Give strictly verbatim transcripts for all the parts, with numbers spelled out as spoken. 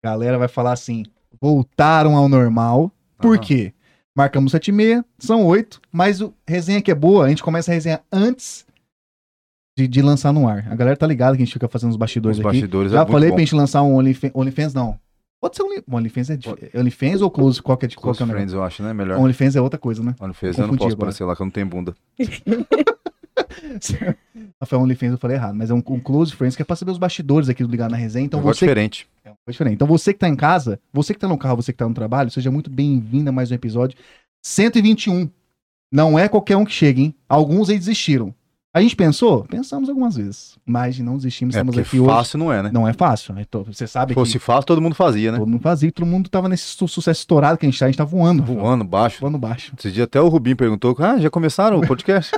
galera vai falar assim, voltaram ao normal. Por Aham. quê? Marcamos sete e meia, são oito, mas o resenha que é boa, a gente começa a resenha antes de, de lançar no ar. A galera tá ligada que a gente fica fazendo os bastidores Os aqui. bastidores é Já muito falei bom. pra gente lançar um OnlyFans, OnlyFans não. Pode ser Only, OnlyFans é dif- OnlyFans ou Close, qual que é, de- qual Close que é o negócio? Friends, eu acho, né? Melhor. OnlyFans é outra coisa, né? OnlyFans, eu não confundi posso agora. aparecer lá que eu não tenho bunda. Rafael, OnlyFans eu falei errado, mas é um, um Close Friends que é pra saber os bastidores aqui do Ligar na Resenha. Então Então, você... diferente. É uma coisa diferente. Então você que tá em casa, você que tá no carro, você que tá no trabalho, seja muito bem-vindo a mais um episódio. cento e vinte e um. Não é qualquer um que chega, hein? Alguns aí desistiram. A gente pensou? Pensamos algumas vezes. Mas não desistimos, É, estamos porque aqui hoje. fácil não é, né? Não é fácil. né? Tô- Você sabe Se fosse que fácil, todo mundo fazia, né? todo mundo fazia, todo mundo tava nesse su- sucesso estourado que a gente tá, a gente tá voando. Voando baixo. Voando baixo. Esse dia até o Rubinho perguntou, ah, já começaram o podcast?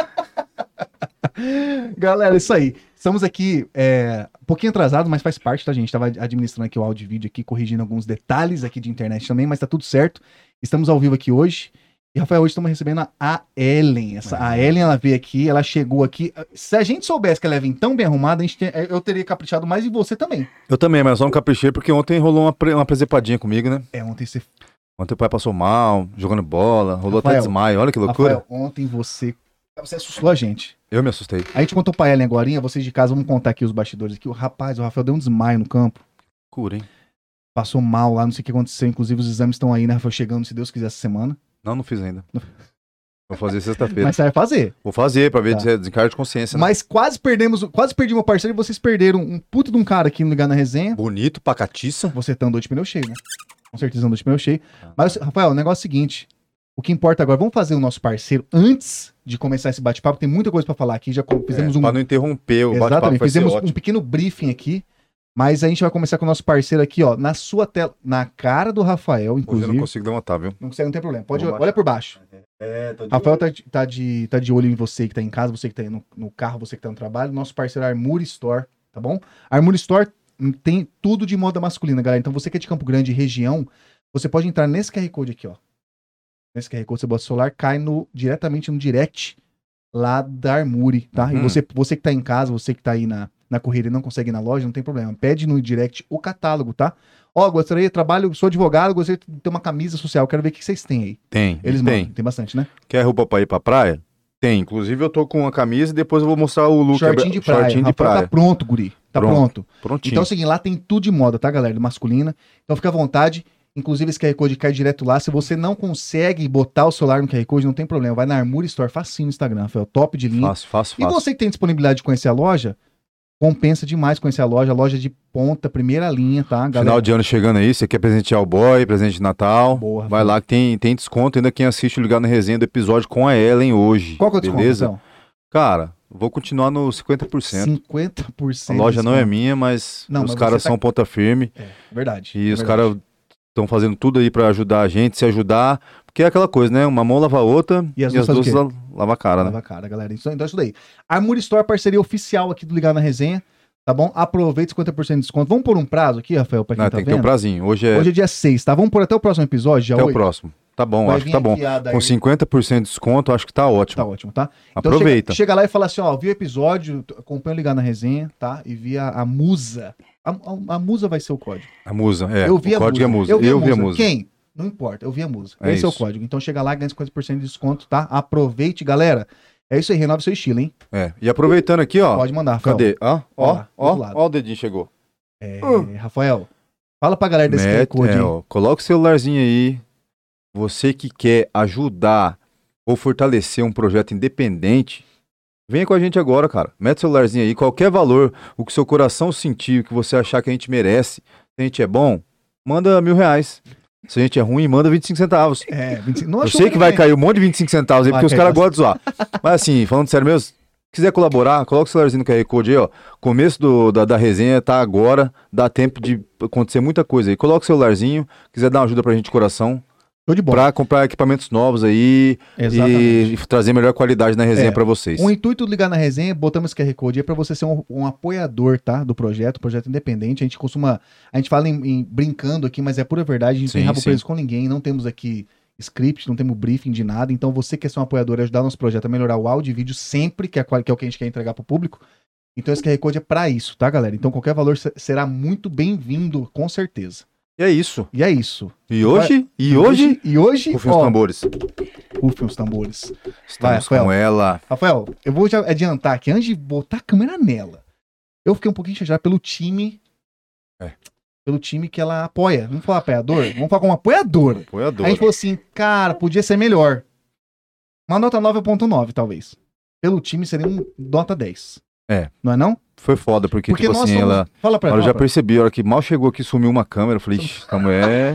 Galera, isso aí. Estamos aqui é, um pouquinho atrasado, mas faz parte, tá, gente? Tava administrando aqui o áudio e vídeo aqui, corrigindo alguns detalhes aqui de internet também, mas tá tudo certo. Estamos ao vivo aqui hoje. E, Rafael, hoje estamos recebendo a- a Ellen. Essa, a Ellen, ela veio aqui, ela chegou aqui. Se a gente soubesse que ela ia vir tão bem arrumada, a gente tem- eu teria caprichado mais em você também. Eu também, mas só não caprichei porque ontem rolou uma, pre- uma presepadinha comigo, né? É, ontem você... Ontem o pai passou mal, jogando bola, rolou Rafael, até desmaio, olha que loucura. Rafael, ontem você... Você assustou a gente. Eu me assustei. A gente contou pra Ellen agorinha, vocês de casa, vamos contar aqui os bastidores aqui. O rapaz, o Rafael deu um desmaio no campo. Cura, hein? Passou mal lá, não sei o que aconteceu. Inclusive, os exames estão aí, né, Rafael? Chegando, se Deus quiser, essa semana. Não, não fiz ainda. Vou fazer sexta-feira. Mas você vai fazer. Vou fazer pra ver Tá. se é desencargo de consciência. Né? Mas quase perdemos, quase perdi meu parceiro e vocês perderam um puto de um cara aqui no Ligar na Resenha. Bonito, pacatiça. Você tá andando de pneu cheio, né? Com certeza andou de pneu cheio. Mas, Rafael, o negócio é o seguinte. O que importa agora, vamos fazer o nosso parceiro antes de começar esse bate-papo. Tem muita coisa pra falar aqui. Já co- fizemos é, um. Pra não interromper o bate-papo, Exatamente, vai ser fizemos um ótimo. pequeno briefing aqui. Mas a gente vai começar com o nosso parceiro aqui, ó, na sua tela, na cara do Rafael, Hoje eu inclusive. não Não, consigo levantar, viu? consegue, não tem problema. Pode, Vamos olha por baixo. É, tô de Rafael tá de, tá, de, tá de olho em você que tá em casa, você que tá aí no, no carro, você que tá no trabalho. Nosso parceiro Armour Store, tá bom? Armour Store tem tudo de moda masculina, galera. Então você que é de Campo Grande, região, você pode entrar nesse Q R Code aqui, ó. Nesse Q R Code, você bota o celular, cai no, diretamente no direct lá da Armour, tá? E Uhum. você, você que tá em casa, você que tá aí na, na corrida e não consegue ir na loja, não tem problema. Pede no direct o catálogo, tá? Ó, gostaria, trabalho, sou advogado, gostaria de ter uma camisa social, quero ver o que vocês têm aí. Tem, Eles tem. mandam, tem bastante, né? Quer roupa pra ir pra praia? Tem. Inclusive eu tô com uma camisa e depois eu vou mostrar o look. Shortinho de praia. Shortinho de Rafael praia. tá pronto, guri. Tá Pronto. pronto. Prontinho. Então é o seguinte, lá tem tudo de moda, tá, galera? Masculina. Então fica à vontade. Inclusive esse Q R Code cai direto lá. Se você não consegue botar o celular no Q R Code, não tem problema. Vai na Armour Store, facinho no Instagram, Rafael. Top de linha. Fácil, fácil, E fácil. você que tem disponibilidade de conhecer a loja, compensa demais conhecer a loja. A loja de ponta, primeira linha, tá, galera? Final de ano chegando aí, você quer presentear o boy, presente de Natal. Boa, Vai Rafael. lá que tem, tem desconto ainda quem assiste o Ligar na Resenha do episódio com a Ellen hoje. Qual que é o desconto, beleza? Rafael? Cara, vou continuar no cinquenta por cento. cinquenta por A cento. loja não é desconto. minha, mas Não, os mas caras você tá- são ponta firme. É, verdade. E é os verdade. caras estão fazendo tudo aí pra ajudar a gente, se ajudar. Porque é aquela coisa, né? Uma mão lava a outra E e as as, duas fazem duas o la- lava a cara, né? Lava a cara, galera. Então, então é isso daí. Armour Store, parceria oficial aqui do Ligar na Resenha. Tá bom? Aproveita cinquenta por cento de desconto. Vamos pôr um prazo aqui, Rafael, pra quem Não, tá tem que ter um vendo? prazinho. Hoje é Hoje é dia seis, tá? Vamos pôr até o próximo episódio, dia até o oito. próximo. Tá bom, Vai acho que vir tá bom. aqui a da- Com cinquenta por cento de desconto, acho que tá ótimo. Tá ótimo, tá? Então Aproveita. Chega, chega lá e fala assim, ó, viu o episódio, t- acompanha o Ligar na Resenha, tá? E vi a, a Musa. A, a- a Musa vai ser o código. A musa, é. eu vi o a código Musa. é musa. Eu vi, Eu a, vi a musa. musa. Quem? Não importa, eu vi a Musa. É Esse é o isso. código. Então chega lá e ganha cinquenta por cento de desconto, tá? Aproveite, galera. É isso aí, renove seu estilo, hein? É. E aproveitando aqui, ó. Pode mandar, Rafael. Cadê? Ó, Ó ó, lá, do ó, outro lado. ó, o dedinho chegou. É, Rafael, fala pra galera desse Q R Mete, Code é, aí. ó, coloca o celularzinho aí. Você que quer ajudar ou fortalecer um projeto independente, venha com a gente agora, cara. Mete o celularzinho aí, qualquer valor, o que seu coração sentir, o que você achar que a gente merece. Se a gente é bom, manda mil reais. Se a gente é ruim, manda vinte e cinco centavos. É, vinte e cinco. Não Eu achou sei que vai ninguém. cair um monte de vinte e cinco centavos aí, Vai porque os cair caras gostam de zoar. Mas assim, falando sério mesmo, se quiser colaborar, coloca o celularzinho no Q R Code aí, ó. Começo do, da, da resenha tá agora, dá tempo de acontecer muita coisa aí. Coloca o celularzinho, quiser dar uma ajuda pra gente de coração, Show de bola. pra comprar equipamentos novos aí Exatamente. e trazer melhor qualidade na resenha É, pra vocês. O intuito de Ligar na Resenha, botamos esse Q R Code aí pra você ser um, um apoiador, tá? Do projeto, projeto independente. A gente costuma, a gente fala em, em- brincando aqui, mas é pura verdade. A gente não tem Sim, rabo sim. preso com ninguém, não temos aqui script, não temos briefing de nada. Então você quer ser um apoiador e ajudar nosso projeto a melhorar o áudio e vídeo sempre, que é, a qual- que é o que a gente quer entregar pro público. Então esse Q R Code é pra isso, tá, galera? Então qualquer valor se- será muito bem-vindo, com certeza. E é isso. E é isso. E hoje? E hoje? E hoje, Rufem os ó, tambores. rufem os tambores. Estamos Rafael. com ela. Rafael, eu vou já adiantar aqui, antes de botar a câmera nela, eu fiquei um pouquinho chateado pelo time. É. Pelo time que ela apoia. Vamos falar apoiador? Vamos falar como apoiadora. Apoiador. A gente falou assim, cara, podia ser melhor. Uma nota nove ponto nove, talvez. Pelo time seria um nota dez. É. Não é não? Foi foda, porque, Porque tipo nós assim, somos... ela... Fala pra Eu ela. já percebi, a hora que mal chegou aqui, sumiu uma câmera, eu falei, ixi, essa mulher...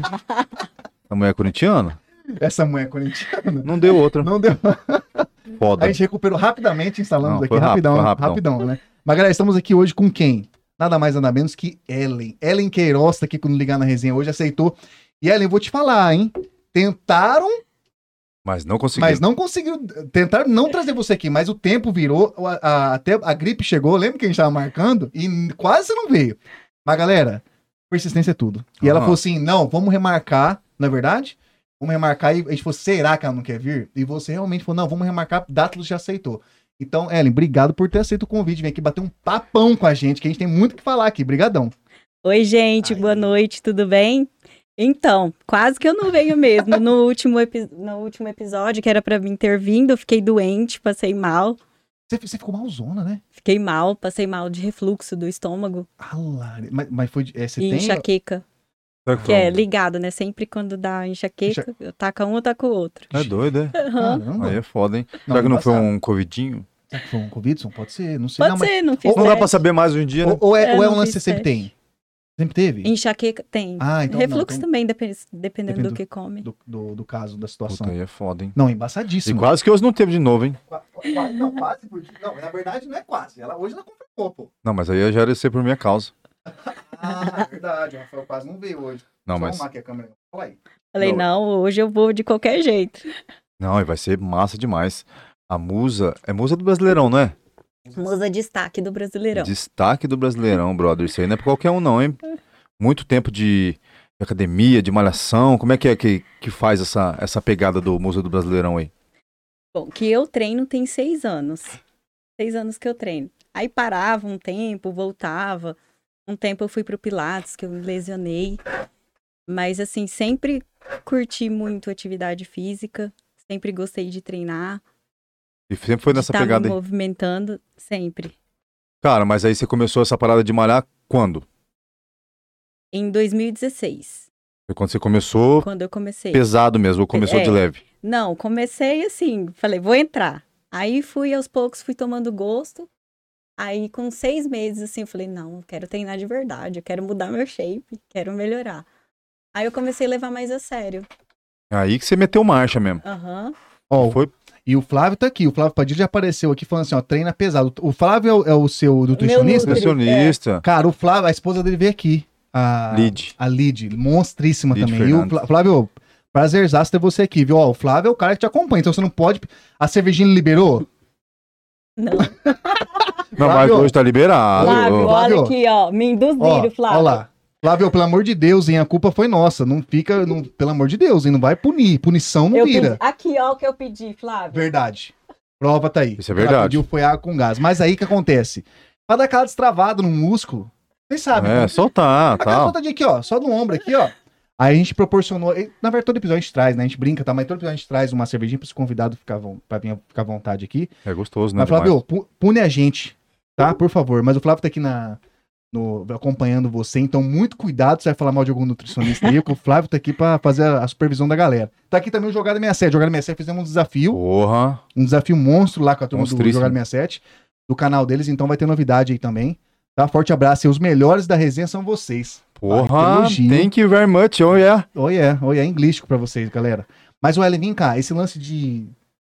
Essa mulher é corintiana? Essa mulher corintiana. Não deu outra. Não deu. Foda. A gente recuperou rapidamente, instalamos Não, aqui foi rápido, rapidão, foi rapidão. rapidão, né? Mas galera, estamos aqui hoje com quem? Nada mais, nada menos que Ellen. Ellen Queiroz tá aqui quando ligar na resenha hoje, aceitou. E Ellen, vou te falar, hein? Tentaram, Mas não conseguiu. mas não conseguiram. Tentaram não trazer você aqui, mas o tempo virou, a, a- até a gripe chegou, lembra que a gente tava marcando? E quase você não veio. Mas galera, persistência é tudo. E ela Aham. falou assim: não, vamos remarcar, não é verdade? Vamos remarcar. E a gente falou: será que ela não quer vir? E você realmente falou: não, vamos remarcar. Dátulo já aceitou. Então, Ellen, obrigado por ter aceito o convite. Vem aqui bater um papão com a gente, que a gente tem muito o que falar aqui. Brigadão. Oi, gente, Ai. boa noite, tudo bem? Então, quase que eu não venho mesmo. No último, epi- no último episódio, que era pra mim ter vindo, eu fiquei doente, passei mal. Você, você ficou malzona, né? Fiquei mal, passei mal de refluxo do estômago Ah, lá. Mas, mas foi. de- É, você e tem. enxaqueca, Será que que é foi? ligado, né? Sempre quando dá enxaqueca, eu taca um, eu taco o outro. É doido, é? Caramba. Aí é foda, hein? Não, Será que não foi embaçado. um covidinho? Será que foi um Covid? Pode ser, não sei. Pode não, mas- ser, não fiz Não dá pra teste. saber mais hoje em dia, né? Ou, ou é, É, ou é um não lance que fiz você sempre teste. tem? Sempre teve? Enxaqueca tem. Ah, então não, Refluxo então- também, depen- dependendo Depende do que come. Do, do, do caso, da situação. Puta, aí é foda, hein? Não, E embaçadíssimo. quase que hoje não teve de novo, hein? Qua- Quase, não, quase, porque. Não, na verdade não é quase. Ela, hoje ela confirmou, pô. Não, mas aí já ia ser por minha causa. Ah, é verdade. O Rafael quase não veio hoje. Não, Só mas... arrumar aqui a câmera. Fala aí. Falei, Não. não, hoje eu vou de qualquer jeito. Não, e vai ser massa demais. A musa... É musa do Brasileirão, não é? Musa destaque do Brasileirão. Destaque do Brasileirão, brother. Isso aí não é pra qualquer um, não, hein? Muito tempo de de academia, de malhação. Como é que é que, que faz essa, essa pegada do musa do Brasileirão aí? Bom, que eu treino tem seis anos. Seis anos que eu treino. Aí parava um tempo, voltava. Um tempo eu fui pro Pilates, que eu me lesionei. Mas, assim, sempre curti muito atividade física. Sempre gostei de treinar. E sempre foi de nessa tá pegada me aí. movimentando, sempre. Cara, mas aí você começou essa parada de malhar quando? Em dois mil e dezesseis, Foi quando você começou quando eu comecei. pesado mesmo, ou começou É. de leve? Não, comecei assim, falei, vou entrar. Aí fui aos poucos, fui tomando gosto. Aí com seis meses, assim, eu falei, não, eu quero treinar de verdade, eu quero mudar meu shape, quero melhorar. Aí eu comecei a levar mais a sério. Aí que você meteu marcha mesmo. Aham. Ó, Foi e o Flávio tá aqui. O Flávio Padilha já apareceu aqui falando assim, ó, treina pesado. O Flávio é o, é o seu nutricionista? nutri- nutricionista. Cara, o Flávio, a esposa dele veio aqui. A Lid. A Lid, monstríssima Lid também. E o Fernandes. Flá- Flávio, prazerzaço ter você aqui, viu? Ó, o Flávio é o cara que te acompanha, então você não pode... A cervejinha ele liberou? Não. Não, mas Flávio. hoje tá liberado. Flávio, Ô, olha Flávio. aqui, ó, me Ó, induziram, Flávio. ó lá. Flávio, pelo amor de Deus, hein? A culpa foi nossa. Não fica... Não, pelo amor de Deus, hein? Não vai punir. Punição não Eu vira. pedi- Aqui, ó, o que eu pedi, Flávio. Verdade. Prova tá aí. Isso é Ela verdade. pediu foi água com gás. Mas aí o que acontece? Pra dar aquela destravada no músculo, vocês sabem. É, né? soltar, Aquela tal. soltadinha aqui, ó. Só no ombro aqui, ó. Aí a gente proporcionou. e, Na verdade, todo episódio a gente traz, né? A gente brinca, tá? Mas todo episódio a gente traz uma cervejinha pra esse convidado ficar, von- pra vir ficar à vontade aqui. É gostoso, né? Mas, demais. Flávio, pu- pune a gente, tá? Por favor. Mas o Flávio tá aqui na, no- acompanhando você, então muito cuidado se vai falar mal de algum nutricionista aí, que o Flávio tá aqui pra fazer a, a supervisão da galera. Tá aqui também o Jogada sessenta e sete. Jogada sessenta e sete fizemos um desafio, Porra. um desafio monstro lá com a turma do Monstríssimo. Jogada sessenta e sete, do canal deles, então vai ter novidade aí também. Tá? Forte abraço e os melhores da resenha são vocês. Porra. elogio. Thank you very much. Oh, yeah. Oi, é, oi, é inglês pra vocês, galera. Mas, o Ellen, vem cá, esse lance de.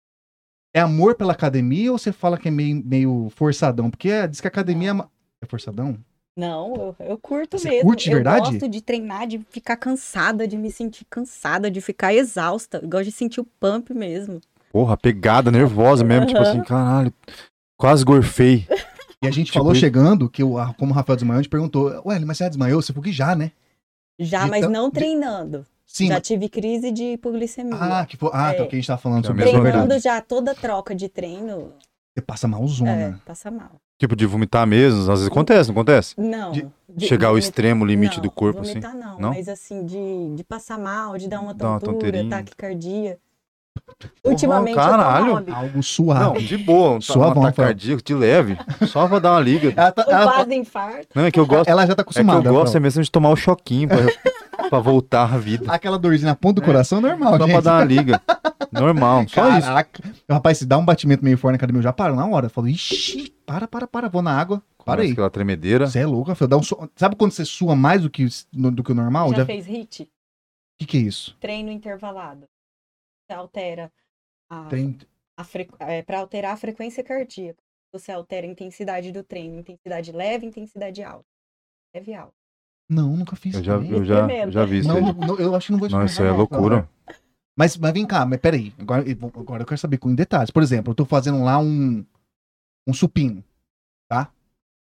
É amor pela academia ou você fala que é meio, meio forçadão? Porque é- diz que a academia é. ma- É forçadão? Não, eu, eu curto Você mesmo. curte de eu verdade? gosto de treinar, de ficar cansada, de me sentir cansada, de ficar exausta. Eu gosto de sentir o pump mesmo. Porra, pegada, nervosa mesmo. Tipo Aham. assim, caralho. Quase gorfei. E a gente Tipo falou isso. chegando, que o, a- como o Rafael desmaiou, a gente perguntou: Ué, mas você já desmaiou? Você falou que já, né? Já, De mas tan- não de- treinando. Sim. já mas- tive crise de hipoglicemia. Ah, que foi... ah É. tá, o que a gente tava falando Que é sobre a isso, é mesma Treinando verdade. já toda troca de treino, Você passa é, malzona. passa mal. Tipo de vomitar mesmo, às vezes acontece, não acontece? Não. De- de- Chegar ao vomit- extremo limite não, do corpo, vomitar assim? não, Não? mas assim, de, de passar mal, de dar uma Dar uma tontura, tonteirinha. taquicardia. Porra, Ultimamente caralho. eu tô mole. Algo Não, suave. de boa, um, ta- um Suavão, ataque cardíaco de leve, só pra dar uma liga. Ela, tá- Um ela- quase infarto. Não, é que eu gosto, ela já tá é que acostumada. eu gosto é Fran. mesmo de tomar o choquinho pra, pra voltar à vida. Aquela dorzinha na ponta do coração é normal, Só gente. pra dar uma liga. Normal, só isso. Caraca. Rapaz, se dá um batimento meio forte na academia, eu já paro na hora. Eu falo, ixi, para, para, para, vou na água. Para Começa aí. aquela tremedeira. Você é louco, Rafael. Dá um su- Sabe quando você sua mais do que, no- do que o normal? Já Já... O fez hit? que, que é isso? Treino intervalado. Você altera a, Tem... a fre... é, para alterar a frequência cardíaca. Você altera a intensidade do treino. Intensidade leve, intensidade alta. Leve e alta. Não, nunca fiz Eu já, também. eu já, Experimenta. já vi isso Não, aí. não, eu acho que não vou Não, isso aí é experimentar, não. loucura. Mas, mas vem cá, mas peraí. Agora, eu vou- agora eu quero saber com detalhes. Por exemplo, eu tô fazendo lá um, um supino, tá?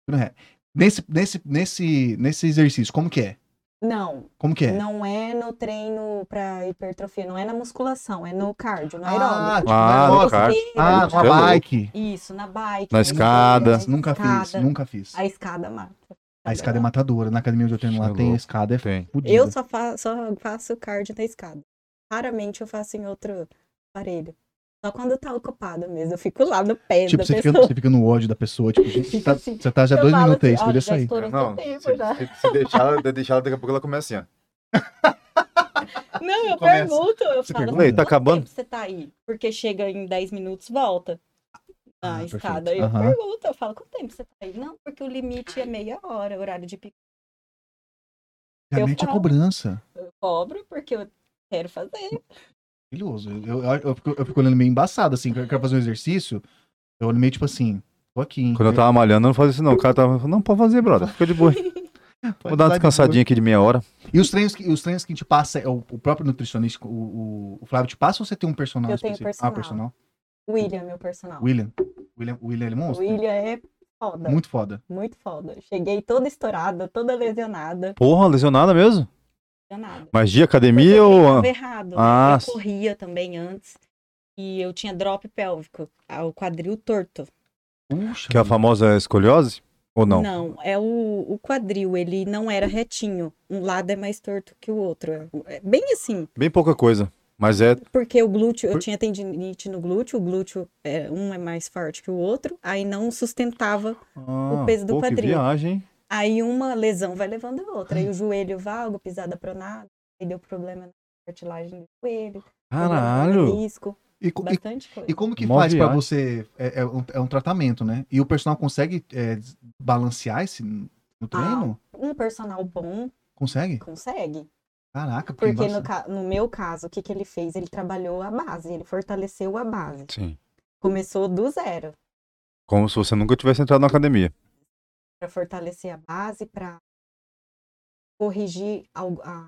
Nesse, nesse, nesse, nesse exercício, como que é? Não, Como que é? não é no treino para hipertrofia, não é na musculação, é no cardio, no Ah, aeróbico. tipo, Ah, no no aeróbico. cardio. Ah, Você é numa louco. bike. Isso, na bike. Na no escada. treino, Nunca fiz, escada. nunca fiz. A escada mata. A escada é matadora. Na academia onde eu treino lá Isso é tem a louco. escada, é Tem. fodida. Eu só, fa só faço cardio na escada. Raramente eu faço em outro aparelho. Só quando tá ocupado mesmo. Eu fico lá no pé Tipo, da você fica, pessoa. você fica no ódio da pessoa, tipo, gente, Fica tá- assim. você tá já Eu dois falo minutos aí, assim, você ó, poderia já sair. estourou Não, seu tempo se, já. se, se deixar, ela- deixar ela, daqui a pouco ela começa assim, ó. Não, eu Começa. pergunto. Eu Você falo pergunta? assim, Ei, tá quanto acabando? tempo você tá aí? Porque chega em dez minutos, volta. Na Ah, escada. perfeito. Eu Aham. pergunto, eu falo, quanto tempo você tá aí? Não, porque o limite é meia hora, horário de pico. Realmente a falo. cobrança. Eu cobro porque eu quero fazer. Maravilhoso. Eu, eu, eu, fico, eu fico olhando meio embaçado, assim, eu quero fazer um exercício, eu olho meio tipo assim, tô aqui, hein? Quando eu tava malhando, eu não fazia isso não. O cara tava, não, pode fazer, brother. Fica de boa. Vou dar uma descansadinha aqui de meia hora. E os treinos que, os treinos que a gente passa, é o, o próprio nutricionista, o, o, o Flávio te passa ou você tem um personal Eu tenho específico? Ah, personal. personal. William, meu personal. William. William, William ele é O monstro? William é foda. Muito foda. Muito foda. Cheguei toda estourada, toda lesionada. Porra, lesionada mesmo? Lesionada. Mas de Porque academia eu ou... treinava errado, né? Ah, Eu corria também antes. E eu tinha drop pélvico, ah, o quadril torto. Puxa. Que é a famosa escoliose? Ou não? Não, é o, o quadril, ele não era retinho. Um lado é mais torto que o outro. É- É bem assim. Bem pouca coisa. Mas é... Porque o glúteo, eu Por- tinha tendinite no glúteo, o glúteo, é, um é mais forte que o outro, aí não sustentava. Ah, peso do pô, que quadril. viagem, hein? Aí uma lesão vai levando a outra. Aí o joelho valgo, pisada pronada, aí deu problema na cartilagem do joelho, problema no Caralho. menisco, E, co- e, bastante coisa. e como que Mó faz pra viagem. você, é, é um, é um tratamento, né? E o personal consegue é, des- balancear esse no treino? Um personal bom Consegue? consegue. Caraca, porque, Porque no, embaça- ca- no meu caso, o que, que ele fez? Ele trabalhou a base, ele fortaleceu a base. Sim. Começou do zero Como se você nunca tivesse entrado na academia. para fortalecer a base, para corrigir algo- a,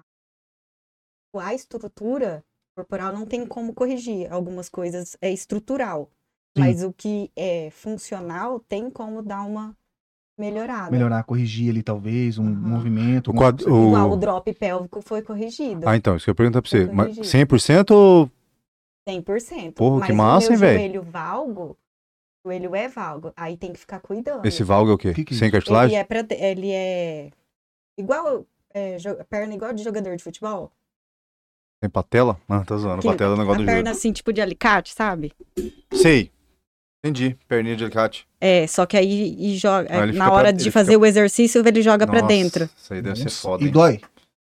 a estrutura corporal. Não tem como corrigir. Algumas coisas é estrutural. Sim. Mas o que é funcional tem como dar uma melhorada. melhorar, corrigir ali talvez, um Uhum. movimento. O alguma quad- coisa. o- Igual o drop pélvico foi corrigido. Ah, então, isso que eu ia perguntar pra você. Foi Mas corrigido. cem por cento ou... cem por cento. Porra, Mas que massa, o meu hein, velho? joelho valgo, o joelho é valgo. Aí tem que ficar cuidando. Esse valgo é o quê? Que que é Sem isso? Ele cartilagem? é, pra, ele é igual, é, jo- perna igual de jogador de futebol. Sem patela? Ah, tá zoando. Que- Patela é o negócio a do perna joelho. assim, tipo de alicate, sabe? Sei. Entendi. Perninha de alicate. É, só que aí e joga, Ah, ele na fica hora pra- de ele fazer fica- o exercício, ele joga pra Nossa, dentro. Isso aí deve ser Nossa, foda, E hein? dói?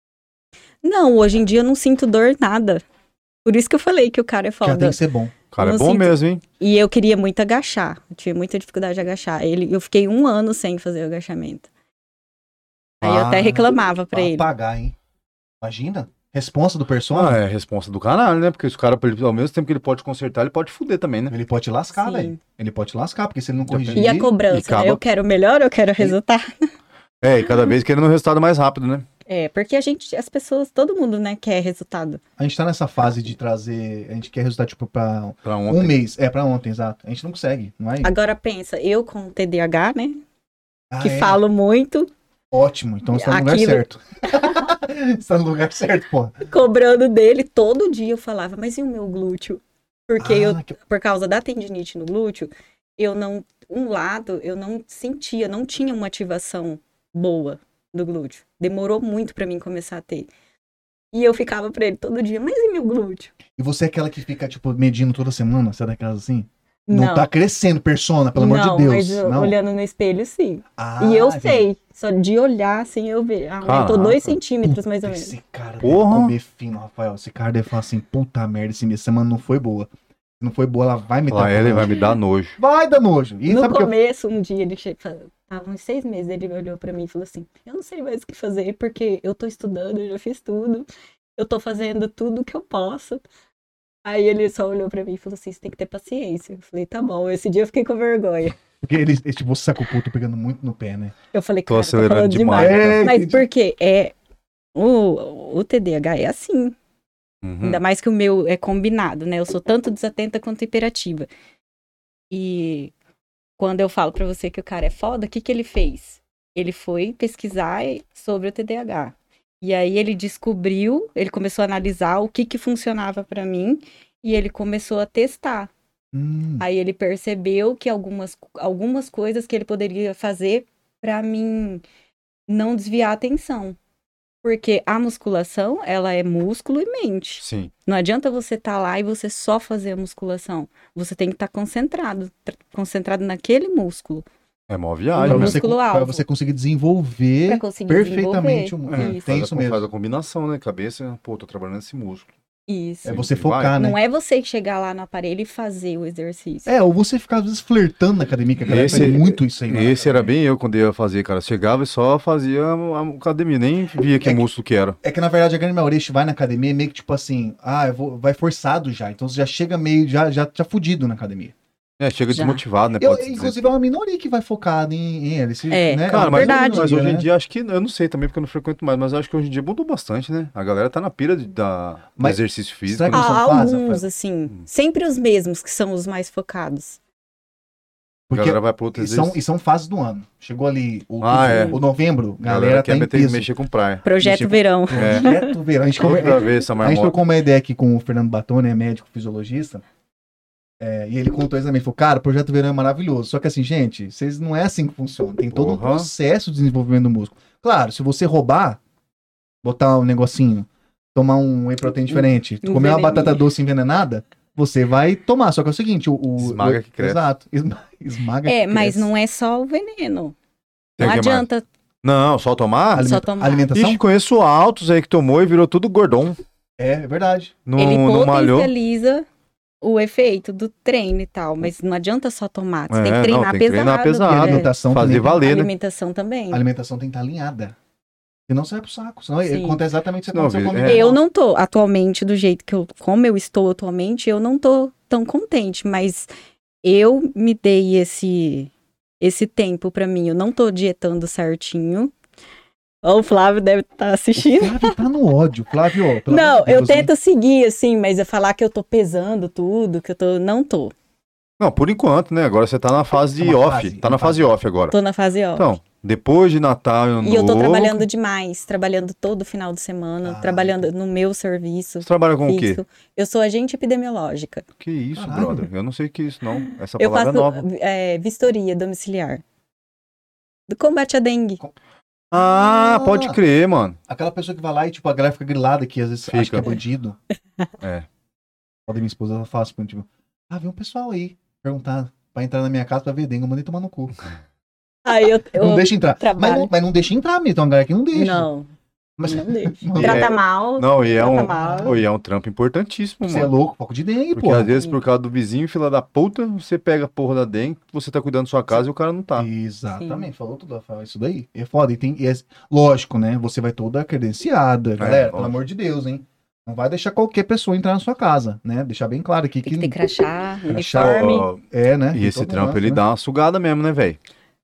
Não, hoje em dia eu não sinto dor nada. Por isso que eu falei que o cara é Já tem foda. que ser bom. O cara é eu bom sinto- mesmo, hein? E eu queria muito agachar. Eu tive muita dificuldade de agachar. Ele, eu fiquei um ano sem fazer o agachamento. Aí eu até Ah, reclamava pra Pra ele. pagar, hein? Imagina. Responsa do Ah, persona. é responsa do caralho, né? Porque esse cara, ele- ao mesmo tempo que ele pode consertar, ele pode fuder também, né? Ele pode te lascar, Sim. velho. Ele pode te lascar, porque se ele não Já corrigir... E a cobrança, E acaba- né? Eu quero melhor, eu quero resultado. É, e cada vez querendo um resultado mais rápido, né? É, porque a gente, as pessoas, todo mundo, né, quer resultado. A gente tá nessa fase de trazer... A gente quer resultado, tipo, pra Pra um ontem. mês. É, pra ontem, exato. A gente não consegue, não é? Agora pensa, eu com T D A H, né, Ah, que é? falo muito, Ótimo. Então você tá no lugar Aquilo- certo. Você tá no lugar certo, pô. cobrando dele, todo dia eu falava, mas e o meu glúteo? Porque eu, Ah, que- por causa da tendinite no glúteo, eu não, um lado, eu não sentia, não tinha uma ativação boa do glúteo. Demorou muito pra mim começar a ter. E eu ficava pra ele todo dia, mas e meu glúteo? E você é aquela que fica, tipo, medindo toda semana? Você é daquelas assim? Não, não tá crescendo, persona, pelo não, amor de Deus. Mas eu, não, olhando no espelho, sim. Ah, e eu gente. sei, só de olhar, assim, eu vejo. Aumentou dois centímetros, mais ou menos. Esse cara Porra. deve comer fino, Rafael. Esse cara deve falar assim, puta merda, essa semana não foi boa. Se não foi boa, ela vai me Lá dar ele nojo. vai me dar nojo. Vai dar nojo. E no sabe o que eu... começo, um dia, ele chegou, tava uns seis meses, ele olhou pra mim e falou assim, eu não sei mais o que fazer, porque eu tô estudando, eu já fiz tudo, eu tô fazendo tudo que eu posso. Aí ele só olhou pra mim e falou assim, você tem que ter paciência. Eu falei, tá bom. Esse dia eu fiquei com vergonha. Porque ele, esse tipo, saco puto pegando muito no pé, né? Eu falei, Tô cara, acelerando tô falando demais, demais. cara. Mas É, por quê? É, o, o T D A H é assim. Uhum. Ainda mais que o meu é combinado, né? Eu sou tanto desatenta quanto hiperativa. E quando eu falo pra você que o cara é foda, o que que ele fez? Ele foi pesquisar sobre o T D A H. E aí ele descobriu, ele começou a analisar o que que funcionava pra mim e ele começou a testar. Hum. Aí ele percebeu que algumas, algumas coisas que ele poderia fazer pra mim não desviar a atenção. Porque a musculação, ela é músculo e mente. Sim. Não adianta você estar lá e você só fazer a musculação. Você tem que estar concentrado, concentrado naquele músculo. É mó Pra viagem. No né? você, músculo pra alvo. você conseguir desenvolver Pra conseguir perfeitamente o desenvolver. músculo. Isso. Tem faz, isso a, mesmo. faz a combinação, né? Cabeça, pô, tô trabalhando nesse músculo. Isso. É você E vai. focar, né? Não é você chegar lá no aparelho e fazer o exercício. É, ou você ficar às vezes flertando na academia, que a galera Esse- faz muito isso aí. né? Esse era bem eu quando ia fazer, cara. Chegava e só fazia a a academia, nem via que É que- músculo que era. É que na verdade a grande maioria vai na academia meio que tipo assim, ah, eu vou, vai forçado já. Então você já chega meio, já, já, já fudido na academia. É, chega Já. desmotivado, né? Eu, Pode se dizer. inclusive é uma minoria que vai focada em, em eles. É, né? Cara, uma mas, verdade. mas hoje em né? dia acho que, eu não sei também porque eu não frequento mais, mas acho que hoje em dia mudou bastante, né? A galera tá na pira de, da, do Mas exercício físico. será que né? não Há são faz, alguns, Rafael? assim, sempre os mesmos que são os mais focados. A Porque galera vai pro outro e são, exercício. e são fases do ano. Chegou ali o, Ah, é. o novembro, A galera, galera tá quer em meter, peso. mexer com praia. Projeto Mexer- Verão. É. Projeto verão. A gente, come- Outra vez essa a gente marmota. trocou uma ideia aqui com o Fernando Batoni, é médico fisiologista. É, e ele contou isso também. Falou, cara, o Projeto Verão é maravilhoso. Só que assim, gente, vocês não é assim que funciona. Tem todo um Porra. processo de desenvolvimento do músculo. Claro, se você roubar, botar um negocinho, tomar um whey protein diferente, Um comer uma veneninho. batata doce envenenada, você vai tomar. Só que é o seguinte, o... o- Esmaga o- que cresce. Exato. Esma- Esmaga É, que mas cresce. não é só o veneno. Tem Não o que mais? adianta. Não, só tomar? Alimenta- só tomar. Alimentação? Ixi, conheço altos aí que tomou e virou tudo gordão. É, é verdade. Não, Ele não malhou. potencializa o efeito do treino e tal, mas não adianta só tomar. Você É, tem que não, treinar tem que pesado. treinar pesado. E a é. alimentação Fazer também tem- valer, né? Alimentação também. A alimentação tem que estar alinhada. Senão você vai pro saco. Senão Sim. acontece exatamente o que Não, aconteceu é. comigo. Eu não tô atualmente do jeito que eu, como eu estou atualmente, eu não tô tão contente, mas eu me dei esse esse tempo pra mim. Eu não tô dietando certinho. Ó, o Flávio deve estar assistindo. Flávio tá no ódio. Flávio, ó, pelo Não, amor de eu Deus, hein? tento seguir assim, mas eu falar que eu tô pesando tudo, que eu tô, não tô. Não, por enquanto, né? Agora você tá na fase de Tá uma off. fase, tá na uma fase fase. off agora. Tô na fase ó. Então, depois de Natal e Ano E eu tô Novo, trabalhando demais, trabalhando todo final de semana, Ah, trabalhando no meu serviço. Você trabalha com o quê? fixo. Eu sou agente epidemiológica. Que isso, Caralho. brother? Eu não sei o que é isso, não. Essa Eu palavra faço é nova. é, vistoria domiciliar. Do combate à dengue. Ah, Ah. pode crer, mano. Aquela pessoa que vai lá e, tipo, a galera fica grilada que às vezes acha Fica. que é bandido. É. A minha esposa, ela fala assim, tipo, ah, vem um pessoal aí perguntar pra entrar na minha casa pra ver dengue. Eu mandei tomar no cu. Aí eu, eu não deixa entrar. Mas trabalho. não, mas não deixa entrar mesmo. Tem uma galera que não deixa. Não, Mas não deixa. Não, Trata é- mal. Não, e é trata um, mal. Pô, e é um trampo importantíssimo, você é mano. louco, foco de dengue, Porque pô. às vezes, por causa do vizinho, fila da puta, você pega a porra da dengue, você tá cuidando da sua casa e o cara não tá. Exatamente, falou tudo, Rafael. Isso daí é foda. E tem, e é, lógico, né? Você vai toda credenciada. Galera, pelo lógico. amor de Deus, hein? Não vai deixar qualquer pessoa entrar na sua casa, né? Deixar bem claro aqui Tem que. que ter crachá, Crachá, uniforme. Ó, É, né? E Tem esse todo um trampo, lance, ele né? dá uma sugada mesmo, né, velho?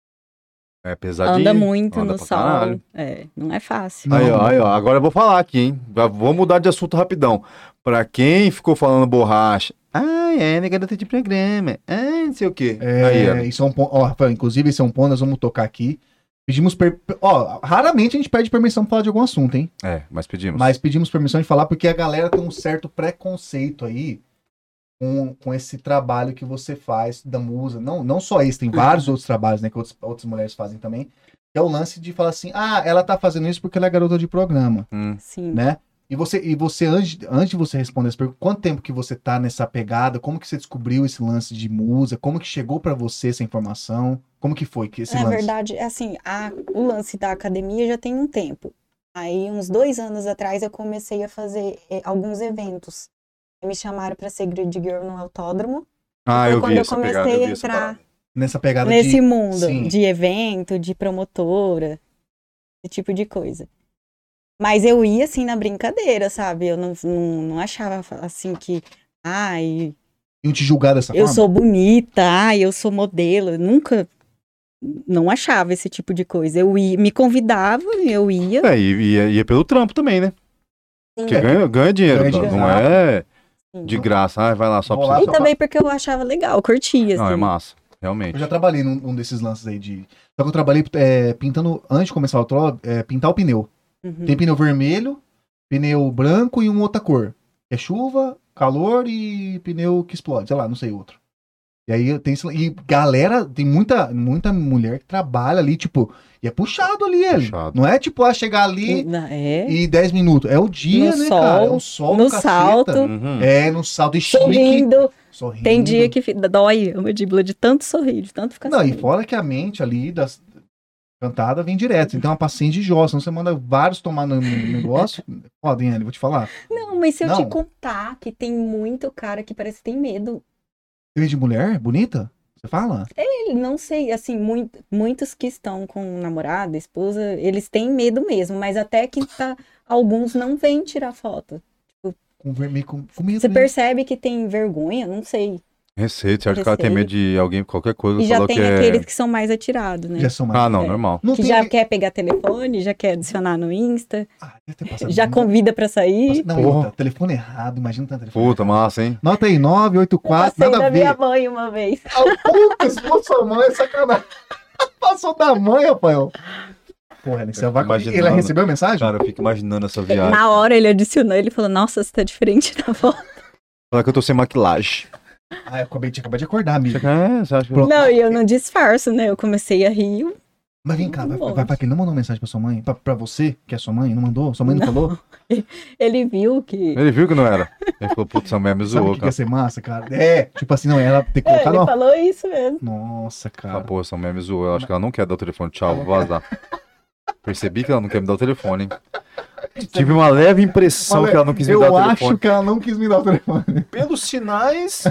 É pesadinho. Anda muito anda no pra sol. caralho. É, não é fácil. Aí, Não. ó, aí, ó, agora eu vou falar aqui, hein? Já vou mudar de assunto rapidão. Pra quem ficou falando borracha, ah, é, né, garota de programa, ah, não sei o quê. É, Aí, ó. isso é um ponto. Ó, Rafael, inclusive, esse é um ponto, nós vamos tocar aqui. Pedimos. Per... Ó, raramente a gente pede permissão pra falar de algum assunto, hein? É, mas pedimos. Mas pedimos permissão de falar porque a galera tem um certo preconceito aí com, com esse trabalho que você faz da musa. Não, não só esse, tem vários outros trabalhos, né, que outros, outras mulheres fazem também. Que é o lance de falar assim, ah, ela tá fazendo isso porque ela é garota de programa, Hum. Sim. né? E você, e você antes, antes de você responder essa pergunta, quanto tempo que você tá nessa pegada? Como que você descobriu esse lance de musa? Como que chegou pra você essa informação? Como que foi que esse Na lance? verdade, assim, a- o lance da academia já tem um tempo. Aí, uns dois anos atrás, eu comecei a fazer eh, alguns eventos. Me chamaram para ser grid girl no autódromo. Ah, Foi eu quando vi eu essa comecei pegada, eu a vi essa entrar parada. Nessa pegada nesse de... mundo Sim. de evento, de promotora, esse tipo de coisa. Mas eu ia, assim, na brincadeira, sabe? Eu não, não, não achava, assim, que... Ai, Iam te julgar dessa eu forma? sou bonita, ai, eu sou modelo. Eu nunca... Não achava esse tipo de coisa. Eu ia, me convidava, eu ia. É, e, e, e é pelo trampo também, né? Sim. Porque ganha, ganha dinheiro, Ganha não- dinheiro. não é Sim. de graça. Ah, vai lá só Vou pra lá você. E também porque eu achava legal, eu curtia, Não, é assim. massa, realmente. Eu já trabalhei num, num desses lances aí de... Só que eu trabalhei é, pintando, antes de começar o troll, é, pintar o pneu. Uhum. Tem pneu vermelho, pneu branco e uma outra cor. É chuva, calor e pneu que explode, sei lá, não sei outro. E aí tem esse, e galera, tem muita, muita mulher que trabalha ali, tipo, e é puxado ali, ele. Puxado. Não é tipo, ah, chegar ali Na- É, e dez minutos. É o dia, No né, sol, cara? É o sol no do caceta. salto. Uhum. É, no salto e chique. sorrindo. Sorrindo. Tem dia que fi- dói a mandíbula de tanto sorrir, de tanto ficar Não, e sorrindo. fora que a mente ali das cantada vem direto. Você tem uma paciente de Jó, senão você manda vários tomar no no negócio. Podem, ele, vou te falar. Não, mas se eu Não. te contar que tem muito cara que parece que tem medo. Tem de mulher bonita? Você fala? Ele, não sei, assim, muito, muitos que estão com namorada, esposa, eles têm medo mesmo, mas até que tá, alguns não vêm tirar foto. Com vermelho, com, com medo, Você né? percebe que tem vergonha, não sei. Receita, certo? O cara tem medo de alguém, qualquer coisa, E já falou tem que é... aqueles que são mais atirados, né? Já são mais. Ah, não, É. normal. Não Que tem... já quer pegar telefone, já quer adicionar no Insta, Ah, deve ter passado já muito. convida pra sair. Não, Porra. outra, telefone errado, imagina tá telefone. Puta, massa, hein? Nota aí, nove oito quatro, Passei nada a da ver. minha mãe uma vez. Ah, puta, se fosse sua mãe, é sacanagem. Passou da mãe, Rafael. Porra, você vai... imaginando. Ele recebeu a mensagem? Cara, eu fico imaginando essa viagem. Na hora ele adicionou, ele falou, nossa, você tá diferente da foto. Fala que eu tô sem maquilagem. Ah, eu acabei de, acabei de acordar, amigo. É, você acha que... Pronto. Não, e eu não disfarço, né? Eu comecei a rir. Mas vem cá, vai, Nossa. vai, vai, ele não mandou mensagem pra sua mãe? Pra, pra você, que é sua mãe? Não mandou? Sua mãe não, Não. falou? Ele viu que... Ele viu que não era. Ele falou, putz, essa mulher me Sabe o zoou, que que ia cara. ser massa, cara? É, tipo assim, não, ela ter É, colocado ele uma... falou isso mesmo. Nossa, Ah, cara. pô, essa mulher me zoou. Eu acho que ela não quer dar o telefone. Tchau, vou vazar. Percebi que ela não quer me dar o telefone, hein? Tive uma leve impressão Olha, que ela não quis me eu dar o acho telefone. que ela não quis me dar o telefone. Pelos sinais...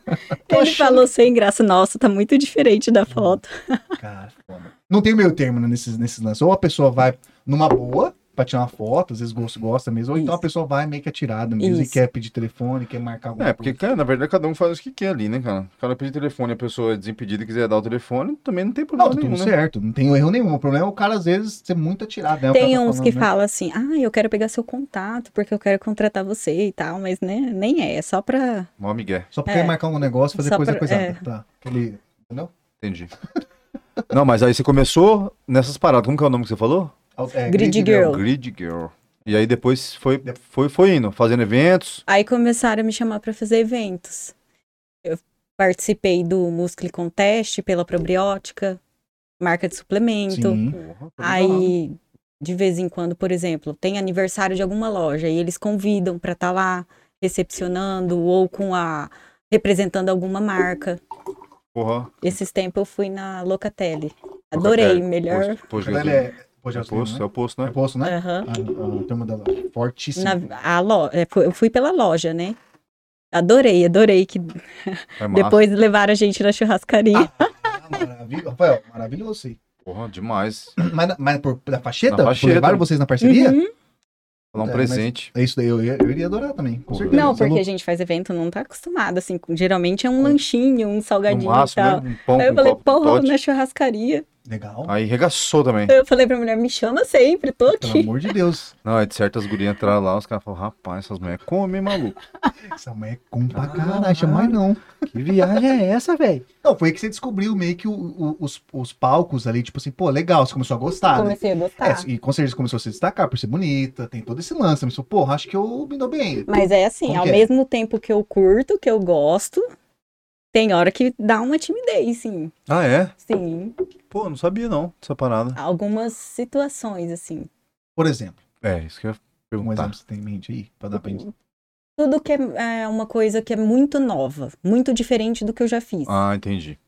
Ele falou sem graça, nossa, tá muito diferente da foto. Cara, foda. Não tem meio termo né, nesses, nesses lances. Ou a pessoa vai numa boa pra tirar uma foto, às vezes gosta, gosta mesmo, ou então a Isso. pessoa vai meio que atirada mesmo Isso. e quer pedir telefone, quer marcar alguma É, porque, cara, na verdade, cada um faz o que quer ali, né, cara? O cara pedir telefone, a pessoa é desimpedida e quiser dar o telefone, também não tem Não, problema tá tudo nenhum, né? certo, não tem erro nenhum. O problema é o cara, às vezes, ser muito atirado, né? O Tem cara tá uns falando, que né? falam assim, ah, eu quero pegar seu contato, porque eu quero contratar você e tal, mas né, nem é, é só pra... Mó migué, Só pra É. querer marcar um negócio, fazer Só coisa pra- coisada. é. Tá. Aquele. Entendeu? entendi. Não, mas aí você começou nessas paradas. Como que é o nome que você falou? É, Grid Grid Girl. Grid Girl. E aí depois foi, foi, foi indo, fazendo eventos. Aí começaram a me chamar pra fazer eventos. Eu participei do Muscle Contest pela probiótica, marca de suplemento. Sim. Aí, de vez em quando, por exemplo, tem aniversário de alguma loja e eles convidam pra estar lá recepcionando ou com a representando alguma marca. Porra. Esses tempos eu fui na Locatelli. Adorei, Locatelli. melhor. Posto, posto, Ele é. Pô, já é posto, é o posto, É né? posto, né? Aham. A, a turma dela. Fortíssimo. Na, a lo, é, foi- eu fui pela loja, né? Adorei, adorei que É massa. depois levaram a gente na churrascaria. Ah, maravilhoso. Rafael, maravilhoso isso aí. Porra, demais. Mas, mas por, da facheta? Na facheta. Levaram vocês na parceria? Uhum. Falar um É, presente. É isso daí, eu, ia- eu iria adorar também. Com Porra. certeza. Não, Você é porque a louco. gente faz evento, não tá acostumado, assim, com- geralmente é um lanchinho, um No salgadinho e máximo, tal. né? Um pão Aí eu com falei, copo de porra, Toddy. na churrascaria. Legal. Aí regaçou também. Eu falei pra mulher, me chama sempre, tô Pelo aqui. amor de Deus. Não, aí de certas gurias entraram lá, os caras falaram, rapaz, essas mulheres comem, maluco. Essa mulher é com pra caralho, chama mais não. Que viagem é essa, velho? Não, foi aí que você descobriu meio que o- o- os, os palcos ali, tipo assim, pô, legal, você começou a gostar, né? Comecei a gostar. É, e com certeza começou a se destacar por ser bonita, tem todo esse lance. Você pensou, porra, acho que eu me dou bem. Mas é assim, Como ao que é? mesmo tempo que eu curto, que eu gosto, tem hora que dá uma timidez, sim. Ah, é? Sim. Pô, não sabia não, essa parada. Algumas situações, assim. Por exemplo, É, isso que eu ia um perguntar. exemplo que você tem em mente aí, pra dar pra gente. Tudo que é, é uma coisa que é muito nova, muito diferente do que eu já fiz. Ah, entendi.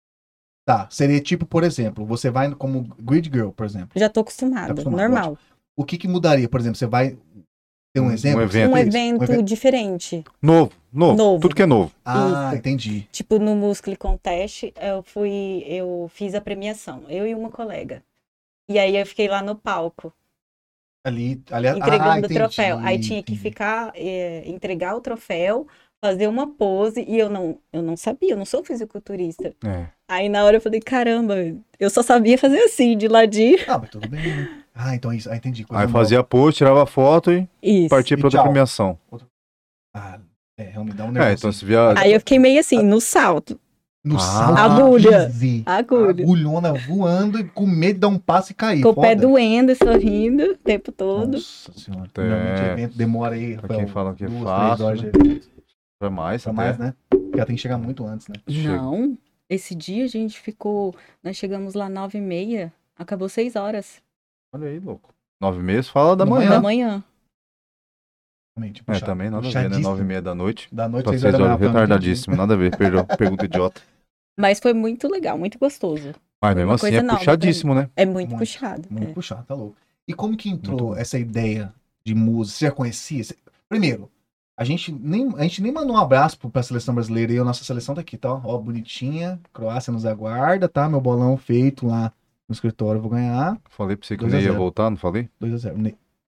Tá, seria tipo, por exemplo, você vai como grid girl, por exemplo. Já tô acostumada, Tá acostumado, normal. O que que mudaria, por exemplo, você vai ter um Um- um exemplo? que você evento. Um fez? evento diferente. Novo, novo, Novo. tudo que é novo. Ah, Isso. entendi. Tipo, no Muscle Contest, eu fui, eu fiz a premiação, eu e uma colega. E aí eu fiquei lá no palco, Ali, ali ah, entregando o entendi, troféu. Aí tinha que entendi. ficar, é, entregar o troféu, fazer uma pose, e eu não, eu não sabia, eu não sou fisiculturista. É. Aí na hora eu falei, caramba, eu só sabia fazer assim, de ladinho. Ah, mas tudo bem, né? Ah, então é isso. Ah, entendi. Coisa Aí nova. fazia post, tirava foto e Isso. partia E pra outra tchau. premiação. Ah, é, realmente dá um É, nervoso. então se via... Aí eu fiquei meio assim, no salto. No Ah. salto, Agulha. quinze. Agulha. Agulhona voando e com medo de dar um passo e cair. Com o pé Foda. doendo e sorrindo o tempo todo. Nossa senhora. É. Normalmente evento demora aí, Pra Rafael, quem fala que é duas, fácil, três horas né? de evento. Pra mais, Pra até. mais, né? Porque ela tem que chegar muito antes, né? Chega. Não, esse dia a gente ficou, nós chegamos lá nove e meia, acabou seis horas Olha aí, louco. Nove meses, fala da Da manhã. da manhã. Realmente, É, puxado. também nada a ver, né? Puxadíssimo. Nove e meia da noite. Da noite, Pra seis seis horas da horas, manhã. retardadíssimo. Nada a ver, perdão. Pergunta idiota. Mas foi muito legal, muito gostoso. Mas mesmo uma assim coisa é nova puxadíssimo, né? É muito, Muito, puxado. Muito é. puxado, tá louco. E como que Muito entrou bom. essa ideia de música? Você já conhecia? Você- Primeiro, a gente, nem, a gente nem mandou um abraço pro- pra seleção brasileira e a nossa seleção tá aqui, tá? Ó, bonitinha. Croácia nos aguarda, tá? Meu bolão feito lá no escritório, eu vou ganhar. Falei pra você que eu dois a nem ia zero. voltar, não falei? dois a zero. Ne-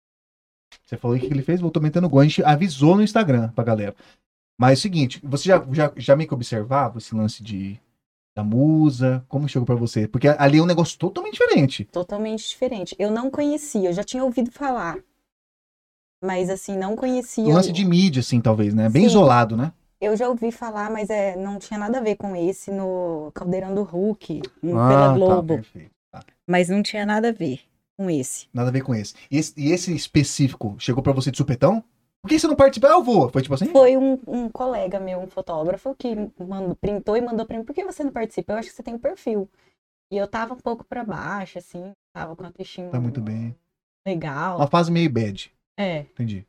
Você falou o que que ele fez? Voltou metendo gol. A gente avisou no Instagram pra galera. Mas é o seguinte, você já, já, já meio que observava esse lance de, da musa? Como chegou pra você? Porque ali é um negócio totalmente diferente. Totalmente diferente. Eu não conhecia, eu já tinha ouvido falar. Mas assim, não conhecia. Um lance de mídia, assim, talvez, né? Bem Sim. isolado, né? Eu já ouvi falar, mas é, não tinha nada a ver com esse no Caldeirão do Hulk, no- Ah, pela tá, Globo. Perfeito. Tá. Mas não tinha nada a ver com esse. Nada a ver com esse. E esse, e esse específico chegou pra você de supetão? Por que você não participa? Ah, eu vou. Foi tipo assim? Foi um, um colega meu, um fotógrafo, que mandou, printou e mandou pra mim, por que você não participa? Eu acho que você tem um perfil. E eu tava um pouco pra baixo, assim, tava com a autoestima Tá muito bem. legal. Uma fase meio bad. É. Entendi.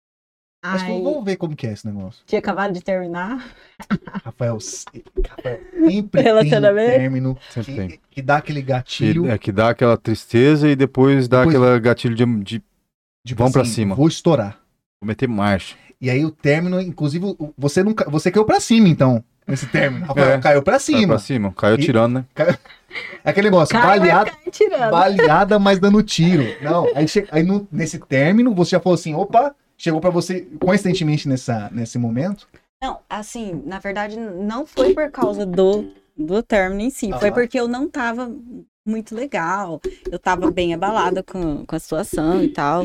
Mas Aí, vamos ver como que é esse negócio. tinha acabado de terminar. Rafael, se- Rafael sempre tem um Relacionamento? término Sempre que, tem. que dá aquele gatilho. Que, é que dá aquela tristeza e depois dá Depois- aquele gatilho de, de de vamos pra cima. Vou estourar. vou meter marcha. E aí o término, inclusive, o- você não ca- você caiu pra cima, então, nesse término. Rafael, É. caiu pra Caiu cima. pra cima, caiu E- tirando, né? É aquele negócio, Cara, vai baleada, ficar tirando. baleada, mas dando tiro. Não, aí, che- aí no- nesse término, você já falou assim, opa, chegou pra você, coincidentemente, nessa, nesse momento. Não, assim, na verdade, não foi por causa do, do término em si. Foi Aham. porque eu não tava muito legal. Eu tava bem abalada com, com a situação e tal.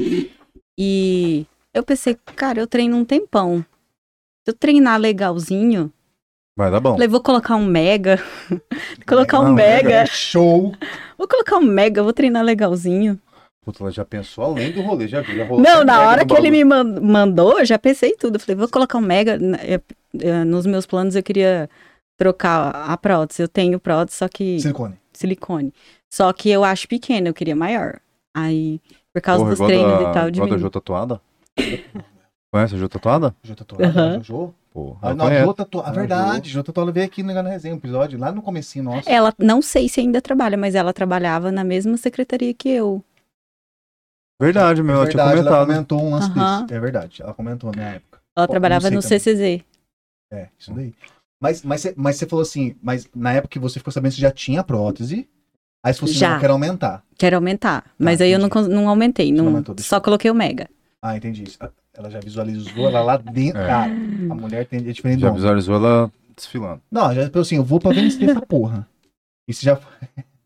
E eu pensei, cara, eu treino um tempão. Se eu treinar legalzinho, Vai dar bom. falei, vou colocar um mega. colocar um Não, mega. é show. Vou colocar um mega, vou treinar legalzinho. Puta, ela já pensou além do rolê, já viu? Já rolou Não, até na mega hora no que ele bagulho. me man- mandou, eu já pensei tudo. Eu falei, vou colocar um mega. Na- é- é, Nos meus planos eu queria trocar a prótese. Eu tenho prótese, só que Silicone. silicone. Só que eu acho pequeno, eu queria maior. Aí, por causa Porra, dos igual treinos da, e tal, igual da diminuiu. Jô Tatuada? Conhece a Jô Tatuada? Jô Tatuada, Aham. Jô. Pô, Ah, ela não, conhece. Jô Tatuada, a Ah, verdade, Jô Tatuada veio aqui na resenha, um episódio, lá no comecinho nosso. Ela, não sei se ainda trabalha, mas ela trabalhava na mesma secretaria que eu. Verdade, meu, É ela tinha verdade, ela comentado. comentou um lance Aham. desse. É verdade, ela comentou na época. Ela Pô, trabalhava não no sei C C Z. É, isso daí. Mas, mas, você, mas você falou assim, mas na época que você ficou sabendo, você já tinha prótese. Aí você falou assim, Já. não, eu quero aumentar. Quero aumentar. Mas Tá, aí eu não, entendi. cons- não aumentei. Você não Não, aumentou, deixa só eu- coloquei o mega. Ah, entendi isso. Ela já visualizou ela lá dentro. É. Cara, a mulher tem, é diferente do Já homem. visualizou ela desfilando. Não, já falou assim, eu vou pra vencer essa porra. Isso já.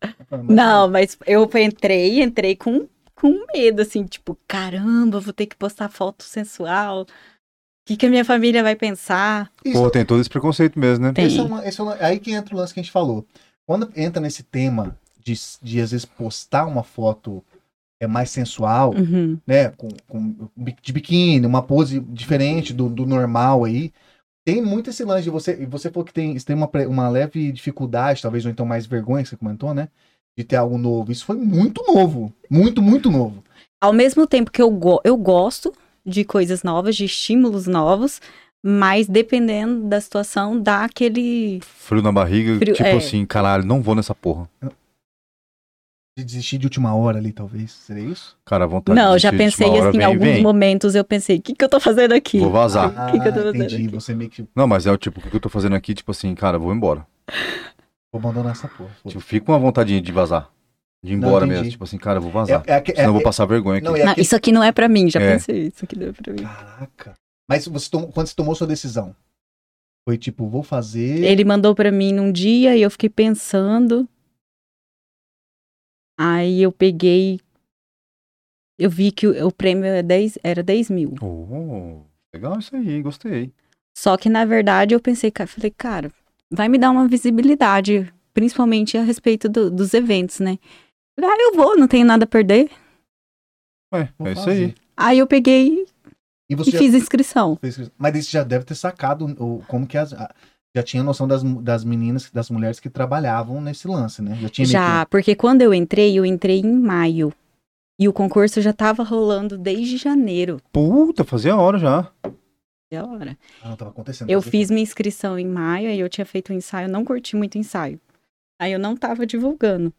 Não, mas eu entrei, entrei com, com medo, assim, tipo, caramba, vou ter que postar foto sensual. O que, que a minha família vai pensar? Isso, Pô, tem todo esse preconceito mesmo, né? Tem. esse é uma- esse é uma- aí que entra o lance que a gente falou. Quando entra nesse tema de, de às vezes, postar uma foto é mais sensual, Uhum. né? Com, com, de biquíni, uma pose diferente do, do normal aí. Tem muito esse lance de você. E você falou que tem, você tem uma, pre- uma leve dificuldade, talvez, ou então mais vergonha, que você comentou, né? De ter algo novo. Isso foi muito novo. Muito, muito novo. Ao mesmo tempo que eu, go eu gosto de coisas novas, de estímulos novos, mas dependendo da situação, dá aquele... Frio na barriga, Frio, tipo é. assim, caralho, não vou nessa porra. De desistir de última hora ali, talvez. Seria isso? Cara, a vontade Não, de já desistir de pensei última hora assim, em vem, alguns vem. momentos eu pensei, o que, que eu tô fazendo aqui? Vou vazar. Ah, que que eu tô fazendo entendi. aqui? Você meio que. Não, mas é o tipo, o que eu tô fazendo aqui, tipo assim, cara, vou embora. Vou abandonar essa porra. Tipo, fica com uma vontade de vazar. De ir Não, embora entendi. mesmo. Tipo assim, cara, eu vou vazar. É, é, é, Senão eu vou é- passar vergonha aqui. não, é Não, aquele- isso aqui não é pra mim, já É. pensei, isso aqui não é pra mim. Caraca. Mas você tom- quando você tomou sua decisão? Foi tipo, vou fazer. Ele mandou pra mim num dia e eu fiquei pensando. Aí eu peguei. Eu vi que o, o prêmio era dez, era dez mil. Oh, legal isso aí, gostei. Só que, na verdade, eu pensei, ca- falei, cara, vai me dar uma visibilidade, principalmente a respeito do- dos eventos, né? Falei, ah, eu vou, não tenho nada a perder. É, Vou é isso fazer. aí. Aí eu peguei E você e já fiz inscrição. fez isso. Mas aí você já deve ter sacado o, como que as. a- já tinha noção das, das meninas, das mulheres que trabalhavam nesse lance, né? Já tinha meio Já, porque quando eu entrei, eu entrei em maio. E o concurso já tava rolando desde janeiro. Puta, fazia hora já. É a hora. que. Ah, não, tava acontecendo. Eu fazia fiz minha inscrição em maio, aí eu tinha feito um ensaio, não curti muito o ensaio. Aí eu não tava divulgando.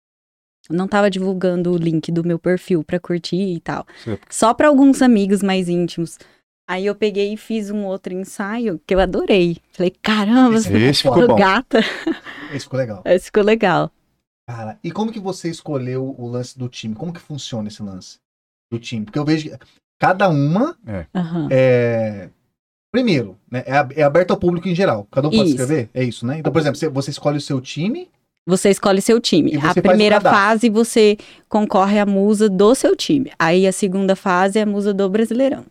Eu não tava divulgando o link do meu perfil pra curtir e tal. Você- Só pra alguns amigos mais íntimos. Aí eu peguei e fiz um outro ensaio que eu adorei. Falei, caramba, Esse Esse ficou ficou tô bom. gata. Esse ficou legal. Esse ficou legal. Cara, e como que você escolheu o lance do time? Como que funciona esse lance do time? Porque eu vejo que cada uma Aham. é. Primeiro, né? É, ab- é aberto ao público em geral. Cada um pode Isso. escrever? É isso, né? Então, por exemplo, você, você escolhe o seu time. Você escolhe seu time. E A você faz o primeira cadastro. fase você concorre à musa do seu time. Aí a segunda fase é a musa do Brasileirão.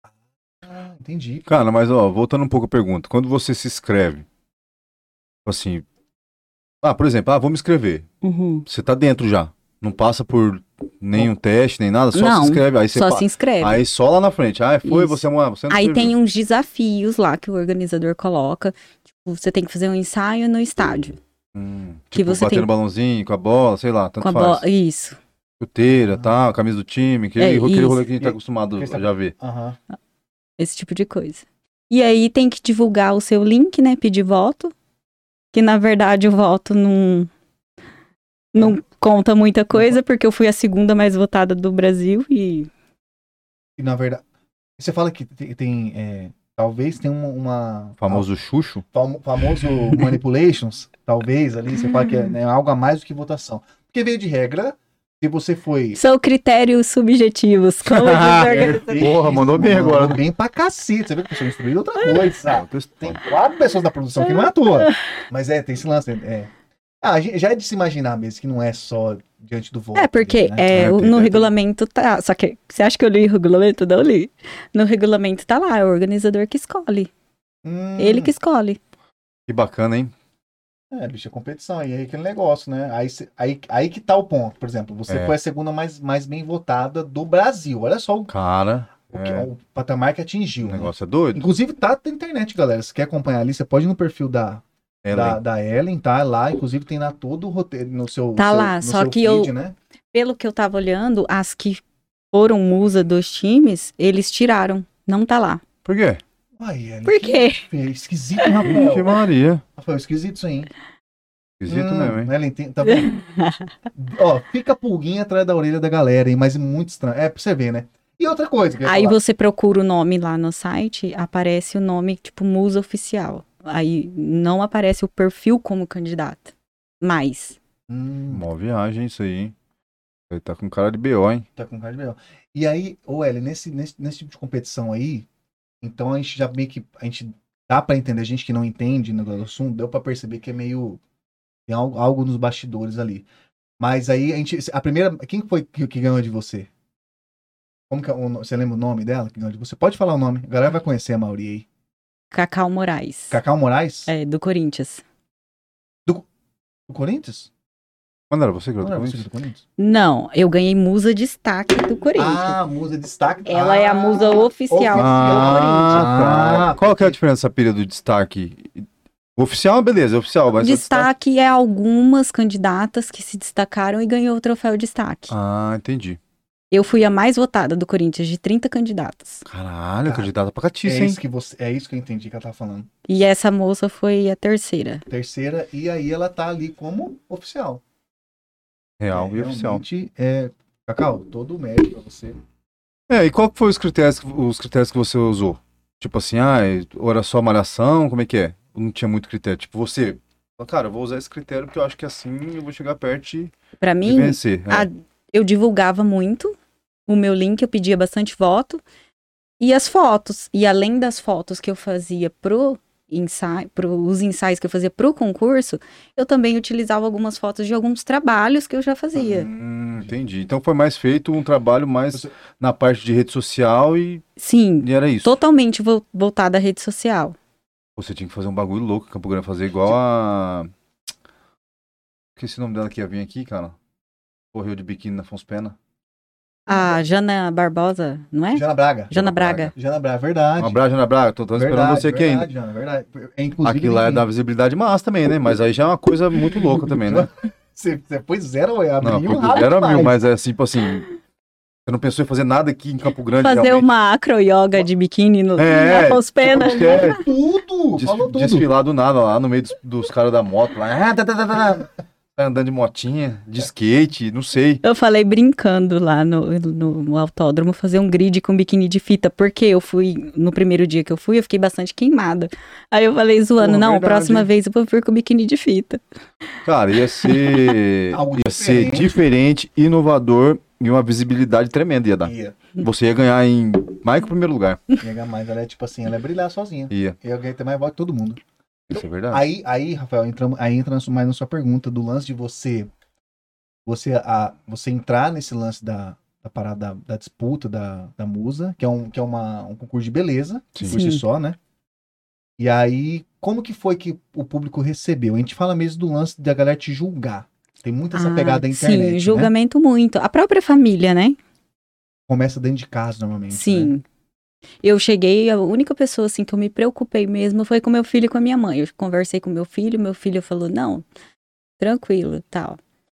Ah, entendi. Cara, mas ó, voltando um pouco à pergunta. Quando você se inscreve, tipo assim. Ah, por exemplo, ah, vou me inscrever. Uhum. Você tá dentro já. Não passa por nenhum teste, nem nada, só Não, se inscreve. Aí você Só pa- se inscreve. Aí só lá na frente. Ah, foi, Isso. você é uma. Você não Aí serviu. tem uns desafios lá que o organizador coloca. Tipo, você tem que fazer um ensaio no estádio. Hum, que tipo, você batendo tem- balãozinho com a bola, sei lá, tanto Com a faz. bola. Isso. Chuteira, Ah. tal, camisa do time, aquele, É, aquele isso. rolê que a gente tá E- acostumado Esse- a já ver. Aham. Esse tipo de coisa. E aí tem que divulgar o seu link, né? Pedir voto. Que na verdade o voto não. Não conta muita coisa, porque eu fui a segunda mais votada do Brasil e. E na verdade. Você fala que tem. tem, é, talvez tenha uma. uma Famoso Xuxo. famo- famoso manipulations, talvez ali. Você fala que é, né, algo a mais do que votação. Porque veio de regra, se você foi. São critérios subjetivos. Como diz a organização. Porra, mandou bem agora. Mandou bem pra cacete. Você vê que a pessoa instruída é outra coisa, sabe? Tem Tem quatro pessoas da produção que não é à toa. Mas é, tem esse lance. É. Ah, a gente- já é de se imaginar mesmo que não é só diante do voto. É, porque né? é, É, o- tem- no tem- regulamento tá. Só que você acha que eu li o regulamento? Não li. No regulamento tá lá, é o organizador que escolhe. Hum, Ele que escolhe. Que bacana, hein? É, bicho, é competição. E aí aquele negócio, né? Aí, cê- aí, aí que tá o ponto. Por exemplo, você É. foi a segunda mais, mais bem votada do Brasil. Olha só o, Cara, o, que- é, o patamar que o atingiu. né? negócio é doido. Inclusive tá na internet, galera. Se quer acompanhar ali, você pode ir no perfil da, É, da, Ellen. da Ellen, tá? Lá, inclusive, tem lá todo o roteiro no seu. Tá seu- lá, no só seu que eu- feed, né? Pelo que eu tava olhando, as que foram musa dos times, eles tiraram. Não tá lá. Por quê? Ai, Ellen, Por quê? que esquisito, Ixi, Rafael. Maria. Rafael, esquisito isso aí, hein? Esquisito Hum, mesmo, hein? Ellen, tem- tá vendo? Ó, fica a pulguinha atrás da orelha da galera, hein? Mas é muito estranho. É pra você ver, né? E outra coisa que eu ia Aí falar. você procura o nome lá no site, aparece o nome tipo musa oficial. Aí não aparece o perfil como candidato. Mas. Hum, Mó viagem isso aí, hein? Ele tá com cara de B O, hein? tá com cara de melhor. E aí, ô Ellen, nesse, nesse, nesse tipo de competição aí, então a gente já meio que. A gente dá pra entender, a gente que não entende né, do assunto, deu pra perceber que é meio. Tem algo, algo nos bastidores ali. Mas aí a gente. A primeira. Quem foi que, que ganhou de você? Como que é o no- você lembra o nome dela que ganhou de você? Pode falar o nome. A galera vai conhecer a maioria aí. Cacau Moraes. Cacau Moraes? É, do Corinthians. Do Corinthians? Quando era você que Não era era do você Corinthians? do Corinthians? Não, eu ganhei musa destaque do Corinthians. Ah, musa de destaque. Ela é a musa oficial. Ah, Ah, tá. Qual que é a diferença dessa pilha do destaque? O oficial, beleza, é oficial, mas o Destaque é algumas candidatas que se destacaram e ganhou o troféu destaque. Ah, entendi. Eu fui a mais votada do Corinthians, de trinta candidatas. Caralho, Cara, candidata pra É catiça, hein? isso, que você, é isso que eu entendi que ela tá falando. E essa moça foi a terceira. Terceira, e aí ela tá ali como oficial. Real é, e oficial. realmente, É... Cacau, todo o mérito pra você. É, e qual que foi os critérios, que- os critérios que você usou? Tipo assim, ah, ou era só malhação, como é que é? Ou não tinha muito critério? Tipo, você, cara, eu vou usar esse critério porque eu acho que assim eu vou chegar perto e Pra e mim, vencer. É. a- eu divulgava muito o meu link, eu pedia bastante voto. E as fotos. E além das fotos que eu fazia pro ensaio, os ensaios que eu fazia pro concurso, eu também utilizava algumas fotos de alguns trabalhos que eu já fazia. Hum, entendi. Então foi mais feito um trabalho mais Você- na parte de rede social e, Sim, e era isso. totalmente vo- voltada à rede social. Você tinha que fazer um bagulho louco, Campo Grande, fazer igual a... Esqueci o nome dela que ia vir aqui, cara. Correu de biquíni na Afonso Pena. A Jana Barbosa, não é? Jana Braga. Jana Braga. Jana Braga, verdade. Um abraço, Ana Braga. Tô, tô esperando Verdade, você aqui verdade, ainda. Jana, verdade. É, inclusive, Aqui lá é da visibilidade massa também, né? Mas aí já é uma coisa muito louca também, né? Você, você foi zero, ué, Não, abriu foi do rápido zero a mil, demais. mas é assim, tipo assim... Você não pensou em fazer nada aqui em Campo Grande, Fazer realmente? uma acro yoga de biquíni no É, na Afonso Pena. É, Tudo, des- falou tudo. desfilar do nada lá no meio dos, dos caras da moto lá. Ah, tá, tá, tá, tá. Tá andando de motinha, de skate, não sei. Eu falei brincando lá no, no, no autódromo, fazer um grid com biquíni de fita, porque eu fui, no primeiro dia que eu fui, eu fiquei bastante queimada. Aí eu falei zoando, Pô, não, verdade. próxima vez eu vou vir com biquíni de fita. Cara, ia ser. Algo ia ser diferente. diferente, inovador e uma visibilidade tremenda ia dar. Ia, Você ia ganhar em mais que o primeiro lugar. ia ganhar mais. Ela é tipo assim, ela é brilhar sozinha. Ia. Eu ganhei ter mais voto que todo mundo. Isso é verdade. Aí, aí, Rafael, entramos, aí entra mais na sua pergunta do lance de você você, a, você entrar nesse lance da, da parada da, da disputa da, da musa, que é, um, que é uma, um concurso de beleza, Sim. por si Sim. só, né? E aí, como que foi que o público recebeu? A gente fala mesmo do lance da galera te julgar. Tem muita essa Ah, pegada da internet, sim, né? julgamento muito. A própria família, né? Começa dentro de casa, normalmente. Sim. Né? Eu cheguei, a única pessoa assim que eu me preocupei mesmo foi com meu filho e com a minha mãe. Eu conversei com meu filho, meu filho falou, não, tranquilo, tal.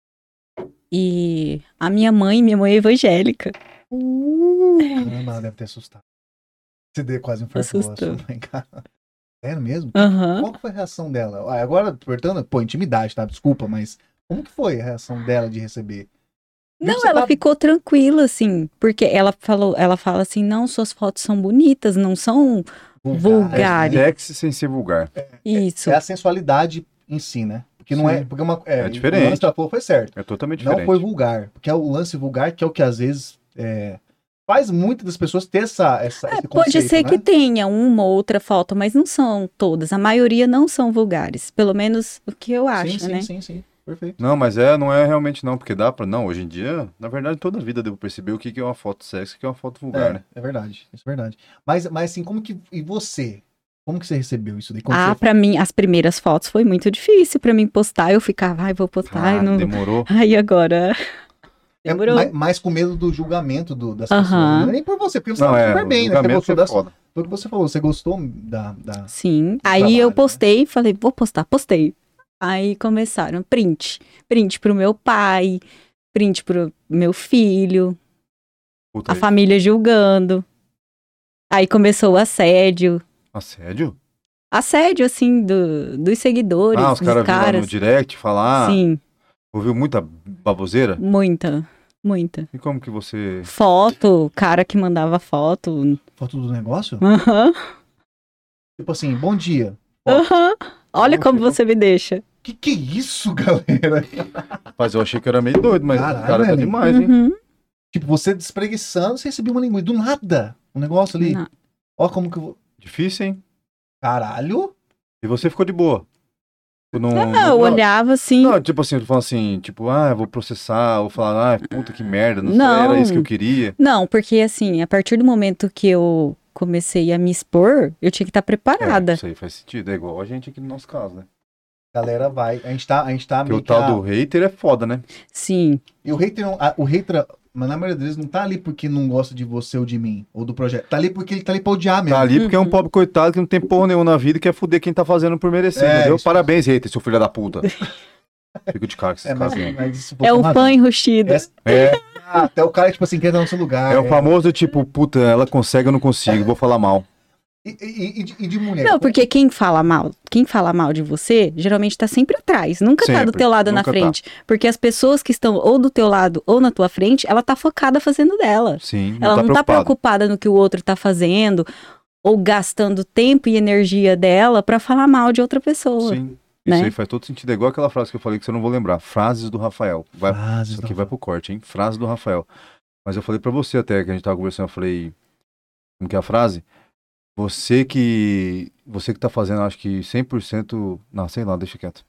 E a minha mãe, minha mãe é evangélica. Caramba, ela deve ter assustado. Você deu quase infartou. Assustou. Sua mãe, cara. Sério mesmo? Aham. Qual que foi a reação dela? Ah, agora, portanto, pô, intimidade, tá? Desculpa, mas como que foi a reação dela de receber? Não, Você ela tá- ficou tranquila, assim, porque ela falou, ela fala assim, não, suas fotos são bonitas, não são vulgar. né? Sexy sem ser vulgar. isso. É a sensualidade em si, né? Porque não Sim. é. Porque uma, é, É diferente. O lance que ela falou foi certo. É totalmente Não diferente. foi vulgar. Porque é o lance vulgar que é o que às vezes é, faz muitas das pessoas ter essa. essa É, esse pode conceito, ser né? que tenha uma ou outra foto, mas não são todas. A maioria não são vulgares. Pelo menos o que eu acho, sim, sim, né? sim, sim. Perfeito. Não, mas é, não é realmente não, porque dá pra. Não, hoje em dia, na verdade, toda a vida eu devo perceber o que que é uma foto sexy e o que é uma foto vulgar, É, né? é verdade. Isso é verdade. Mas, mas assim, como que. E você? Como que você recebeu isso daí? Quando Ah, você... pra mim, as primeiras fotos foi muito difícil pra mim postar. Eu ficava, ai, vou postar. Ah, ai, não... demorou. Ai, agora. É Demorou. mais, mais com medo do julgamento do- das Aham. pessoas. Não é nem por você, porque você Não, sabe é, super o bem, né? Você julgamento gostou que é das. foda. Foi o que você falou, você gostou da. da... Sim. Aí trabalho, eu né? postei, falei, vou postar, postei. Aí começaram, print. Print pro meu pai, print pro meu filho, Puta, a família julgando. Aí começou o assédio. assédio? Assédio, assim, do, dos seguidores, Ah, os dos caras viram lá caras. no direct falar. Sim, Ouviu muita baboseira? muita, muita. E como que você. Foto, cara que mandava foto. Foto do negócio? Aham, Tipo assim, bom dia. aham. Olha Bom, como tipo- você me deixa. Que que é isso, galera? Rapaz, eu achei que era meio doido, mas Caralho, o cara tá velho. demais, hein? Uhum. Tipo, você despreguiçando, você recebeu uma linguiça. Do nada. Um negócio ali. Não. Ó como que eu vou... Difícil, hein? Caralho. E você ficou de boa. Não, Não, não- eu olhava assim. Não, tipo assim, eu falo assim, tipo, ah, eu vou processar, ou falar, ah, puta que merda, não, sei, Não. era isso que eu queria. Não, porque assim, a partir do momento que eu comecei a me expor, eu tinha que estar É, preparada. isso aí faz sentido, é igual a gente aqui no nosso caso, né? Galera vai. A gente tá, a gente tá Porque meio o tal que a- do hater é foda, né? Sim. E o hater, não- a- o hater, mas na maioria das vezes, não tá ali porque não gosta de você ou de mim, ou do projeto. Tá ali porque ele tá ali pra odiar mesmo. Tá ali porque é um Uhum. pobre coitado que não tem porra nenhuma na vida e quer fuder quem tá fazendo por merecer, É, entendeu? isso- Parabéns, hater, seu filho da puta. Fico de cara com esses É, mas, caras. aí. mas isso É o fã enrustido. Essa- É, Ah, até o cara, tipo assim, quer dar no seu lugar. é o famoso tipo, puta, ela consegue, eu não consigo, vou falar mal. E, e- e de, e de mulher? Não, porque quem fala mal, quem fala mal de você, geralmente tá sempre atrás, nunca tá do Sempre, teu lado na nunca tá. frente. Porque as pessoas que estão ou do teu lado ou na tua frente, ela tá focada fazendo dela. Sim, Ela não tá preocupado. preocupada no que o outro tá fazendo ou gastando tempo e energia dela pra falar mal de outra pessoa. Sim, né? isso aí faz todo sentido. É igual aquela frase que eu falei que você não vou lembrar. Frases do Rafael. Vai, Frases isso do aqui vai pro corte, hein? Frase do Rafael. Mas eu falei pra você até, que a gente tava conversando, eu falei... Como que é a frase? Você que... Você que tá fazendo, acho que cem por cento... Não, sei lá, deixa quieto.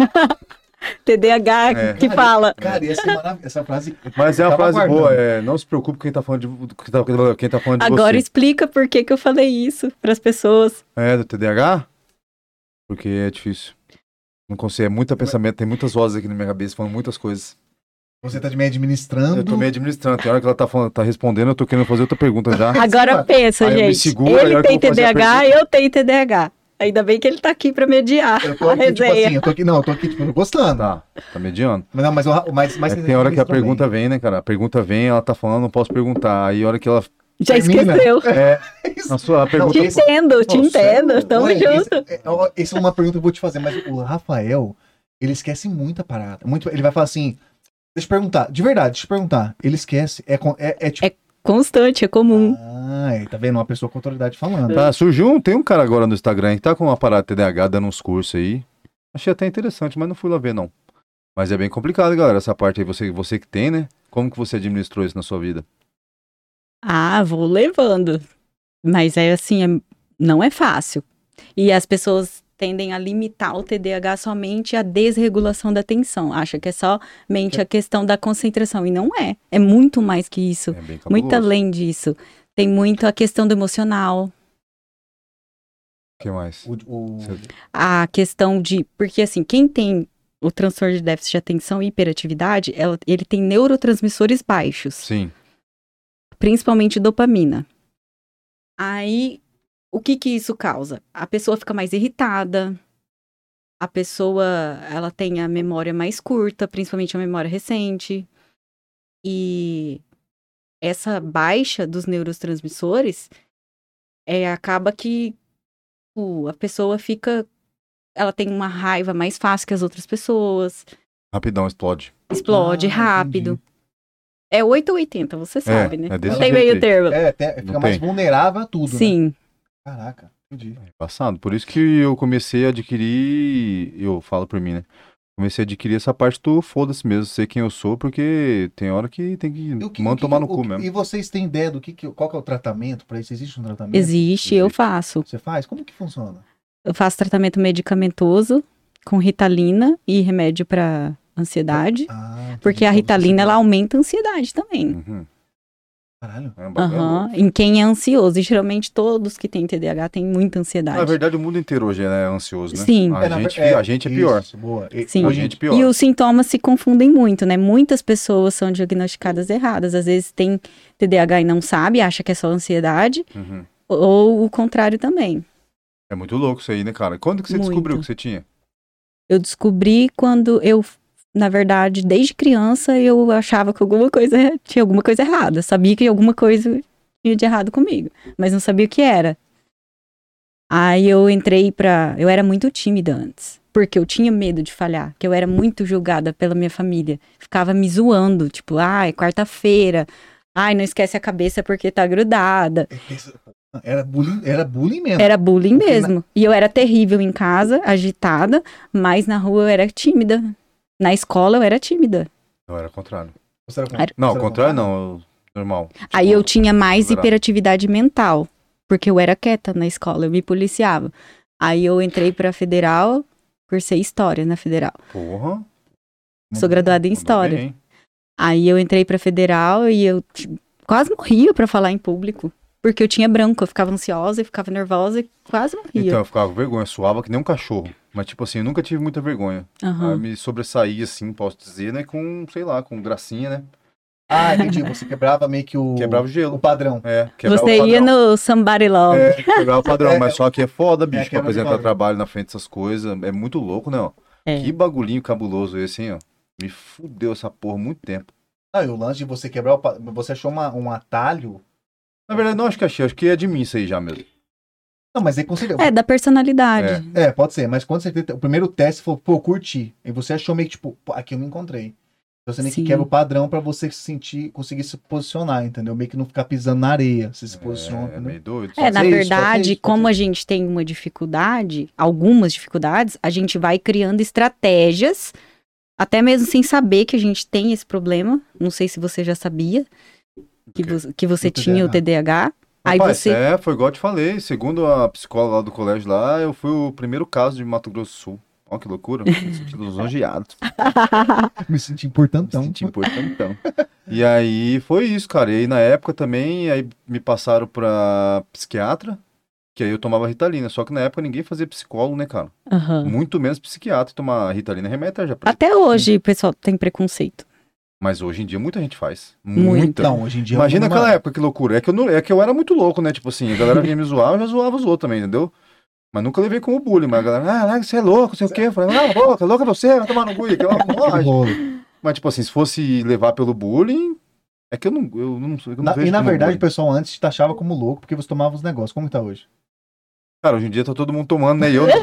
T D A H É. que fala. Cara, ia ser maravilhoso. Essa frase. Mas é eu uma tava frase aguardando. boa, é... Não se preocupe com quem tá falando de, quem tá, quem tá falando de Agora você. explica por que que eu falei isso pras pessoas. É, do T D A H? Porque é difícil. Não consigo, é muito pensamento, tem muitas vozes aqui na minha cabeça, falando muitas coisas. Você tá de meio administrando. Eu tô meio administrando, tem hora que ela tá, falando, tá respondendo, eu tô querendo fazer outra pergunta já. Agora pensa, Aí eu me gente. seguro, aí a Ele hora que tem eu vou fazer a T D A H, pergunta- eu tenho T D A H. Ainda bem que ele tá aqui pra mediar Eu tô a aqui, tipo resenha. assim, eu tô aqui, não, eu tô aqui, tipo, gostando. Tá, tá mediando. Mas não, mas, eu- mas, mas É que tem hora que a pergunta vem, né, cara? A pergunta vem, ela tá falando, não posso perguntar. Aí a hora que ela... Já Termina. esqueceu. É, Isso. na sua pergunta... Te entendo, te Nossa, entendo. Tamo Ué, junto. Esse, é, ó, essa é uma pergunta que eu vou te fazer, mas o Rafael, ele esquece muita parada. Muito, ele vai falar assim, deixa eu perguntar, de verdade, deixa eu perguntar. Ele esquece, é, con- é, é tipo... É Constante, é comum. Ah, é, tá vendo? Uma pessoa com autoridade falando. Tá, surgiu um... Tem um cara agora no Instagram que tá com uma parada T D A H, dando uns cursos aí. Achei até interessante, mas não fui lá ver, não. Mas é bem complicado, galera, essa parte aí. Você, você que tem, né? Como que você administrou isso na sua vida? Ah, vou levando. Mas é assim, é- não é fácil. E as pessoas tendem a limitar o T D A H somente à desregulação da atenção. Acha que é somente a questão da concentração. E não é. É muito mais que isso. É bem cabuloso. Muito além disso. Tem muito a questão do emocional. O que mais? O, o- Você- A questão de... Porque assim, quem tem o transtorno de déficit de atenção e hiperatividade, ela- ele tem neurotransmissores baixos. Sim. Principalmente dopamina. Aí, o que que isso causa? A pessoa fica mais irritada, a pessoa, ela tem a memória mais curta, principalmente a memória recente, e essa baixa dos neurotransmissores é, acaba que o- a pessoa fica, ela tem uma raiva mais fácil que as outras pessoas, Rapidão, explode. explode Ah, rápido. entendi. É oito ou oitenta, você sabe, né? é desse Não tem jeito meio aí. termo. É, até fica Não mais tem. vulnerável a tudo, né? Sim. Caraca, entendi. É passado. Por isso que eu comecei a adquirir, eu falo por mim, né? Comecei a adquirir essa parte do foda-se mesmo, sei quem eu sou, porque tem hora que tem que E o que- mano o que- tomar no o cu que- mesmo. E vocês têm ideia do que, que qual que é o tratamento para isso? Existe um tratamento? Existe, eu Existe. faço. Você faz? Como que funciona? Eu faço tratamento medicamentoso com Ritalina e remédio para ansiedade, Ah, entendi. porque a Então, Ritalina você- ela aumenta a ansiedade também. Uhum. Caralho. É um bagulho Aham. louco. Em quem é ansioso. E geralmente todos que têm T D A H têm muita ansiedade. Na verdade, o mundo inteiro hoje é ansioso, né? Sim. A, É, na gente, ver- a gente é pior. Isso, boa. E- Sim. A hoje- gente é pior. E os sintomas se confundem muito, né? Muitas pessoas são diagnosticadas erradas. Às vezes tem T D A H e não sabe, acha que é só ansiedade, Uhum. ou o contrário também. É muito louco isso aí, né, cara? Quando que você Muito. descobriu que você tinha? Eu descobri quando eu, na verdade, desde criança, eu achava que alguma coisa tinha alguma coisa errada. Sabia que alguma coisa tinha de errado comigo, mas não sabia o que era. Aí eu entrei pra. Eu era muito tímida antes, porque eu tinha medo de falhar, que eu era muito julgada pela minha família. Ficava me zoando, tipo, ai, quarta-feira. Ai, não esquece a cabeça porque tá grudada. Era bullying, era bullying mesmo. Era bullying Porque na- mesmo. E eu era terrível em casa, agitada, mas na rua eu era tímida. Na escola eu era tímida. Não, era o contrário. Você era, Era- Não, você ao era contrário não, eu- normal. Aí Tipo, eu tinha mais tolerar. hiperatividade mental, porque eu era quieta na escola, eu me policiava. Aí eu entrei pra federal Cursei História na Federal. Porra. Sou graduada em Mandou História. bem. Aí eu entrei pra Federal e eu t- quase morria pra falar em público. Porque eu tinha branco, eu ficava ansiosa, eu ficava nervosa e quase morria. Então, eu ficava com vergonha, suava que nem um cachorro. Mas, tipo assim, eu nunca tive muita vergonha. Aham. Aí me sobressaía, assim, posso dizer, né? Com, sei lá, com gracinha, né? Ah, entendi. Você quebrava meio que o, Quebrava o o gelo. padrão. É, quebrava Você o ia padrão. no Somebody Love. É, quebrava o padrão, É, mas só que é foda, bicho, pra quebra de apresentar padrão. trabalho na frente dessas coisas. É muito louco, né? Ó. É. Que bagulhinho cabuloso esse, hein, ó. Me fudeu essa porra há muito tempo. Ah, e o lance de você quebrar o padrão. Você achou uma, um atalho. Na verdade, não acho que achei, acho que é de mim isso aí já mesmo. Não, mas aí considerou. É, da personalidade. É, pode ser, mas quando você tem o primeiro teste foi, pô, eu curti. E você achou meio que, tipo, pô, aqui eu me encontrei. Então você meio que Sim. quebra o padrão pra você se sentir, conseguir se posicionar, entendeu? Meio que não ficar pisando na areia. Você se posiciona. É, entendeu? meio doido. É, na ser isso, pode ser verdade, isso, pode como ser a gente tem uma dificuldade, algumas dificuldades, a gente vai criando estratégias, até mesmo sem saber que a gente tem esse problema. Não sei se você já sabia que, O quê? vo que você O tinha o T D A H. Aí Rapaz, você. é, foi igual eu te falei. Segundo a psicóloga lá do colégio lá, eu fui o primeiro caso de Mato Grosso do Sul. Olha que loucura. Me senti lisonjeado. Me senti Me importantão. senti importantão. E aí foi isso, cara. E aí na época também, aí me passaram pra psiquiatra, que aí eu tomava Ritalina. Só que na época ninguém fazia psicólogo, né, cara? Aham. Muito menos psiquiatra. E tomar Ritalina remédio já pra... Até hoje o pessoal tem preconceito. Mas hoje em dia muita gente faz. Muito. Muita. Não, hoje em dia. Imagina uma- aquela época, que loucura. É que, eu não, é que eu era muito louco, né? Tipo assim, a galera vinha me zoar, eu já zoava os outros também, entendeu? Mas nunca levei como bullying. Mas a galera, ah, você é louco, sei o quê. Eu falei, ah, louca, louca você, vai tomar no cu. Aquela Aquele moagem. rolo. Mas, tipo assim, se fosse levar pelo bullying, é que eu não, eu não, eu não Na- vejo e na como verdade, o bullying. pessoal antes te taxava como louco porque você tomava os negócios. Como que tá hoje? Cara, hoje em dia tá todo mundo tomando, né? E eu...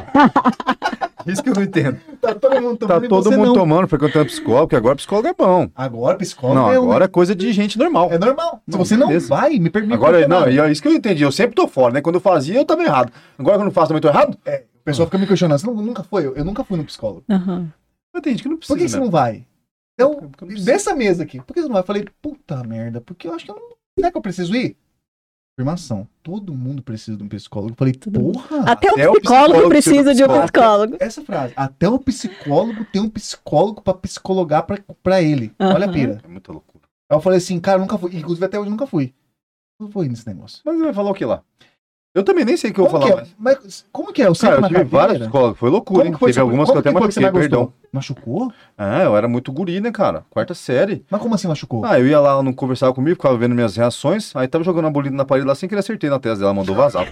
Isso que eu não entendo. Tá todo mundo Tá todo mundo tomando, frequentando psicólogo, porque agora psicólogo é bom. Agora, psicólogo Não, é, um- agora é coisa de gente normal. é normal. Se Não, você não beleza. vai, me permite. Agora, não, e é isso que eu entendi. Eu sempre tô fora, né? Quando eu fazia, eu tava errado. Agora que eu não faço, também tô errado? O pessoal fica me questionando. Você não- nunca foi? Eu, eu nunca fui no psicólogo. Aham. Mas tem gente que não precisa, Por que você né? não vai? Então, Porque eu não preciso. dessa mesa aqui, por que você não vai? Eu falei, puta merda, porque eu acho que eu não. Será que eu preciso ir? Afirmação. Todo mundo precisa de um psicólogo. Eu falei, Todo mundo. porra! Até, Até o o psicólogo psicólogo precisa precisa de um do psicólogo. Essa frase. Até o psicólogo tem um psicólogo pra psicologar pra, pra ele. Olha a Aham. pira. É muita loucura. Aí eu falei assim, cara, eu nunca fui. Inclusive, até hoje eu nunca fui. Não vou ir nesse negócio. Mas ele vai falar o que lá? Eu também nem sei o que eu vou Como falar. que é? Mas... Mas como que é? Eu Cara, sento eu na tive cadeira. vários psicólogos. Foi loucura, Como hein? que foi? Teve seu- algumas como que eu até foi que você machuquei, mais gostou? perdão. Machucou? Ah, eu era muito guri, né, cara? Quarta série. Mas como assim machucou? Ah, eu ia lá, ela não conversava comigo, ficava vendo minhas reações. Aí tava jogando a bolita na parede lá sem querer, acertei na testa dela, ela mandou vazar.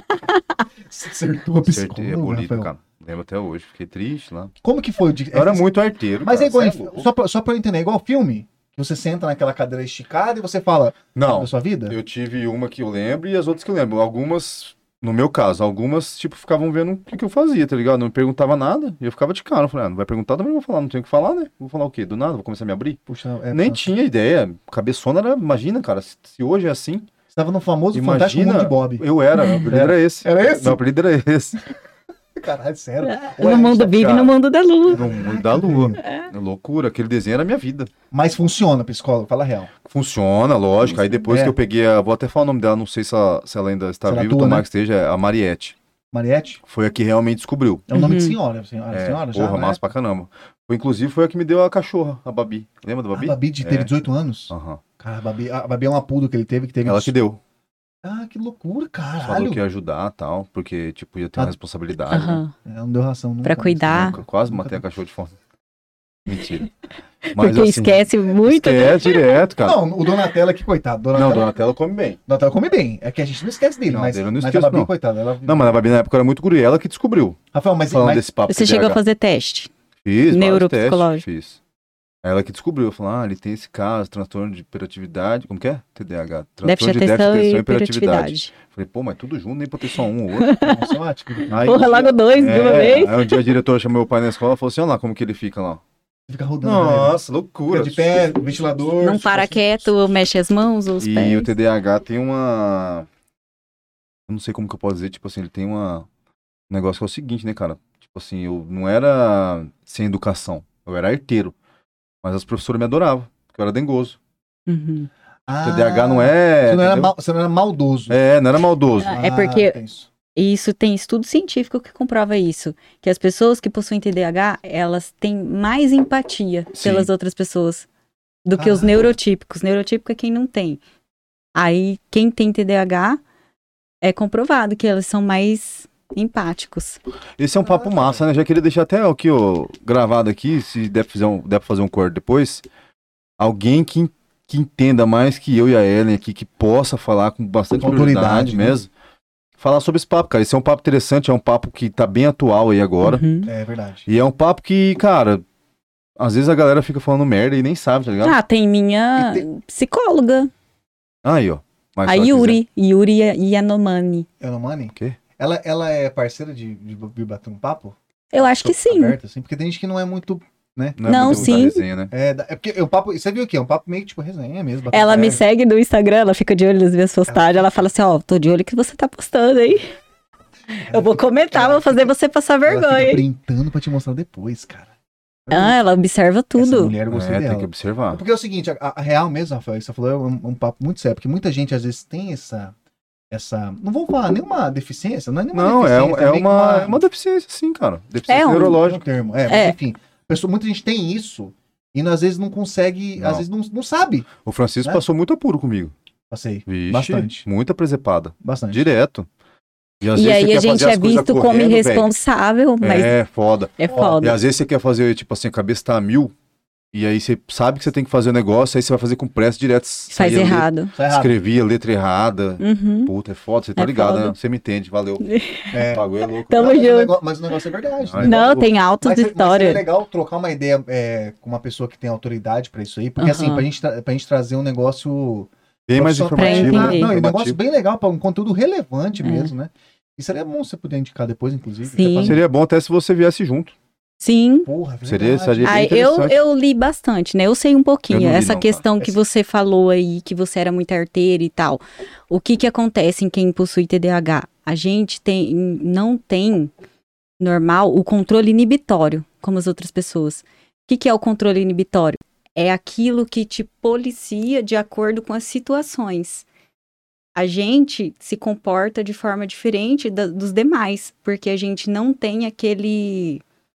Você acertou a Acertei a psicóloga, bolita, Rafael. cara. Lembro até hoje, fiquei triste lá. Como que foi? o de- Eu era é- muito arteiro. Mas cara, é igual, cê em- louco. só, pra, só pra eu entender, é igual filme? Que você senta naquela cadeira esticada e você fala Não, da sua vida? eu tive uma que eu lembro e as outras que eu lembro. Algumas, no meu caso, algumas, tipo, ficavam vendo o que, que eu fazia, tá ligado? Não me perguntava nada e eu ficava de cara. Eu falei, ah, não vai perguntar, também não vou falar, não tenho o que falar, né? Vou falar o quê? Do nada? Vou começar a me abrir? Puxa, é, Nem tá. tinha ideia. Cabeçona era, imagina, cara, se, se hoje é assim, Você tava no famoso Fantástico imagina, Mundo de Bob. eu era, meu apelido era esse. Era esse? Meu apelido era esse. Caralho, sério. No mundo vive cara. no mundo da lua. No mundo da lua. É loucura, aquele desenho era a minha vida. Mas funciona, psicólogo, fala a real. Funciona, lógico. Aí depois É. que eu peguei, a, vou até falar o nome dela, não sei se ela, se ela ainda está Se ela viva, atua, tomara né? que esteja, é a Mariette. Mariette? Foi a que realmente descobriu. É o nome de Uhum. senhora. Senhora, É, senhora já, porra, né? massa pra caramba. Foi, inclusive foi a que me deu a cachorra, a Babi. Lembra da A Babi? Babi de- É. teve dezoito anos? Aham. Cara, a Babi, a Babi é um apudo que ele teve, que teve... Ela que deu. Ah, que loucura, Falou caralho. que ia ajudar e tal, porque, tipo, ia ter uma Ah. responsabilidade. Né? Aham. É, não deu ração nunca. Pra cuidar. Nunca, quase Nunca matei a deu. cachorra de fome. Mentira. Porque esquece muito. né? Esquece direto, cara. Não, o Donatella aqui, coitado. Não, Donatella, Donatella come bem. Donatella come bem. É que a gente não esquece dele, Não, mas, dele eu não mas esqueço, a Babi, não. coitada, ela... Não, mas a Babi na época era muito guri, ela que descobriu. Rafael, mas... Falando mas desse papo. Você T D A chegou a H. fazer teste? Fiz, vários Neuropsicológico. testes, fiz. Aí ela que descobriu, falou, ah, ele tem esse caso, transtorno de hiperatividade, como que é? T D A H. Transtorno Déficit de de déficit atenção de e atenção e hiperatividade. Falei, pô, mas tudo junto, nem pra ter só um ou outro. Nossa, eu acho que Aí, Porra, logo dois de uma é, vez. Aí um dia a diretora chamou meu pai na escola e falou assim, olha lá como que ele fica lá. fica rodando. né? Nossa, Fica loucura. de pé, ventilador... Não para quieto, mexe as mãos ou os E pés. o T D A H tem uma... Eu não sei como que eu posso dizer, tipo assim, ele tem uma... um negócio que é o seguinte, né, cara? Tipo assim, eu não era sem educação, eu era arteiro. Mas as professoras me adoravam, porque eu era dengoso. Uhum. Ah, T D A H não é... Você não, era entendeu? mal- você não era maldoso. É, não era maldoso. Ah, é porque- tem isso. E isso tem estudo científico que comprova isso. Que as pessoas que possuem T D A H, elas têm mais empatia Sim. pelas outras pessoas do que os Ah. neurotípicos. Neurotípico é quem não tem. Aí, quem tem T D A H, é comprovado que eles são mais empáticos. Esse é um papo massa, né? Já queria deixar até aqui, ó, gravado aqui, se der pra fazer um, der pra fazer um corte depois. Alguém que, que entenda mais que eu e a Ellen aqui, que possa falar com bastante Com autoridade, autoridade né? mesmo. Falar sobre esse papo, cara. Esse é um papo interessante, é um papo que tá bem atual aí agora. Uhum. É verdade. E é um papo que, cara, às vezes a galera fica falando merda e nem sabe, tá ligado? Ah, tem minha E tem- psicóloga, Aí, ó. Mas a se ela Yuri, Yuri Yanomani. Yanomani? O quê? Ela, ela é parceira de, de vir bater um papo? Eu acho que sim. Aberto, assim? Porque tem gente que não é muito, né? quiser. Não, muito muita sim. resenha, né? É, da- é porque o papo, você viu aqui, é um papo meio tipo resenha mesmo. bater Ela me papo. segue no Instagram, ela fica de olho nas minhas postagens. Ela fala assim, ó, tô de olho que você tá postando aí. Eu vou comentar, vou fazer você passar Ela fica vergonha. hein? printando pra te mostrar depois, cara. Ah, ela observa Essa tudo. mulher eu gostei É, dela. tem que observar. Porque é o seguinte, a, a real mesmo, Rafael, isso você falou, é um, um papo muito sério, porque muita gente às vezes tem essa, essa, não vou falar nenhuma deficiência, não é nenhuma Não, é, deficiência, é, meio que uma, é uma deficiência, sim, cara. Deficiência É um- neurológica. um termo, é, mas É. enfim, pessoa, muita gente tem isso e às vezes não consegue, Não. às vezes não, não sabe. O Francisco Né? passou muito apuro comigo. Passei, Vixe, bastante, muita presepada. bastante. Direto. às E vezes você aí quer a gente fazer as é coisas visto como correndo, velho. irresponsável, mas é, É, foda. E foda. às vezes você quer fazer, tipo assim, a cabeça tá a mil, e aí você sabe que você tem que fazer o negócio, aí você vai fazer com pressa direto. Faz sair a letra- errado. Tá errado. Escrevi a letra errada. Uhum. Puta, é foda, você tá É ligado, foda. né? Você me entende, valeu. É. O bagulho é louco. Tamo Não, mas, o junto. negócio, mas o negócio é verdade. Não, né? Não, tem altas Mas, é- mas seria histórias. legal trocar uma ideia é, com uma pessoa que tem autoridade pra isso aí, porque assim, Aham. pra gente, tra- pra gente trazer um negócio Bem mais profissional- informativo, Pra né? entender. Não, e um negócio Informativo. bem legal, para um conteúdo relevante É. mesmo, né? E seria bom você poder indicar depois, inclusive. Sim. Até pra- Seria bom até se você viesse junto. Sim. Porra, é Seria- verdade. seria- Aí, bem eu, interessante. eu li bastante, né? Eu sei um pouquinho. Eu não li Essa não, questão cara. que Essa- você falou aí, que você era muito arteira e tal. O que que acontece em quem possui T D A H? A gente tem, não tem normal o controle inibitório, como as outras pessoas. O que que é o controle inibitório? É aquilo que te policia de acordo com as situações. A gente se comporta de forma diferente da- dos demais, porque a gente não tem aquele...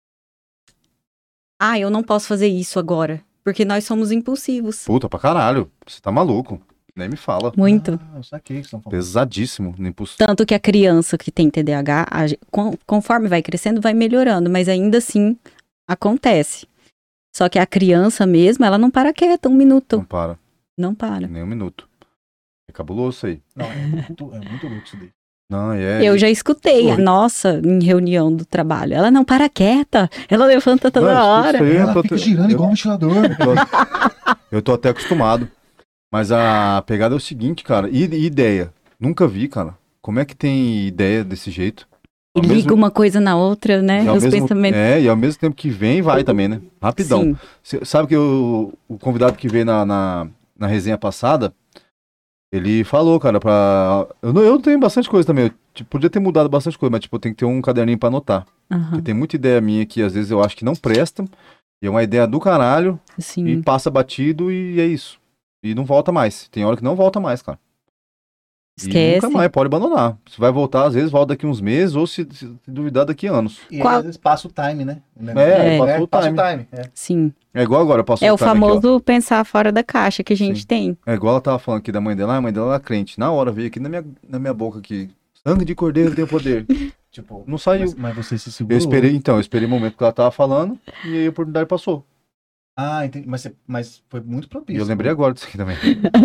Ah, eu não posso fazer isso agora, porque nós somos impulsivos. Puta, pra caralho. Você tá maluco. Nem me fala. Muito. Ah, eu saquei o que vocês estão falando. Pesadíssimo. no impulso. Tanto que a criança que tem T D A H, a ge- con- conforme vai crescendo, vai melhorando, mas ainda assim acontece. Só que a criança mesmo, ela não para quieta um Não minuto. para. Não para. Nem um minuto. É cabuloso isso aí. Não, é muito, é muito louco isso daí. Não, é. Eu já escutei, Oi. nossa, em reunião do trabalho. Ela não para quieta, ela levanta toda Não, isso- hora. isso aí eu Ela tô- fica girando eu- igual um ventilador. Eu tô, eu tô até acostumado. Mas a pegada é o seguinte, cara. E, e ideia? Nunca vi, cara. Como é que tem ideia desse jeito? E Ao liga mesmo- uma coisa na outra, né? e ao Os mesmo- pensamentos. É, e ao mesmo tempo que vem, vai também, né? Rapidão. Sim. Cê- sabe que o, o convidado que veio na, na, na resenha passada, ele falou, cara, pra. Eu, não, eu tenho bastante coisa também. Eu tipo, podia ter mudado bastante coisa, mas tipo, eu tenho que ter um caderninho pra anotar. Aham, Porque tem muita ideia minha que às vezes eu acho que não presta. E é uma ideia do caralho. E sim. passa batido e é isso. E não volta mais. Tem hora que não volta mais, cara. E Esquece. nunca mais, pode abandonar. Se vai voltar, às vezes volta daqui uns meses, ou se, se duvidar, daqui anos. E Qual- às vezes passa o time, né? O É, negócio, passou o Passa time. o time. É. Sim. É igual agora, passou É o time aqui, ó. famoso pensar fora da caixa que a gente Sim. tem. É igual ela tava falando aqui da mãe dela, ah, a mãe dela era crente. Na hora veio aqui na minha, na minha boca aqui. Sangue de cordeiro tem poder. Tipo, Não saiu. mas, mas você se segurou. Eu esperei, então, eu esperei o momento que ela tava falando e aí a oportunidade passou. Ah, entendi. Mas, você- mas foi muito E propício. eu lembrei agora disso aqui também.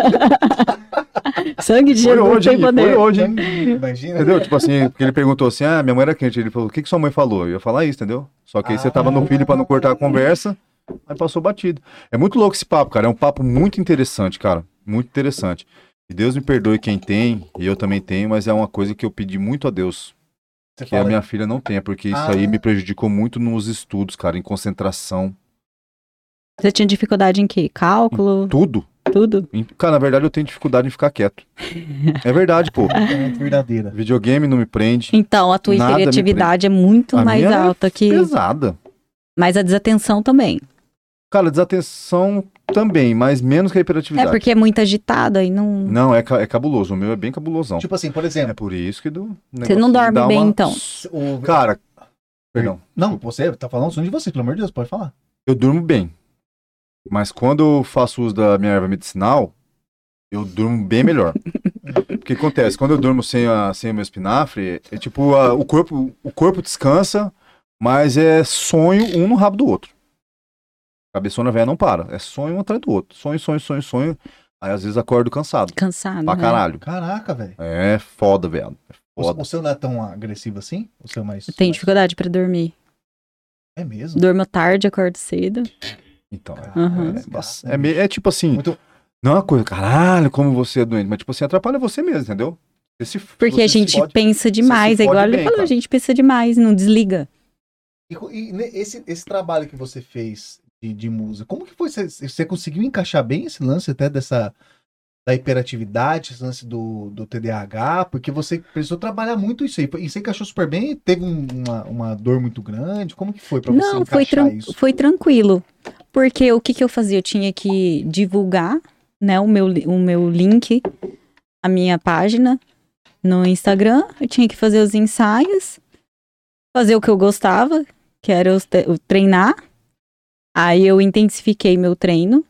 Sangue de Foi Jesus hoje, tem foi poder. hoje. Imagina. Entendeu? Tipo assim, porque ele perguntou assim, ah, minha mãe era crente. Ele falou, o que, que sua mãe falou? Eu ia falar isso, entendeu? Só que aí você tava no filho pra não cortar a conversa, aí passou batido. É muito louco esse papo, cara. É um papo muito interessante, cara. Muito interessante. E Deus me perdoe quem tem, e eu também tenho, mas é uma coisa que eu pedi muito a Deus, Você que a fala- minha filha não tenha, porque isso Ah. aí me prejudicou muito nos estudos, cara, em concentração, Você tinha dificuldade em quê? Cálculo? tudo. Tudo? Em- Cara, na verdade eu tenho dificuldade em ficar quieto. É verdade, pô. É verdadeira. Videogame não me prende. Então, a tua Nada me hiperatividade é muito A mais minha é alta que... Pesada. Mas a desatenção também. Cara, desatenção também, mas menos que a É hiperatividade. porque é muito agitado, aí não... Não, é, ca- é cabuloso. O meu é bem cabulosão. Tipo assim, por É exemplo. por isso que do Você não dorme bem, então. o- Cara, perdão. Não, você tá falando só de você, pelo amor de Deus, pode falar. Eu durmo bem. Mas quando eu faço uso da minha erva medicinal, eu durmo bem melhor. O que acontece? Quando eu durmo sem, a, sem o meu espinafre, é tipo, a- o, corpo, o corpo descansa, mas é sonho um no rabo do outro. Cabeçona velha não para. É sonho um atrás do outro. Sonho, sonho, sonho, sonho. Aí às vezes acordo cansado. Cansado, Pra né? caralho. Caraca, velho. É foda, velho. É O, foda. o seu não é tão agressivo assim? O seu mais. Eu tenho mais- dificuldade pra dormir. É mesmo? Durmo tarde, acordo cedo. Então, é, Uhum. é, bas- é, me- é tipo assim, Muito. não é uma coisa, caralho, como você é doente, mas tipo assim, atrapalha você mesmo, entendeu? Você se- Porque você a se gente fode- pensa demais. se É igual fode ele bem, falou, cara. a gente pensa demais, não desliga. E, co- e ne- esse, esse trabalho que você fez de, de música, como que foi? Você, você conseguiu encaixar bem esse lance até dessa da hiperatividade, esse lance do, do T D A H? Porque você precisou trabalhar muito isso aí. E você encaixou super bem? Teve um- uma, uma dor muito grande? Como que foi pra você Não, foi, encaixar tran- isso? foi tranquilo. Porque o que, que eu fazia? Eu tinha que divulgar, né, o meu, li- o meu link, a minha página no Instagram. Eu tinha que fazer os ensaios, fazer o que eu gostava, que era os te- o treinar. Aí eu intensifiquei meu treino.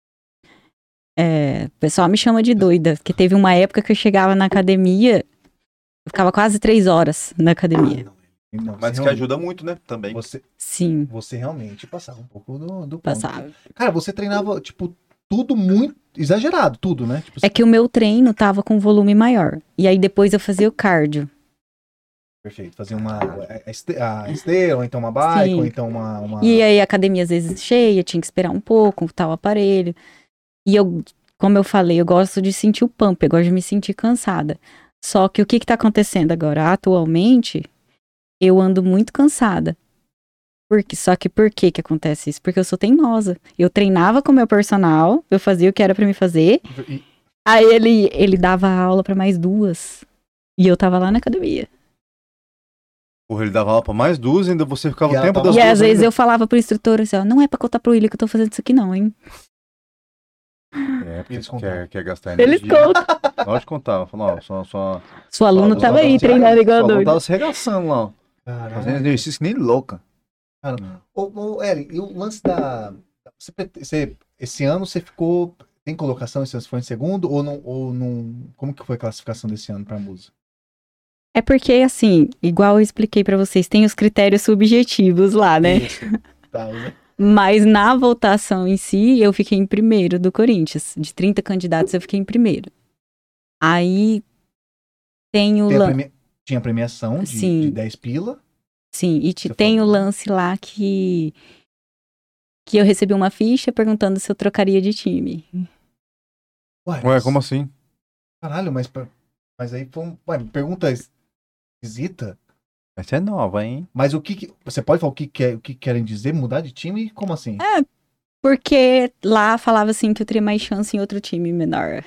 É, o pessoal me chama de doida, porque teve uma época que eu chegava na academia, eu ficava quase três horas na academia. Não, Mas você que realmente- ajuda muito, né? Também. Você, Sim, você realmente passava um pouco do, do ponto. passava. Cara, você treinava, tipo, tudo muito exagerado, tudo, né? Tipo, É que o meu treino tava com volume maior. E aí depois eu fazia o cardio. perfeito. Fazer uma a, este- a esteira, ou então uma bike, Sim. ou então uma. uma... E aí a academia às vezes cheia, tinha que esperar um pouco, tal aparelho. E eu, como eu falei, eu gosto de sentir o pump, eu gosto de me sentir cansada. Só que o que que tá acontecendo agora? Atualmente, eu ando muito cansada. Porque, só que por que que acontece isso? Porque eu sou teimosa. Eu treinava com o meu personal, eu fazia o que era pra me fazer. E- Aí ele, ele dava aula pra mais duas. E eu tava lá na academia. Porra, ele dava aula pra mais duas e ainda você ficava E o ela tempo tava- das E duas às vezes ainda. eu falava pro instrutor assim, ó, não é pra contar pro William que eu tô fazendo isso aqui não, hein? É, porque Eles você contavam. quer, quer gastar Eles energia. contam. Na hora de contar, falar, ó, sua, sua, Sua aluna sua tava aí aluna treinando igual sua aluna doido. tava se regaçando lá, ó. Caraca. Fazendo exercício que nem louca. Ô, ô, Ellen, e o lance da. Você, prete- você- esse ano você ficou. Tem colocação? Esse ano você foi em segundo? Ou não, ou não. Como que foi a classificação desse ano pra música? É porque, assim, igual eu expliquei pra vocês, tem os critérios subjetivos lá, né? Tá, né? Mas na votação em si, eu fiquei em primeiro do Corinthians. De trinta candidatos, eu fiquei em primeiro. Aí tem o Tem a lan- premi- Tinha premiação de, Sim. de dez pila. Sim, e te- Você tem o falou. lance lá que que eu recebi uma ficha perguntando se eu trocaria de time. Ué, Ué, como assim? Caralho, mas, pra- mas aí foi um, ué, pergunta esquisita. Essa é nova, hein? Mas o que, que- você pode falar o que, que, é- o que querem dizer? Mudar de time? Como assim? Porque lá falava assim que eu teria mais chance em outro time menor.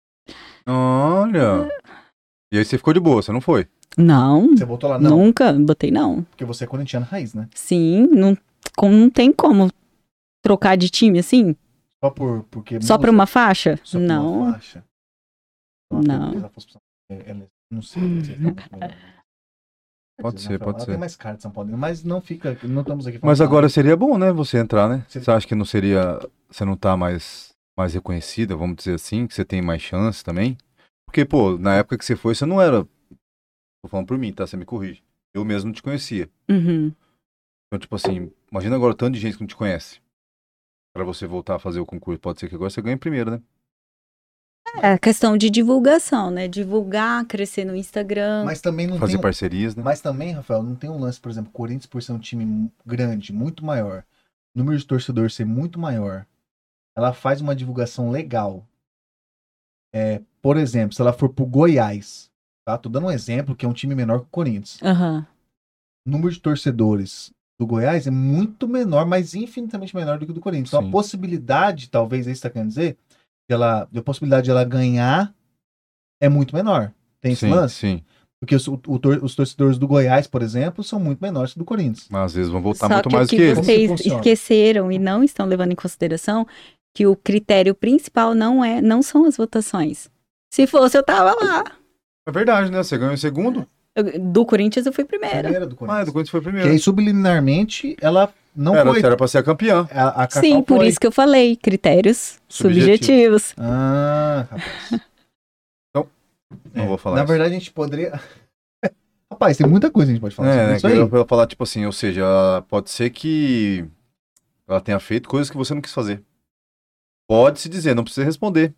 Olha. E aí você ficou de boa, você não foi? Não, Você voltou lá? Não, nunca, botei não. porque você é corintiano raiz, né? Sim, não, com- não tem como trocar de time assim? Só por porque Só pra uma faixa? Só por Não. uma faixa. Então, Não. talvez ela fosse pra- é- ela- Não sei. Não sei se tá muito melhor. Pode Quer dizer, ser, ela pode tem ser. mais cara de São Paulo, mas não fica, não estamos aqui falando Mas nada. agora seria bom, né? Você entrar, né? Você- Você acha que não seria. Você não tá mais, mais reconhecida, vamos dizer assim, que você tem mais chance também? Porque, pô, na época que você foi, você não era. Tô falando por mim, tá? Você me corrige. Eu mesmo não te conhecia. Uhum. Então, tipo assim, imagina agora o tanto de gente que não te conhece. Pra você voltar a fazer o concurso. Pode ser que agora você ganhe primeiro, né? É questão de divulgação, né? Divulgar, crescer no Instagram. Mas também não Fazer tem. um- parcerias, né? Mas também, Rafael, não tem um lance, por exemplo, Corinthians por ser um time mu- grande, muito maior, número de torcedores ser muito maior, ela faz uma divulgação legal. É, por exemplo, se ela for pro Goiás, tá? Tô dando um exemplo que é um time menor que o Corinthians. Aham. O número de torcedores do Goiás é muito menor, mas infinitamente menor do que o do Corinthians. Então Sim. a possibilidade, talvez é isso que você tá querendo dizer, de ela, a possibilidade de ela ganhar é muito menor. Tem esse Sim, lance? sim. Porque os, o tor- os torcedores do Goiás, por exemplo, são muito menores que do Corinthians. Mas às vezes vão voltar Só muito que mais o que que eles. Como que vocês funciona? esqueceram e não estão levando em consideração que o critério principal não é, não são as votações. Se fosse, eu tava lá. É verdade, né? Você ganhou em segundo? Eu- do Corinthians eu fui primeira. Primeira do Ah, Corinthians. do Corinthians foi Que primeiro. aí, subliminarmente, ela não Era, foi. era pra ser a campeã. A, a Cacau Sim, por foi. isso que eu falei, critérios Subjetivo. subjetivos. Ah, rapaz. Não vou falar Na isso. verdade, a gente poderia. Rapaz, tem muita coisa que a gente pode falar É, sobre né? isso que aí. eu ia falar, tipo assim, ou seja, ela- pode ser que ela tenha feito coisas que você não quis fazer. Pode se dizer, não precisa responder.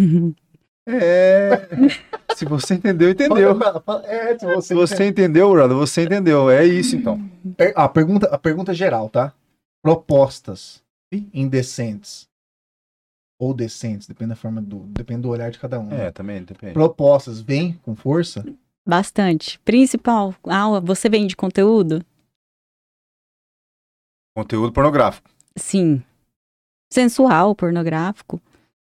É. Se você entendeu, entendeu. Fala pra ela, fala- É, se você. Se você entendeu, brother, você entendeu. É isso, então. Per- A pergunta, a pergunta geral, tá? Propostas indecentes. Ou decentes, depende da forma do. Depende do olhar de cada um. né? É, também depende. Propostas vêm com força? Bastante. Principal, ah, você vende conteúdo? Conteúdo pornográfico. Sim. Sensual, pornográfico.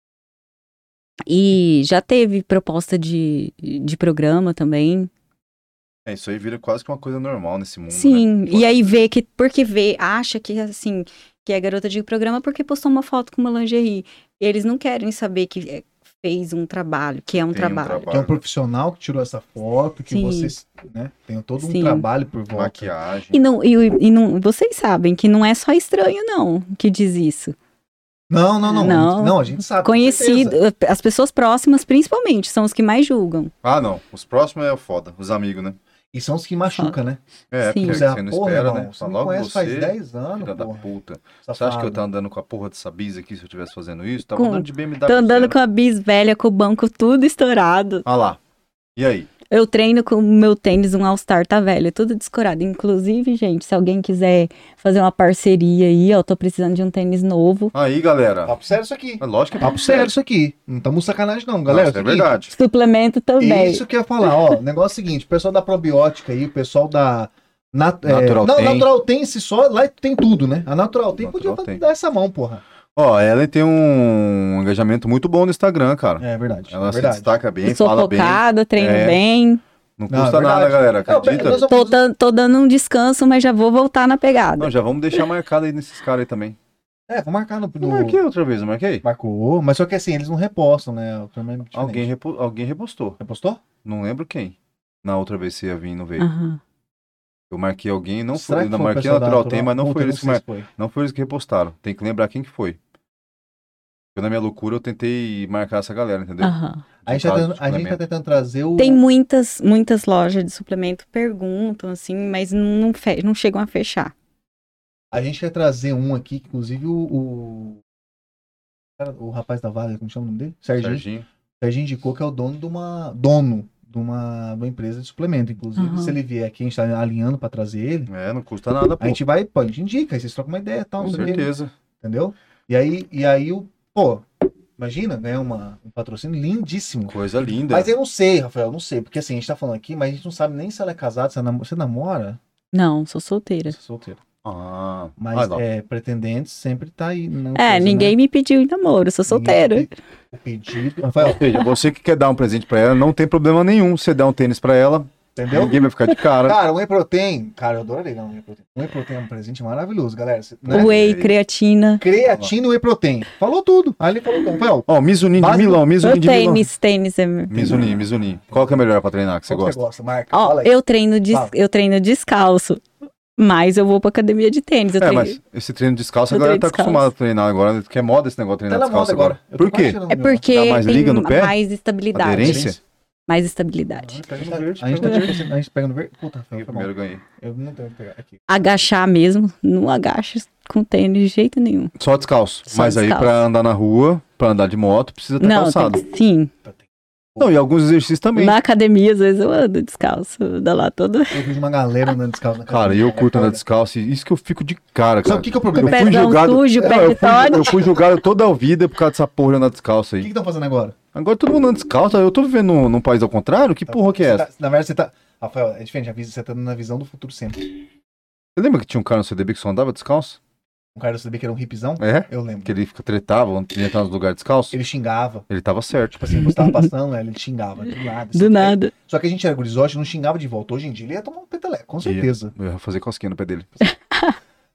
E já teve proposta de, de programa também. É, isso aí vira quase que uma coisa normal nesse mundo, Sim, né? e aí vê que, porque vê, acha que assim, que é garota de programa porque postou uma foto com uma lingerie. E eles não querem saber que é- fez um trabalho, que é um Tem um trabalho. trabalho. Que é um profissional que tirou essa foto, que Sim. vocês, né, tem todo um Sim. trabalho por volta. Maquiagem. E, não, e, e não, vocês sabem que não é só estranho, não, que diz isso. Não, não, não. Não. Não, a gente sabe. com Conhecido, certeza. as pessoas próximas, principalmente, são os que mais julgam. Ah, não. Os próximos é foda. Os amigos, né? E são os que machucam, né? É, Sim. porque Você, você não porra, espera, irmão, né? você Fala me logo conhece você, faz dez anos, filha da porra. puta. Você Safado. acha que eu tava andando com a porra dessa bis aqui se eu estivesse fazendo isso? Tava Com- andando de B M W. Tô andando zero. com a bis velha, com o banco tudo estourado. Ah lá. E aí? Eu treino com o meu tênis, um All-Star, tá velho, tudo descorado. Inclusive, gente, se alguém quiser fazer uma parceria aí, ó, tô precisando de um tênis novo. Aí, galera. Papo sério isso aqui. É lógico que é Papo sério isso aqui. Não estamos sacanagem não, galera. Não, isso é Seguinte, verdade. Suplemento também. Isso que eu ia falar, ó. O negócio é o seguinte, o pessoal da probiótica aí, o pessoal da. Nat é, Natural não, tem. Natural tem se só, lá tem tudo, né? A Natural tem Natural podia tem. dar essa mão, porra. Ó, a Ellen tem um engajamento muito bom no Instagram, cara. É verdade. Ela é se verdade. destaca bem, Sou fala bem. focada, treino É. bem. Não Não, custa é verdade. nada, galera. Não, Acredita? nós vamos- Tô, dan- tô dando um descanso, mas já vou voltar na pegada. Não, já vamos deixar marcado aí nesses caras aí também. É, vou marcar no. Não no... marquei outra vez, não marquei? Marcou, mas só que assim, eles não repostam, né? O programa é diferente. Alguém, repo... Alguém repostou. repostou? Não lembro quem. Na outra vez você ia vir e não veio. Aham. Eu marquei alguém, não Será foi. que Não foi o marquei pessoal da natural tem, mas não Puta, foi eles que sei mar... se foi. não foi eles que repostaram. Tem que lembrar quem que foi. Eu, na minha loucura, eu tentei marcar essa galera, entendeu? Aham. A gente, tá Caso tentando, de a gente tá suplemento. tentando trazer o. Tem muitas, muitas lojas de suplemento perguntam, assim, mas não, fe- não chegam a fechar. A gente quer trazer um aqui, que inclusive o. O, cara, o rapaz da Vale, como chama o nome dele? Serginho. Serginho. Serginho indicou que é o dono de uma. Dono de uma, de uma empresa de suplemento. Inclusive, Uhum. se ele vier aqui, a gente tá alinhando pra trazer ele. É, não custa nada, pô. A gente vai, pô, a gente indica, aí vocês trocam uma ideia e tal. Com não sei o quê, certeza. entendeu? E aí, e aí o. Pô, imagina ganhar uma, um patrocínio lindíssimo. Coisa linda. Mas eu não sei, Rafael, eu não sei. Porque assim, a gente tá falando aqui, mas a gente não sabe nem se ela é casada, se ela namora. Você namora? Não, sou solteira. Você é solteira. Ah, Mas olha lá. é, pretendentes sempre tá aí. Não É, coisa, ninguém né? me pediu em namoro, sou solteira. Ninguém- O pedido. Rafael, Ou seja, você que quer dar um presente pra ela, não tem problema nenhum. Você dá um tênis pra ela, entendeu? ninguém vai ficar de cara. Cara, um Whey Protein. Cara, eu adoraria ganhar um Whey Protein. Um Whey Protein é um presente maravilhoso, galera. Cê- Né? Whey, creatina. Creatina e Whey Protein. Falou tudo. Aí ele falou, Rafael, Ó, Mizunin de Base- Milão, Mizunin Eu de Milão. tênis, tênis é... Mizunin, Mizunin. Qual que é melhor pra treinar que você qual que gosta? você gosta? Marca. Ó, Fala aí. eu treino, des... Fala. eu treino descalço, mas eu vou pra academia de tênis. Eu É, treino... mas esse treino descalço, a Eu galera treino tá descalço. acostumada a treinar agora, que é moda esse negócio de Tá treinar na descalço moda agora. agora. Eu tô Por quê? quase tirando É o meu. porque Dá mais tem liga no pé? mais estabilidade. Aderência? Mais estabilidade. A gente tá, a gente tá, a gente pega no verde. Puta, Rafael, Eu foi mal. primeiro ganhei. Eu não tenho que pegar aqui. Agachar mesmo, não agacha com tênis de jeito nenhum. Só descalço. Só Mas aí descalço. pra andar na rua, pra andar de moto, precisa estar Não, calçado. tem- sim. Não, e alguns exercícios também. Na academia, às vezes eu ando descalço, ando lá todo. Eu fiz uma galera andando descalço na Cara, academia. eu curto andar descalço. e Isso que eu fico de cara, Sabe cara. o que, que é o Eu problema? fui Pezão julgado- sujo, Não, pé eu, de fui, tônico. eu fui julgado toda a vida por causa dessa porra de andar descalço O aí. que que estão fazendo agora? Agora todo mundo anda descalço. Eu tô vivendo num, num país ao contrário? Que porra que é Você essa? tá- na verdade, você tá. Rafael, é diferente. a vis- Você tá na visão do futuro sempre. Você lembra que tinha um cara no C D B que só andava descalço? Um cara do C D B que era um hipzão. É? Eu lembro. Que ele fica tretava, ele entrava nos lugares descalço? Ele xingava. Ele tava certo. Tipo assim, você tava passando, ele xingava. Do nada. Do assim. nada. Só que a gente era gurizote, não xingava de volta. Hoje em dia ele ia tomar um peteleco, com certeza. Eu ia fazer cosquinha no pé dele.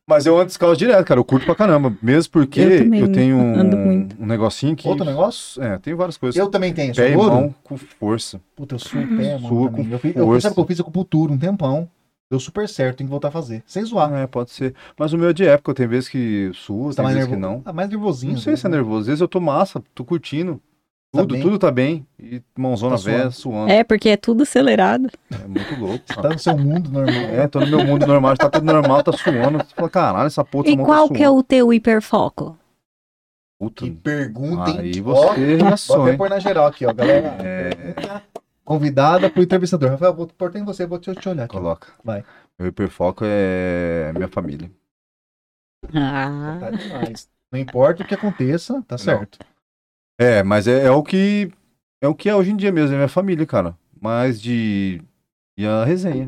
Mas eu ando descalço direto, cara. Eu curto pra caramba. Mesmo porque Eu eu, também tenho ando um, muito. um negocinho que. Outro negócio? É, tem várias coisas. Eu também tenho, Pé e sou louro. mão com força. Puta, eu sou o pé, mano, Sua também. com Eu fiz, eu, força. sabe o que eu fiz acupuntura um tempão. Deu super certo, tem que voltar a fazer. Sem zoar. É, pode ser. Mas o meu é de época. Tem vezes que sua, Você tem tá mais vezes que nervoso? não. Ah, mais nervosinho. Não sei né? se é nervoso. Às vezes eu tô massa, tô curtindo. Tá Tudo, bem. tudo tá bem. E mãozona Tá velha, suando. suando. É, porque é tudo acelerado. É muito louco. Tá cara. no seu mundo normal. É, tô no meu mundo normal, tá tudo normal, tá suando. Você fala, caralho, essa porra E essa mão qual tá que é suando. o teu hiperfoco? Puta, Que pergunta, hein? aí Ó, você vou reações. até pôr na geral aqui, ó, galera. É, Convidada pro entrevistador. Rafael, vou pôr em você, vou te, te olhar aqui. coloca. Vai. Meu hiperfoco é minha família. Ah, Tá demais. Não importa o que aconteça, tá certo. É, mas é, é o que é o que é hoje em dia mesmo, é minha família, cara. Mas de e a resenha.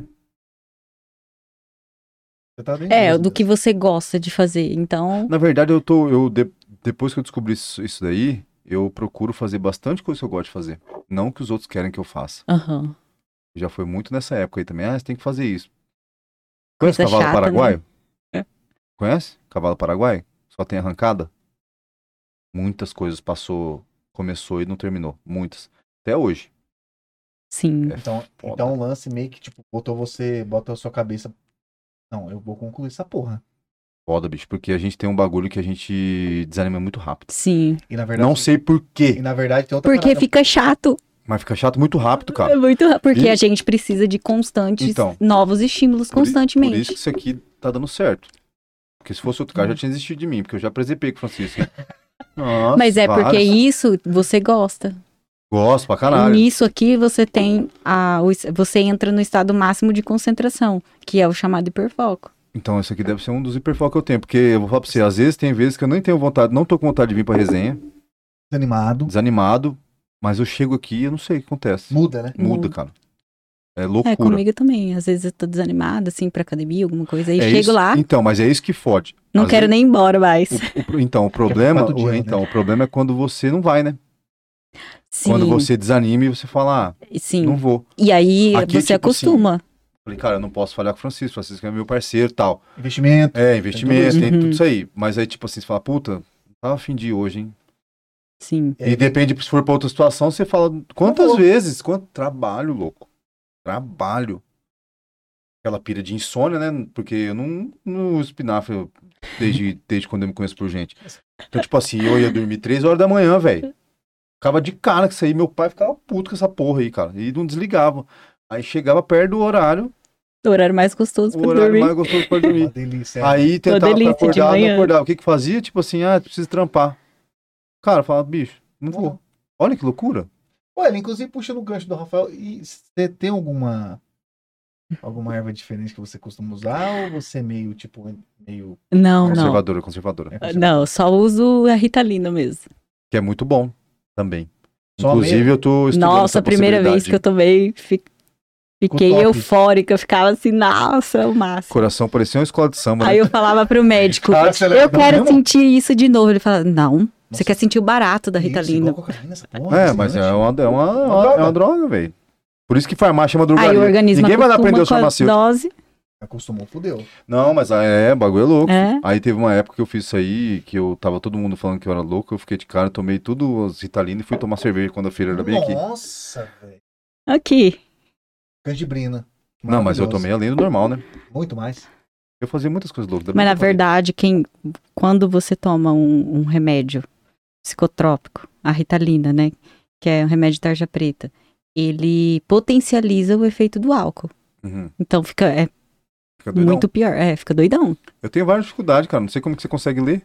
Você tá bem é, mesmo. do que você gosta de fazer. Então, Na verdade, eu tô eu de- depois que eu descobri isso, isso daí, eu procuro fazer bastante coisa que eu gosto de fazer, não que os outros querem que eu faça. aham. Já foi muito nessa época aí também. Ah, você tem que fazer isso. Conhece Coisa cavalo chata, paraguaio? né? É. Conhece? Cavalo paraguaio? Só tem arrancada? Muitas coisas passou, começou e não terminou. Muitas. Até hoje. Sim. É Então, foda. então o lance meio que, tipo, botou você, bota a sua cabeça. Não, eu vou concluir essa porra. Foda, bicho. Porque a gente tem um bagulho que a gente desanima muito rápido. Sim. E na verdade. Não sei por E quê, na verdade tem outra Porque parada. fica chato. mas fica chato muito rápido, É cara. muito ra- Porque E- a gente precisa de constantes, Então, novos estímulos Por i- constantemente. Por isso que isso aqui tá dando certo. Porque se fosse outro cara, já tinha desistido de mim. Porque eu já presepei com o Francisco. Nossa, Mas é porque vários. isso você gosta. Gosto pra caralho. Nisso aqui você tem a, o es- você entra no estado máximo de concentração, que é o chamado hiperfoco. Então, esse aqui deve ser um dos hiperfocos que eu tenho. Porque eu vou falar pra você, às vezes tem vezes que eu nem tenho vontade, não tô com vontade de vir pra resenha, Desanimado. desanimado, mas eu chego aqui e eu não sei o que acontece. Muda, né? Muda, Muda. cara. É É, loucura. comigo também. Às vezes eu tô desanimada, assim, pra academia, alguma coisa. Aí É chego isso- lá, Então, mas é isso que fode. não Às quero vezes- nem ir embora mais. o- o pro- então, o problema, quatro dias, o, né? então, o problema é quando você não vai, né? Sim, Quando você desanima e você fala, ah, sim. não vou. E aí Aqui, você tipo assim, acostuma. Falei, cara, eu não posso falhar com o Francisco. O Francisco é meu parceiro e tal. Investimento. É, investimento, tudo tem isso. tudo isso aí. Mas aí, tipo assim, você fala, puta, não tava a fim de ir hoje, hein? Sim. É, E depende, se for pra outra situação, você fala, quantas vou. vezes? Quanto trabalho, louco. Trabalho. Aquela pira de insônia, né? Porque eu não, não espinafre desde, desde quando eu me conheço por gente. Então, tipo assim, eu ia dormir três horas da manhã, velho. Ficava de cara com isso aí. Meu pai ficava puto com essa porra aí, cara. E não desligava. Aí chegava perto do horário, O horário mais gostoso o pra horário dormir. mais gostoso pra Uma dormir. delícia. é. Aí tentava pra delícia de acordar, não manhã. acordava. O que que fazia? Tipo assim, ah, preciso trampar. Cara, fala, bicho, não vou. Olha que loucura. Olha, inclusive puxando o gancho do Rafael, e você tem alguma alguma erva diferente que você costuma usar ou você é meio tipo meio Não, não. Conservadora, conservadora. é, conservador? Não, só uso a Ritalina mesmo. Que é muito bom também. Só Inclusive, mesmo? eu tô estudando Nossa, essa a primeira vez que eu tomei, fi- fiquei top. eufórica, eu ficava assim, nossa, é o máximo. Coração parecia uma escola de samba, Aí né? eu falava pro médico, Cara, você lembra eu quero mesmo? sentir isso de novo. Ele falava, não, você Nossa. quer sentir o barato da Isso, Ritalina. igual cocaína, essa porra, É, esse mas é lanche. uma, é uma, Uma é uma, droga. é uma droga, velho. Por isso que farmácia chama Aí drogaria. o organismo Ninguém vai lá aprender acostuma o com a farmacêutico. dose. Acostumou, fudeu. Não, mas é, o bagulho é louco. É. Aí teve uma época que eu fiz isso aí, que eu tava todo mundo falando que eu era louco, eu fiquei de cara, tomei tudo as Ritalina e fui tomar cerveja quando a feira era bem aqui. Nossa, velho. Aqui. Canjibrina. Não, mas eu Maravilhoso. tomei além do normal, né? Muito mais. Eu fazia muitas coisas loucas. ainda Mas bem na que eu parei. verdade, quem, quando você toma um, um remédio psicotrópico, a Ritalina, né? Que é um remédio de tarja preta, ele potencializa o efeito do álcool. Uhum. Então fica é Fica doidão. muito pior. É, fica doidão. Eu tenho várias dificuldades, cara. Não sei como que você consegue ler.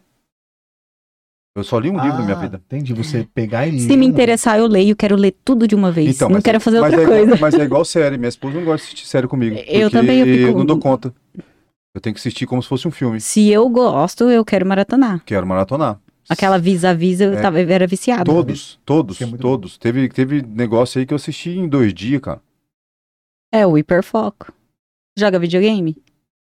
Eu só li um livro na minha Ah, vida. Entendi. Você pegar e Se ler me um- interessar, eu leio, quero ler tudo de uma vez. não mas quero é- fazer mas outra é coisa. Igual, mas é igual série. Minha esposa não gosta de assistir série comigo. Eu porque também, eu fico- eu não dou conta. Eu tenho que assistir como se fosse um filme. Se eu gosto, eu quero maratonar. Quero maratonar. Aquela vis-a-vis, eu É. tava, eu era viciada. Todos, todos, Que é muito todos. Teve, teve negócio aí que eu assisti em dois dias, cara. É o hiperfoco. Joga videogame?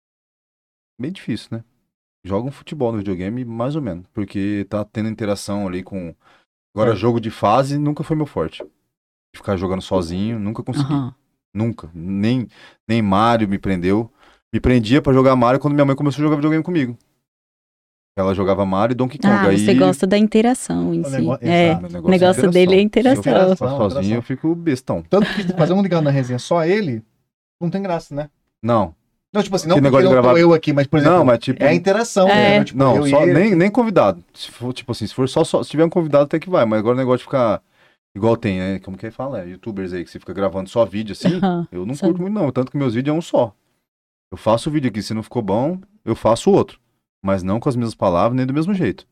Bem difícil, né? Joga um futebol no videogame, mais ou menos. Porque tá tendo interação ali com... Agora, É. jogo de fase nunca foi meu forte. Ficar jogando sozinho, nunca consegui. Aham. Nunca. Nem, nem Mario me prendeu. Me prendia pra jogar Mario quando minha mãe começou a jogar videogame comigo. Ela jogava Mario e Donkey Kong. Ah, aí... você gosta da interação em O si. nego- É, Exato. Meu o negócio negócio dele é Se eu interação. Interação. faço sozinho, interação. eu fico bestão. Tanto que fazer um ligado na resenha só ele, não tem graça, né? Não. Não, tipo assim, Que não porque negócio de não tô gravar- eu aqui, mas, por exemplo, Não, mas tipo... é a interação, É. né? Tipo, Não, eu e só, ele. nem, nem convidado. Se for, tipo assim, se for só, só... Se tiver um convidado, até que vai. Mas agora o negócio de ficar... Igual tem, né? Como que fala? É, youtubers aí que você fica gravando só vídeo assim. Aham. Eu não Só- curto muito não. Tanto que meus vídeos é um só. Eu faço o vídeo aqui. Se não ficou bom, eu faço outro. Mas não com as mesmas palavras, nem do mesmo jeito.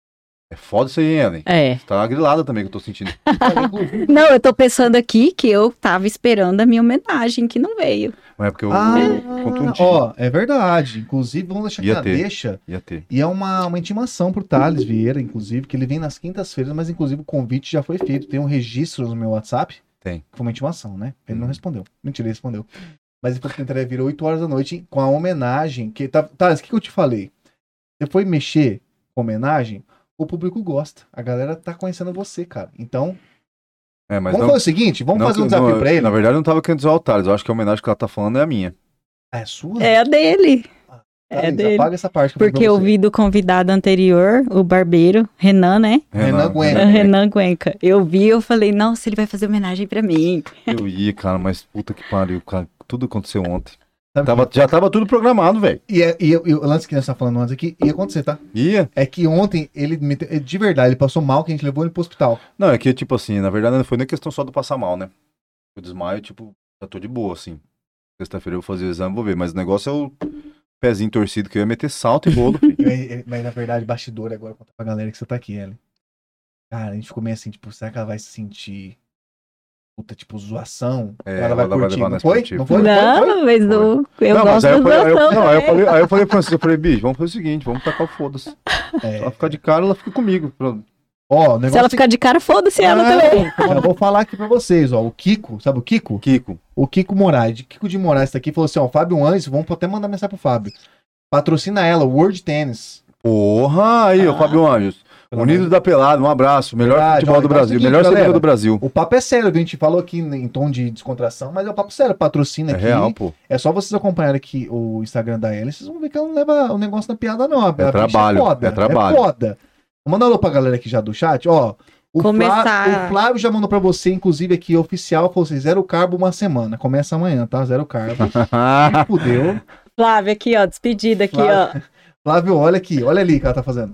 É foda isso aí, hein, Ellen? É. Tá grilada também que eu tô sentindo. Não, eu tô pensando aqui que eu tava esperando a minha homenagem, que não veio. Mas é porque eu, Ah, eu contundi. ó, é verdade. Inclusive, vamos deixar aqui Ia na ter. deixa. Ia ter. E é uma, uma intimação pro Thales Vieira, inclusive, que ele vem nas quintas-feiras, mas inclusive o convite já foi feito. Tem um registro no meu WhatsApp. Tem. Foi uma intimação, né? Ele não Uhum. respondeu. Mentira, ele respondeu. Mas depois que ele virou oito horas da noite com a homenagem. Que tá... Thales, o que, que eu te falei? Você foi mexer com homenagem, o público gosta. A galera tá conhecendo você, cara. Então, É, mas vamos não, fazer o seguinte, vamos não fazer um que- desafio não, pra ele. Na verdade, eu não tava querendo usar o Thales. Eu acho que a homenagem que ela tá falando é a minha. Ah, é sua? É a dele. Thales, é dele. Apaga essa parte que eu falei Porque pra eu você. vi do convidado anterior, o barbeiro, Renan, né? Renan Guenca. Renan Cuenca. Eu vi, eu falei, nossa, ele vai fazer homenagem pra mim. Eu ia, cara, mas puta que pariu, cara. Tudo aconteceu ontem. Sabe Tava, já tava tudo programado, velho. E, é- e, e o lance que nós tá falando antes aqui, ia acontecer, tá? Ia. É que ontem ele, me- de verdade, ele passou mal, que a gente levou ele pro hospital. Não, é que, tipo assim, na verdade não foi nem questão só do passar mal, né? O desmaio, tipo, já tô de boa, assim. Sexta-feira eu vou fazer o exame, vou ver. Mas o negócio é o pezinho torcido, que eu ia meter salto e bolo, filho. E- e- Mas na verdade, bastidor agora, conta pra galera que você tá aqui, Ellen. Cara, a gente ficou meio assim, tipo, será que ela vai se sentir puta, tipo, zoação? É, Ou ela vai ela vai curtir? levar Não na foi? esportiva. Não foi? Não, Foi? Foi? mas eu, eu não, mas gosto aí eu do falei, aí eu, doação. não, aí eu falei, aí eu falei pra você, eu falei, bicho, vamos fazer o seguinte, vamos tacar o foda-se. Se É. ela ficar de cara, ela fica comigo. Pronto. Ó, o negócio Se ela é ficar de cara, foda-se ela Ah, também. Já vou falar aqui pra vocês, ó. O Kiko, sabe o Kiko? Kiko. O Kiko Moraes, de Kiko de Moraes tá aqui, falou assim, ó, o Fábio Anjos, vamos até mandar mensagem pro Fábio. Patrocina ela, World Tennis. Porra, aí, ó, Ah. Fábio Anjos. Pelo Unidos amor da Pelada, um abraço. Melhor Verdade, futebol ó, do então é o Brasil, seguinte, melhor galera. segunda do Brasil. O papo é sério, viu? A gente falou aqui em tom de descontração, mas é o papo sério, patrocina É aqui. real, pô. É só vocês acompanharem aqui o Instagram da Ellen, vocês vão ver que ela não leva o negócio na piada, não. A bicha trabalho, foda, é trabalho. É foda. Vou mandar um alô pra galera aqui já do chat, ó. O, Começar. Flá- o Flávio já mandou pra você, inclusive aqui, oficial, falou assim, zero carbo uma semana. Começa amanhã, tá? Zero carbo. Me fudeu. Flávia, aqui, ó, despedida aqui, Flávio. Flávio, olha aqui, olha ali o que ela tá fazendo.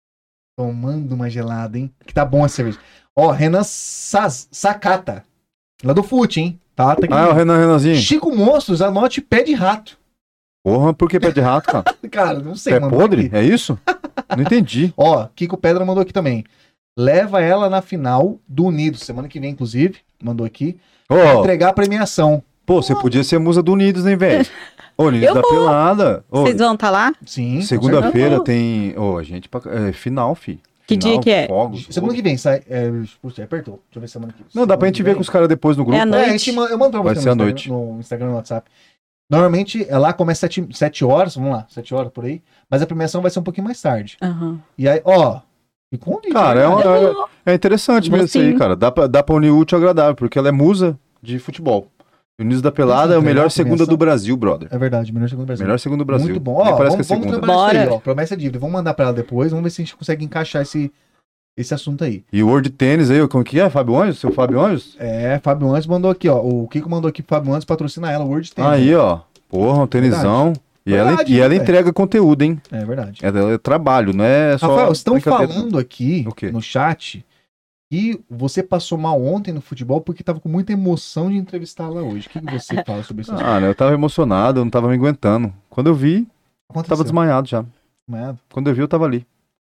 Tomando uma gelada, hein? Que tá bom essa cerveja. Ó, Renan Saz, Sakata. Lá do Fute, hein? Tá, tá aqui. Ah, é o Renan Renanzinho. Chico Monstros, anote pé de rato. Porra, por que pé de rato, cara? Cara, não sei. Pé mandou podre? aqui. É isso? Não entendi. Ó, Kiko Pedra mandou aqui também. Leva ela na final do Unidos, semana que vem, inclusive. Mandou aqui. Ó, Entregar a premiação. pô, você podia ser musa do Unidos, né, velho? Ô, Unidos Eu da vou. Pelada. Ô, ó. Vocês vão estar lá? Sim. com segunda-feira certeza. tem. Ô, a gente. pra- É, final, fi. Que Final, dia que é? fogos, certeza. Semana que vem, sai. É, puxa, apertou. Deixa eu ver semana que vem. Não, dá pra gente ver com os caras depois no grupo. É à É, a noite. gente, ma- eu mando pra Vai você ser à no, noite. Instagram, no Instagram e no WhatsApp. Normalmente, é lá começa sete, sete horas, vamos lá, sete horas por aí. Mas a premiação vai ser um pouquinho mais tarde. Aham. E aí, ó. E convite, Cara, é, né? um- é, é interessante Vou mesmo isso aí, sim. cara. Dá pra, dá pra unir o útil ao agradável, porque ela é musa de futebol. Unidos da Pelada é o Entregar melhor a segunda premiação. do Brasil, brother. É verdade, melhor segundo do Brasil. Melhor segunda do Brasil. Muito bom. Nem Ó, parece vamos, que é vamos segunda. trabalhar isso aí, Bora. ó. Promessa de dívida. Vamos mandar pra ela depois. Vamos ver se a gente consegue encaixar esse, esse assunto aí. E o World Tênis aí, como que é? Fábio Anjos? Seu Fábio Anjos? É, Fábio Antes mandou aqui, ó. O Kiko mandou aqui pro Fábio Antes patrocina ela, o Word Tennis. Aí, ó. Porra, um tênisão. E ela, Verdade, e ela velho. entrega conteúdo, hein? É verdade. Ela é trabalho, não é só. Rafael, estão brincadeira. falando aqui O quê? no chat que você passou mal ontem no futebol porque tava com muita emoção de entrevistá-la hoje. O que, que você fala sobre isso? Ah, né, eu tava emocionado, eu não tava me aguentando. Quando eu vi, tava desmaiado já. desmaiado. Quando eu vi, eu tava ali.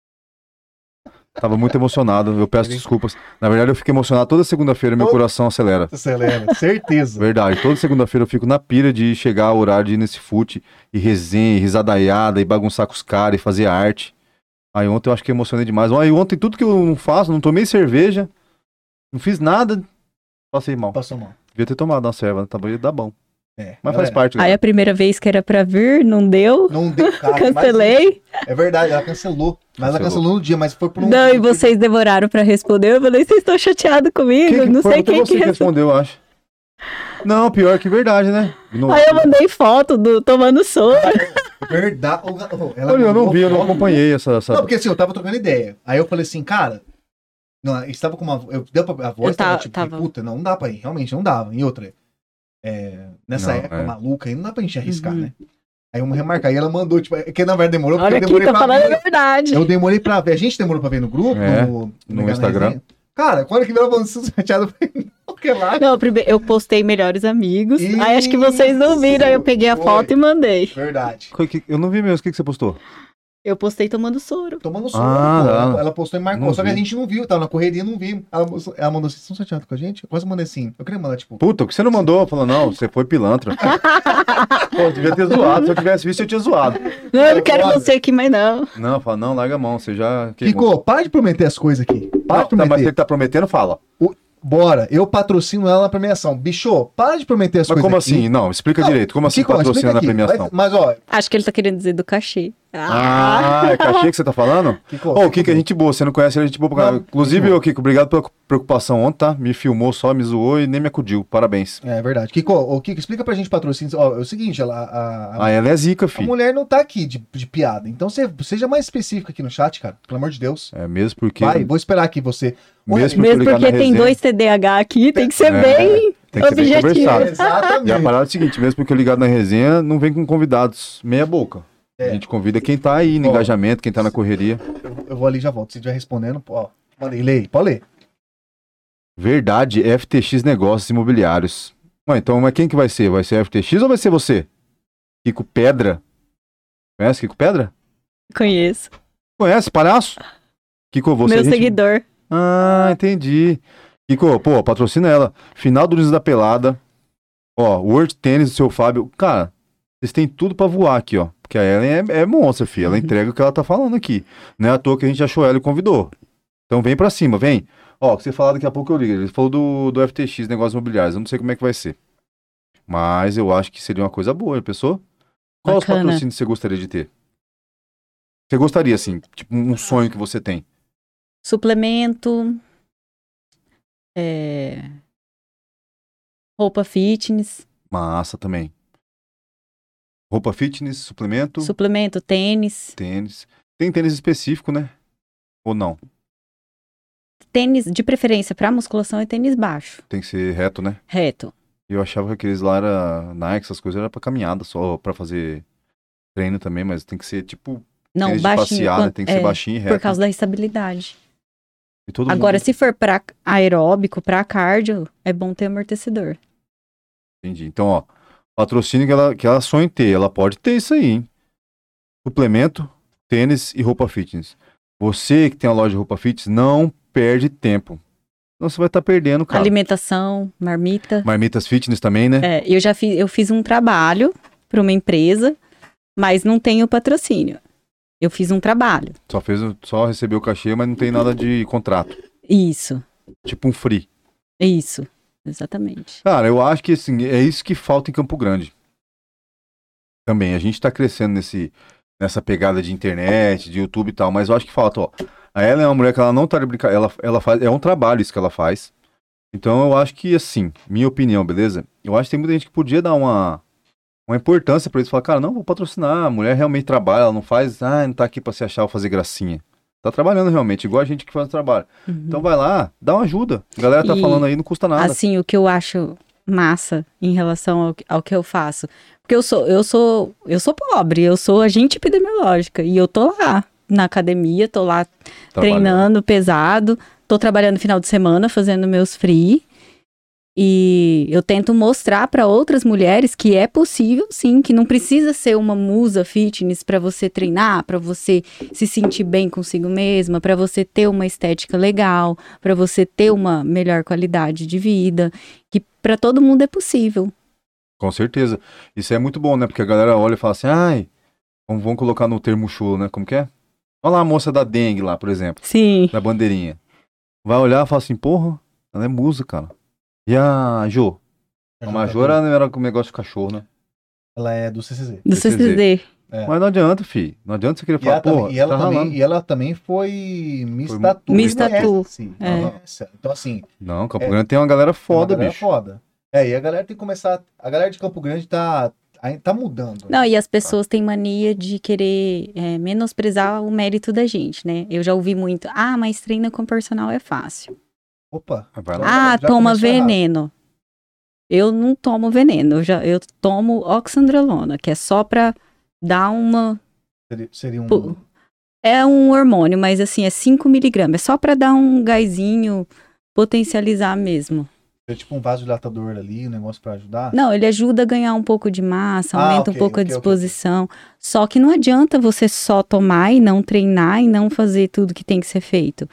Tava muito emocionado, eu peço desculpas. Na verdade, eu fico emocionado toda segunda-feira, meu Todo- coração acelera. Acelera, certeza. Verdade, toda segunda-feira eu fico na pira de chegar ao horário de ir nesse fute, e resenha, e risadaiada, e bagunçar com os caras, e fazer arte. Aí ontem eu acho que eu emocionei demais. Aí ontem tudo que eu não faço, não tomei cerveja, não fiz nada, passei mal. Passou mal. Devia ter tomado uma serva, né? Tava ia dar bom. É, Mas faz galera, parte. Aí galera. a primeira vez que era pra vir, não deu. Não deu, cara. mas- Cancelei. É verdade, ela cancelou. Mas ela Cancelou. cancelou no dia, mas foi por um. Não, e vocês demoraram pra responder. Eu falei, vocês estão chateados comigo? Quem que não foi? sei Até quem você que que respondeu. respondeu, eu acho. Não, pior que verdade, né? No... Aí eu mandei foto do tomando soro. Verdade. Ela Olha, eu não mandou vi, eu não foto. acompanhei essa... essa... Não, porque assim, eu tava trocando ideia. Aí eu falei assim, cara... Não, estava com uma... Eu, deu pra, a voz Eu tava, tava- tipo, tava. puta, não, não dá pra ir. Realmente, não dava. E outra... é, nessa Não, época é. maluca aí, não dá pra gente arriscar, Uhum. né? Aí vamos remarcar. E ela mandou, tipo... É que na verdade demorou, porque Olha eu aqui, demorei tá pra falando ver. a verdade. Eu demorei pra ver. A gente demorou pra ver no grupo, É, no, no Ligado na Instagram. Resenha. Cara, quando que ela falou assim, chateado, eu falei, não, que lá. Não, primeiro eu postei melhores amigos. Isso, Aí acho que vocês não viram, aí eu peguei a foi. foto e mandei. Verdade. Que- que- Eu não vi mesmo, o que, que você postou? Eu postei tomando soro. Tomando sono, Ah, pô. não. Ela, ela postou e marcou. Não Só que a vi. gente não viu, tava na correria, não viu. Ela, mostrou- ela mandou assim, vocês estão chateados com a gente? Eu quase mandei assim. Eu queria mandar, tipo... Puta, o que você não mandou? Falou, não, você foi pilantra. Pô, eu devia ter zoado. Se eu tivesse visto, eu tinha zoado. Não, eu não quero Foda. você aqui mais não. Não, fala, não, larga a mão, você já... queimou. Kiko, para de prometer as coisas aqui. Para Não, de tá, mas prometer. ele tá prometendo, fala. Bora, eu patrocino ela na premiação. Bicho, para de prometer as Mas coisas como aqui. assim? Não, explica Não, direito. Como assim Kiko, explica patrocina na aqui. premiação? Mas, mas, ó, Acho que ele tá querendo dizer do cachê. Ah, é cachê que você tá falando? Kiko, Ô, o Kiko é gente boa, você não conhece ele, é gente boa pra caralho. Não, Inclusive, Kiko. ô Kiko, obrigado pela preocupação ontem, tá? Me filmou só, me zoou e nem me acudiu. Parabéns. É verdade. Kiko, ô, Kiko, explica pra gente patrocínio. Ó, é o seguinte, ela, a, a, Ah, ela é zica, a filho. mulher não tá aqui de, de piada. Então você, seja mais específico aqui no chat, cara. Pelo amor de Deus. É mesmo porque... Vai, vou esperar aqui você. Mesmo Mesmo ligar porque na tem resenha. dois T D A H aqui, tem que ser É, bem tem que ser bem objetivo. conversado. E a Exatamente. parada é o seguinte, mesmo porque eu ligado na resenha, não vem com convidados meia boca. É. A gente convida quem tá aí no Ó. engajamento, quem tá na correria. Eu, eu vou ali e já volto. Se estiver respondendo, pô, ó. Mandei, lê, pode ler. Verdade, F T X Negócios Imobiliários. Ué, então, mas quem que vai ser? Vai ser F T X ou vai ser você? Kiko Pedra? Conhece Kiko Pedra? Conheço. Conhece, palhaço? Kiko, você... Meu é gente- seguidor. Ah, entendi. Kiko, pô, patrocina ela. Final do News da Pelada. Ó, World Tênis do seu Fábio. Cara, vocês têm tudo pra voar aqui, ó. Porque a Ellen é, é monstra, filha. Ela entrega o que ela tá falando aqui. Não é à toa que a gente achou ela e convidou. Então vem pra cima, vem. Ó, que você falar daqui a pouco eu ligo. Ele falou do, do F T X, Negócios Imobiliários. Eu não sei como é que vai ser. Mas eu acho que seria uma coisa boa, já pensou? Qual os Bacana. patrocínios que você gostaria de ter? Você gostaria, assim, tipo, um sonho que você tem? Suplemento. é, Roupa fitness. Massa também. Roupa fitness, suplemento, Suplemento, tênis. tênis. Tem tênis específico, né? Ou não? Tênis, de preferência pra musculação, é tênis baixo. Tem que ser reto, né? Reto. Eu achava que aqueles lá era Nike, essas coisas era pra caminhada, só pra fazer treino também, mas tem que ser tipo Não, tênis de baixinho. passear, né? quando- Tem que ser é, baixinho e reto. Por causa da estabilidade. E todo Agora, mundo... se for pra aeróbico, pra cardio, é bom ter amortecedor. Entendi. Então, ó, patrocínio que ela, que ela sonha em ter, ela pode ter isso aí, hein? Suplemento, tênis e roupa fitness. Você que tem a loja de roupa fitness, não perde tempo. Senão você vai estar perdendo, cara. Alimentação, marmita. Marmitas fitness também, né? É, eu já fiz, eu fiz um trabalho para uma empresa, mas não tenho patrocínio. Eu fiz um trabalho. Só fez, o- só recebeu o cachê, mas não tem nada de contrato. Isso, Tipo um free. isso, exatamente. Cara, eu acho que assim, é isso que falta em Campo Grande. Também, a gente tá crescendo nesse, nessa pegada de internet, de YouTube e tal, mas eu acho que falta, ó. A Ellen é uma mulher que ela não tá de brincadeira, ela, ela faz, é um trabalho isso que ela faz. Então eu acho que, assim, minha opinião, beleza? Eu acho que tem muita gente que podia dar uma, uma importância pra isso, falar, cara, não, vou patrocinar, a mulher realmente trabalha, ela não faz, ah, não tá aqui pra se achar ou fazer gracinha. Tá trabalhando realmente, igual a gente que faz o trabalho. Uhum. Então vai lá, dá uma ajuda. A galera tá E, falando aí, não custa nada. Assim, o que eu acho massa em relação ao, que- ao que eu faço, porque eu sou, eu sou, eu sou pobre, eu sou agente epidemiológica e eu tô lá na academia, tô lá Trabalhando. treinando pesado, tô trabalhando no final de semana fazendo meus free. E eu tento mostrar para outras mulheres que é possível, sim, que não precisa ser uma musa fitness para você treinar, para você se sentir bem consigo mesma, para você ter uma estética legal, para você ter uma melhor qualidade de vida, que para todo mundo é possível. Com certeza. Isso é muito bom, né? Porque a galera olha e fala assim, ai, vamos, vamos colocar no termo chulo, né? Como que é? Olha lá a moça da dengue lá, por exemplo, Sim. da bandeirinha. Vai olhar e fala assim, porra, ela é musa, cara. E a Jo? A Major era, era com negócio de cachorro, né? Ela é do C C Z. Do C C Z. É. Mas não adianta, fi. Não adianta você querer E ela, falar, porra, também, e, ela tá também, ralando. e ela também foi Miss Foi Tatu. Miss Tatu, Sim, é. nossa. Então, assim, Não, Campo É. Grande tem uma galera foda, foda, bicho. foda. É, e a galera tem que começar. A galera de Campo Grande tá, aí tá mudando. Não, e as pessoas têm mania de querer é, menosprezar o mérito da gente, né? Eu já ouvi muito, ah, mas treina com personal é fácil. Opa. Vai lá. Ah, já toma começou errado. veneno. Eu não tomo veneno, eu, já, eu tomo oxandrolona, que é só pra dar uma... Seria, seria um. Pô, é um hormônio, mas assim, é cinco miligramas. É só pra dar um gásinho, potencializar mesmo. É tipo um vasodilatador ali, um negócio pra ajudar. Não, ele ajuda a ganhar um pouco de massa, Ah, aumenta ok, um pouco ok, a ok, disposição. Só que não adianta você só tomar e não treinar e não fazer tudo que tem que ser feito.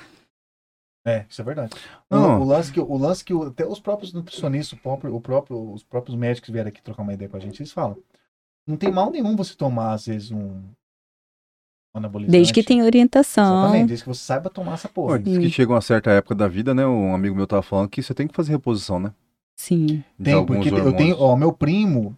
É, isso é verdade. O, Não. o lance que, o lance que o- até os próprios nutricionistas, o próprio, o próprio, os próprios médicos que vieram aqui trocar uma ideia com a gente, eles falam. Não tem mal nenhum você tomar, às vezes, um anabolizante. Desde que tenha orientação. Exatamente, desde que você saiba tomar essa Pô, porra. diz que chega uma certa época da vida, né? Um amigo meu tava falando que você tem que fazer reposição, né? Sim. De Tem, alguns porque eu hormônios. tenho, ó, meu primo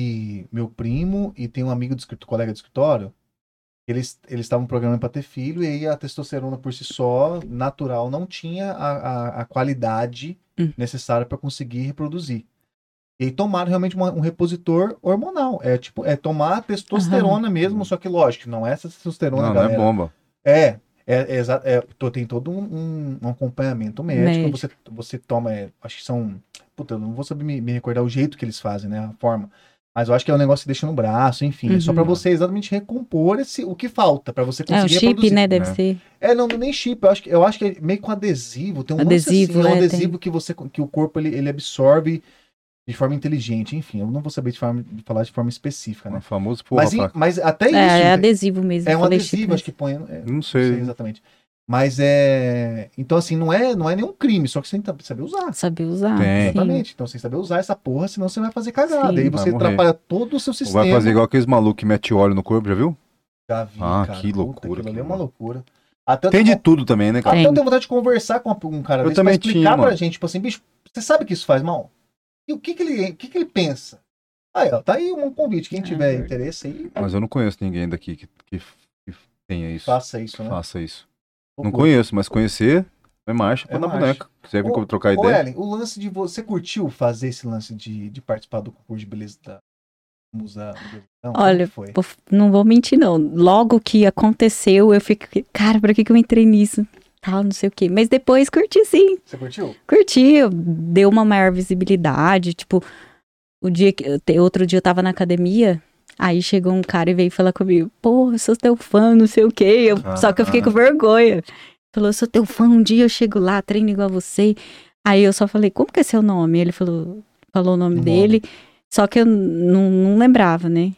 e meu primo e tem um amigo do escritório, colega de escritório, eles eles estavam programando para ter filho e aí a testosterona por si só, natural, não tinha a, a, a qualidade Hum. necessária para conseguir reproduzir. E aí tomaram realmente uma- um repositor hormonal. É tipo, é tomar testosterona mesmo, só que lógico, não é essa testosterona, Não, não é galera. bomba. É, é, é, exa- é, tô- tem todo um, um- um acompanhamento médico. Médico. Você, você toma, é, acho que são. Puta, eu não vou saber me, me recordar o jeito que eles fazem, né? A forma. Mas eu acho que é um negócio que deixa no braço, enfim. É só Uhum. pra você exatamente recompor esse, o que falta, pra você É, o conseguir chip, reproduzir. né? Deve né? ser. É, não, não é nem chip. Eu acho, que- eu acho que é meio com adesivo. Tem um lance Adesivo, assim, é um é, adesivo que, você, que o corpo ele, ele absorve de forma inteligente. Enfim, eu não vou saber de, forma, de falar de forma específica, É né? o famoso porra, Mas, em- fraca. mas até isso. É, é tem- adesivo mesmo. é um falei adesivo, chip, acho que põe. é, Não sei. exatamente. Mas é. Então, assim, não é, não é nenhum crime, só que você tem que saber usar. Saber usar. Tem. sim. Exatamente. Então você tem que saber usar essa porra, senão você vai fazer cagada. Sim. Aí Vai você morrer. atrapalha todo o seu Ou sistema. vai fazer igual aqueles malucos que mete óleo no corpo, já viu? Já vi, Ah, cara. que Puta, loucura, Aquilo ali é que uma loucura. Até eu Tem de tenho- tudo também, né, cara? Até eu Tem. tenho vontade de conversar com um cara Eu desse pra também explicar tinha, pra mano. gente, tipo assim, bicho, você sabe que isso faz mal? E o que que ele, o que que ele pensa? Aí, ó, tá aí um convite. Quem É tiver verdade. interesse aí, Mas eu não conheço ninguém daqui que, que, que tenha isso. faça isso, né? Faça isso. Não Loucura. conheço, mas conhecer é marcha É pra na marcha. boneca. Quiser vir Ô, trocar Ô, ideia. Ellen, o lance de você curtiu fazer esse lance de, de participar do concurso de beleza da Musa? Não, como Olha, que foi? Vou- não vou mentir, não. Logo que aconteceu, eu fiquei, cara, pra que, que eu entrei nisso? Tal, não sei o quê. Mas depois curti sim. Você curtiu? Curti, deu uma maior visibilidade. Tipo, o dia que. te- Outro dia eu tava na academia. Aí chegou um cara e veio falar comigo, pô, eu sou teu fã, não sei o quê. Eu- Ah, só que eu fiquei ah. com vergonha. Falou, eu sou teu fã, um dia eu chego lá, treino igual a você. Aí eu só falei, como que é seu nome? Ele falou, falou o nome O dele, só que eu não, não lembrava, né?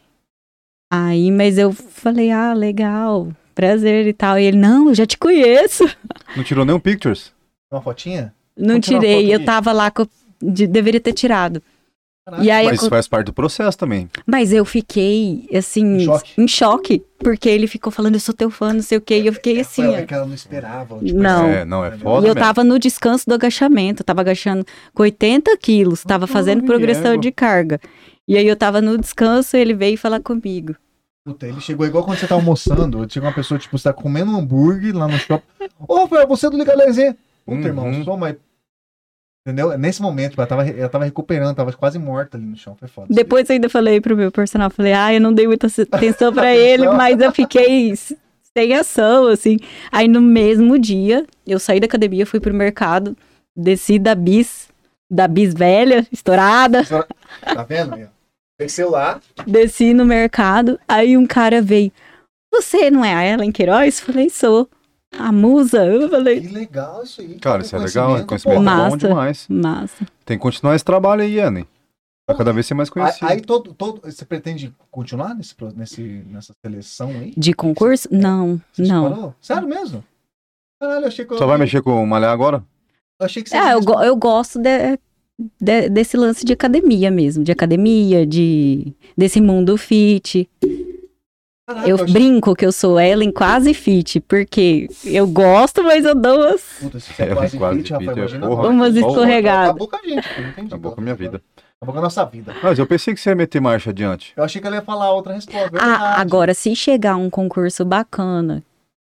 Aí, mas eu falei, ah, legal, prazer e tal. E ele, não, eu já te conheço. Não tirou nenhum pictures? Uma fotinha? Não Vou tirar uma tirei, foto eu aqui. tava lá, com, de- deveria ter tirado. Caraca. E aí, Mas acon- faz parte do processo também. Mas eu fiquei, assim, Em choque? em choque, porque ele ficou falando, eu sou teu fã, não sei o quê, e eu fiquei assim, Foi ó. que ela não esperava. Não. É, não, é entendeu? foda E eu mesmo. tava no descanso do agachamento, tava agachando com oitenta quilos, tava Ah, fazendo que progressão égua. de carga. E aí eu tava no descanso, ele veio falar comigo. Puta, ele chegou igual quando você tá almoçando. Tinha uma pessoa, tipo, você tá comendo um hambúrguer lá no shopping. Ô, Rafael, você é do Liga Lezinha. Puta, Uhum. irmão, sou mais. Entendeu? Nesse momento, tipo, ela tava, ela tava recuperando, tava quase morta ali no chão. Foi foda. Depois eu ainda falei pro meu personal, falei, ah, eu não dei muita atenção pra ele, mas eu fiquei s- sem ação, assim. Aí no mesmo dia, eu saí da academia, fui pro mercado, desci da bis, da bis velha, estourada, Tá vendo, meu? Desceu lá. desci no mercado, aí um cara veio, você não é a Ellen Queiroz? Falei, sou. A musa? Eu falei, Que legal isso aí. Cara, isso é legal, é conhecimento pô. bom Massa. demais. massa. Tem que continuar esse trabalho aí, Anne. Pra cada vez ser mais conhecido. Aí todo, todo. Você pretende continuar nesse, pro- nesse, nessa seleção aí? De concurso? Não, Você não. separou? Sério mesmo? Caralho, eu achei que eu. Só vai mexer com o malhar agora? Eu achei que você. É, eu, go- eu gosto de- de- desse lance de academia mesmo, de academia, de desse mundo fit. Caraca, Eu achei- brinco que eu sou Ellen quase fit, porque eu gosto, mas eu dou umas, Puta, se você é Ela quase, quase fit, Rafael, fit, é imagina porra. nós. umas Só o- escorregadas. Acabou com a gente, eu não entendi. Acabou com a minha vida. Acabou com a nossa vida. Mas eu pensei que você ia meter marcha adiante. Eu achei que ela ia falar outra resposta. Ah, verdade. agora, se chegar um concurso bacana,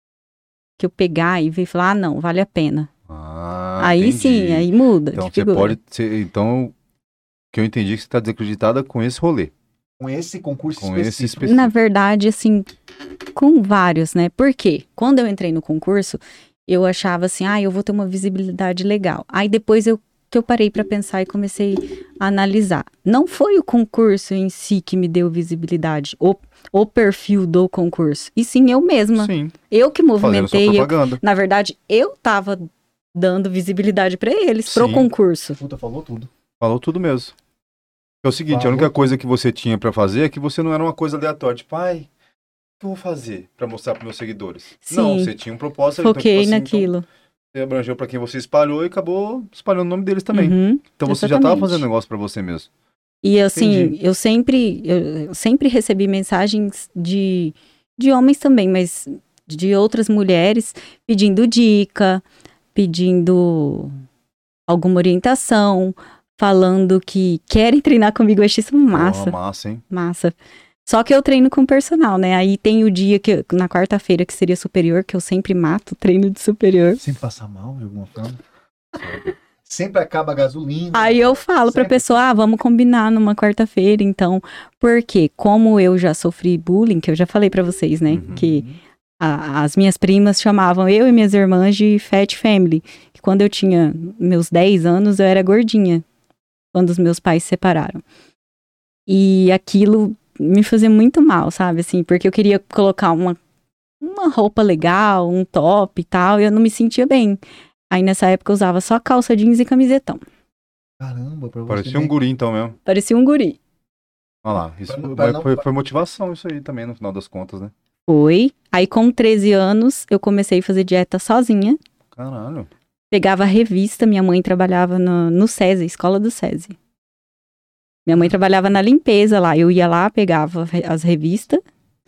que eu pegar e ver e falar, ah, não, vale a pena. Ah, aí entendi. sim, aí muda Então de você figura. pode ser. Então, Que eu entendi que você tá desacreditada com esse rolê. Com esse concurso Com esse específico. específico. Na verdade, assim, com vários, né? Por quê? Quando eu entrei no concurso, eu achava assim, ah, eu vou ter uma visibilidade legal. Aí depois eu, que eu parei pra pensar e comecei a analisar. Não foi o concurso em si que me deu visibilidade, o, o perfil do concurso. E sim, eu mesma. Sim, Eu que fazendo sua movimentei. Eu, propaganda. na verdade, eu tava dando visibilidade pra eles, pro Sim. concurso. Puta, falou tudo. Falou tudo mesmo. É o seguinte, Falou a única tudo. coisa que você tinha pra fazer é que você não era uma coisa aleatória. Tipo, ai, o que eu vou fazer pra mostrar pros meus seguidores? Sim. Não, você tinha um propósito. Foquei então, tipo assim, naquilo. Então, você abrangeu pra quem você espalhou e acabou espalhando o nome deles também. Uhum, Então você já tava exatamente. fazendo negócio pra você mesmo. E assim, Entendi. eu sempre, eu, eu sempre recebi mensagens de, de homens também, mas de outras mulheres pedindo dica, pedindo alguma orientação, falando que querem treinar comigo. Eu achei isso massa, Porra, massa, hein? massa. Só que eu treino com personal, né? Aí tem o dia que, eu- na quarta-feira, que seria superior, que eu sempre mato treino de superior. Sempre passar mal de alguma forma. Sempre acaba a gasolina. Aí eu falo pra Sempre. pessoa, ah, vamos combinar numa quarta-feira, então. Porque como eu já sofri bullying, que eu já falei pra vocês, né? Uhum. Que a- as minhas primas chamavam eu e minhas irmãs de Fat Family. Que quando eu tinha meus dez anos, eu era gordinha. Quando os meus pais se separaram. E aquilo me fazia muito mal, sabe? Assim, porque eu queria colocar uma, uma roupa legal, um top e tal, e eu não me sentia bem. Aí nessa época eu usava só calça jeans e camisetão. Caramba, pra você. Parecia um nem- guri então mesmo. Parecia um guri. Olha lá, isso Pra não- foi, pra não- foi, foi motivação isso aí também, no final das contas, né? Foi. Aí com treze anos eu comecei a fazer dieta sozinha. Caralho. Pegava a revista, minha mãe trabalhava no, no SESI, escola do SESI. Minha mãe trabalhava na limpeza lá. Eu ia lá, pegava re- as revistas,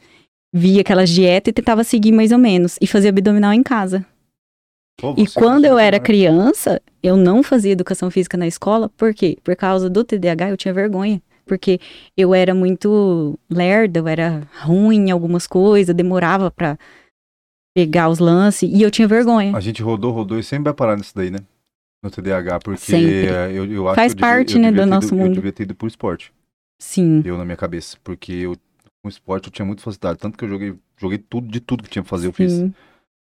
via aquelas dietas e tentava seguir mais ou menos. E fazia abdominal em casa. Pô, E você quando fez eu era demais. criança, eu não fazia educação física na escola. Por quê? Por causa do T D A H, eu tinha vergonha. Porque eu era muito lerda, eu era ruim em algumas coisas, demorava pra pegar os lances. E eu tinha vergonha. A gente rodou, rodou e sempre vai parar nisso daí, né? No T D A H, porque Sempre. eh, eu, eu acho Faz que eu devia- parte, eu né, devia do ter nosso ido- Eu mundo. devia ter ido por esporte, Sim. eu na minha cabeça. Porque eu, com esporte eu tinha muita facilidade. Tanto que eu joguei, joguei tudo, de tudo que tinha pra fazer, eu fiz. Sim.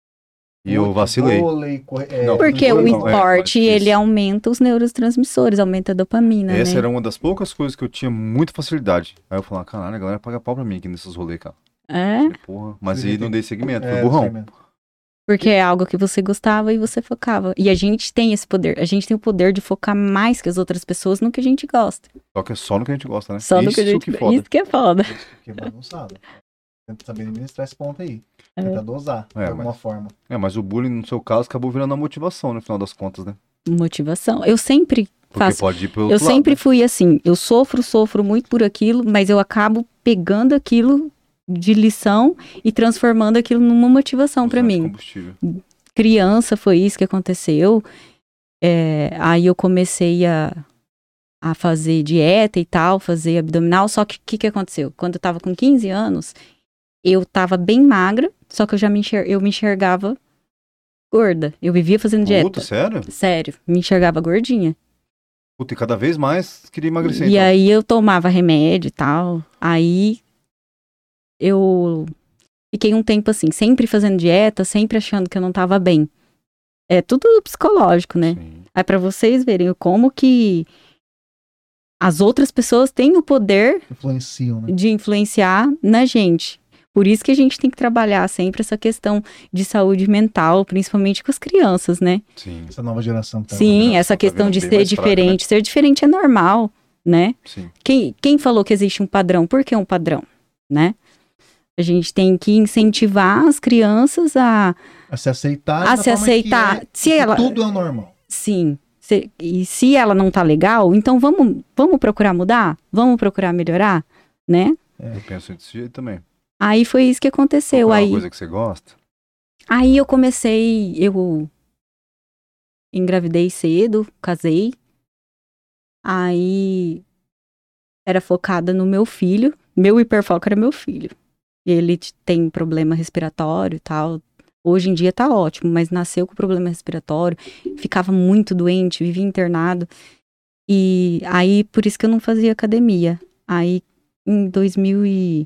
E eu vacilei. Vôlei, corre- é, Não, Porque Não, o não, é, esporte, mas ele isso. aumenta os neurotransmissores, aumenta a dopamina, Essa né? era uma das poucas coisas que eu tinha muita facilidade. Aí eu falava, caralho, a galera paga pau pra mim aqui nesses rolês, cara. É, Falei, porra. Mas aí não dei segmento, é, foi burrão. segmento. porque é algo que você gostava e você focava. E a gente tem esse poder. A gente tem o poder de focar mais que as outras pessoas no que a gente gosta. Só que é só no que a gente gosta, né? Só no Isso que a gente que gosta. foda. Isso que é foda. Que é bagunçado. Tenta saber administrar esse ponto aí. É. Tenta dosar, É, de alguma mas- forma. É, mas o bullying, no seu caso, acabou virando a motivação, no final das contas, né? Motivação. Eu sempre Porque faço. pode ir pelo Eu outro lado, sempre né? fui assim. Eu sofro, sofro muito por aquilo, mas eu acabo pegando aquilo de lição e transformando aquilo numa motivação pra Usar de mim. combustível. Criança, foi isso que aconteceu. É, aí eu comecei a, a fazer dieta e tal, fazer abdominal. Só que o que, que aconteceu? Quando eu tava com quinze anos, eu tava bem magra, só que eu já me, enxer- eu me enxergava gorda. Eu vivia fazendo dieta. Puta, sério? Sério, me enxergava gordinha. Puta, e cada vez mais queria emagrecer, E então. aí eu tomava remédio e tal. Aí eu fiquei um tempo assim, sempre fazendo dieta, sempre achando que eu não tava bem. É tudo psicológico, né? Sim. Aí pra vocês verem como que as outras pessoas têm o poder Influenciam, né? de influenciar na gente. Por isso que a gente tem que trabalhar sempre essa questão de saúde mental, principalmente com as crianças, né? Sim, Essa nova geração. Tá Sim, geração essa tá questão vindo de bem ser mais fraca, né? diferente. Ser diferente é normal, né? sim. Quem, quem falou que existe um padrão? Por que um padrão, né? A gente tem que incentivar as crianças a, A se aceitar. a da se forma aceitar. que é, Se que ela, tudo é o normal. sim. Se- e se ela não tá legal, então vamos, vamos procurar mudar? Vamos procurar melhorar, né? Eu penso desse jeito também. Aí foi isso que aconteceu. Procurar Aí, uma coisa que você gosta. aí eu comecei, eu engravidei cedo, casei. Aí era focada no meu filho. Meu hiperfoco era meu filho. Ele t- tem problema respiratório e tal. Hoje em dia tá ótimo, mas nasceu com problema respiratório. Ficava muito doente, vivia internado. E aí, por isso que eu não fazia academia. Aí, em dois mil e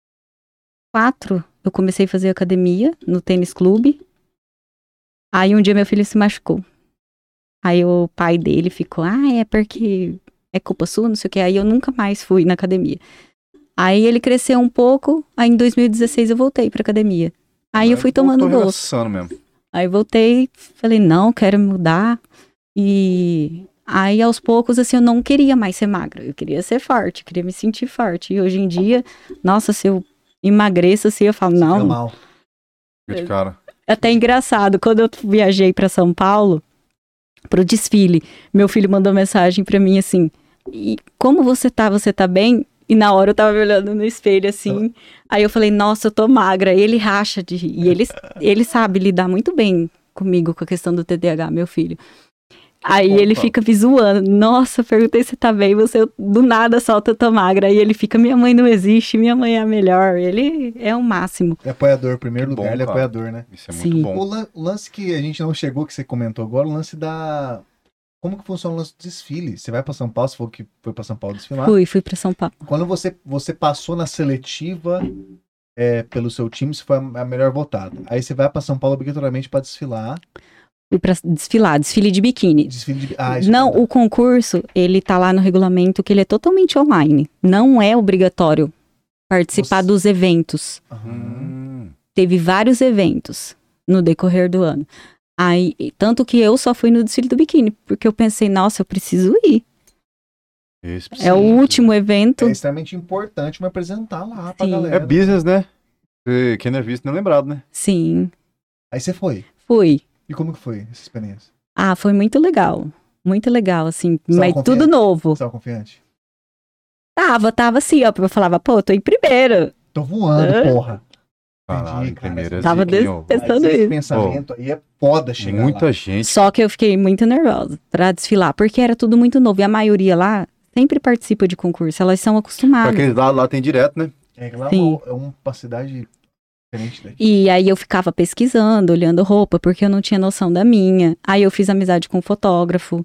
quatro, eu comecei a fazer academia no tênis clube. Aí, um dia, meu filho se machucou. Aí, o pai dele ficou, ah, é porque é culpa sua, não sei o que. Aí, eu nunca mais fui na academia. Aí, ele cresceu um pouco. Aí, em dois mil e dezesseis, eu voltei pra academia. Aí, eu fui tomando gosto. Mesmo. Aí, voltei, falei, não, quero mudar. E... Aí, aos poucos, assim, eu não queria mais ser magra. Eu queria ser forte, eu queria me sentir forte. E hoje em dia, nossa, se eu emagreço, assim, eu falo, não. mal. De cara. É até engraçado, quando eu viajei pra São Paulo, pro desfile, meu filho mandou mensagem pra mim, assim, e como você tá? Você tá bem? E na hora eu tava me olhando no espelho, assim, aí eu falei, nossa, eu tô magra. E ele racha de rir. E ele, ele sabe lidar muito bem comigo, com a questão do T D A H, meu filho. Aí bom, ele pô. fica me zoando. Nossa, perguntei se tá bem, você do nada solta, eu tô magra. Aí ele fica, minha mãe não existe, minha mãe é a melhor. Ele é o máximo. É apoiador, primeiro Que lugar, bom, ele é cara. apoiador, né? Isso é Sim. muito O, bom. lan- o lance que a gente não chegou, que você comentou agora, o lance da... Como que funciona o lance do desfile? Você vai pra São Paulo, você falou que foi pra São Paulo desfilar. Fui, fui pra São Paulo. Quando você, você passou na seletiva é, pelo seu time, você foi a a melhor votada. Aí você vai pra São Paulo obrigatoriamente pra desfilar. Fui pra desfilar, desfile de biquíni. Desfile de... Ah, isso Não, que eu ia o concurso, ele tá lá no regulamento que ele é totalmente online. Não é obrigatório participar Você- dos eventos. falar. Aham. Hum, Teve vários eventos no decorrer do ano. Aí, e tanto que eu só fui no desfile do biquíni, porque eu pensei, nossa, eu preciso ir. esse É o precisa. último evento. É extremamente importante me apresentar lá pra Sim. galera. É business, né? Você- Quem não é visto não é lembrado, né? Sim, Aí você foi. fui. E como que foi essa experiência? Ah, foi muito legal. Muito legal, assim. Você mas tava tudo confiante? novo. Você tava confiante? Tava, tava assim, ó. Eu falava, pô, eu tô em primeiro. Tô voando, Hã? porra. Caralho, Entendi, em cara. primeira Essa- Tava ziquinha, ó. des- Pensando Mas esse isso. pensamento aí é foda chegar Muita lá. gente. Só que eu fiquei muito nervosa pra desfilar, porque era tudo muito novo. E a maioria lá sempre participa de concurso. Elas são Pra acostumadas. aqueles lados lá tem direto, né? É que lá Sim. é uma capacidade diferente daqui. E aí eu ficava pesquisando, olhando roupa, porque eu não tinha noção da minha. Aí eu fiz amizade com um fotógrafo.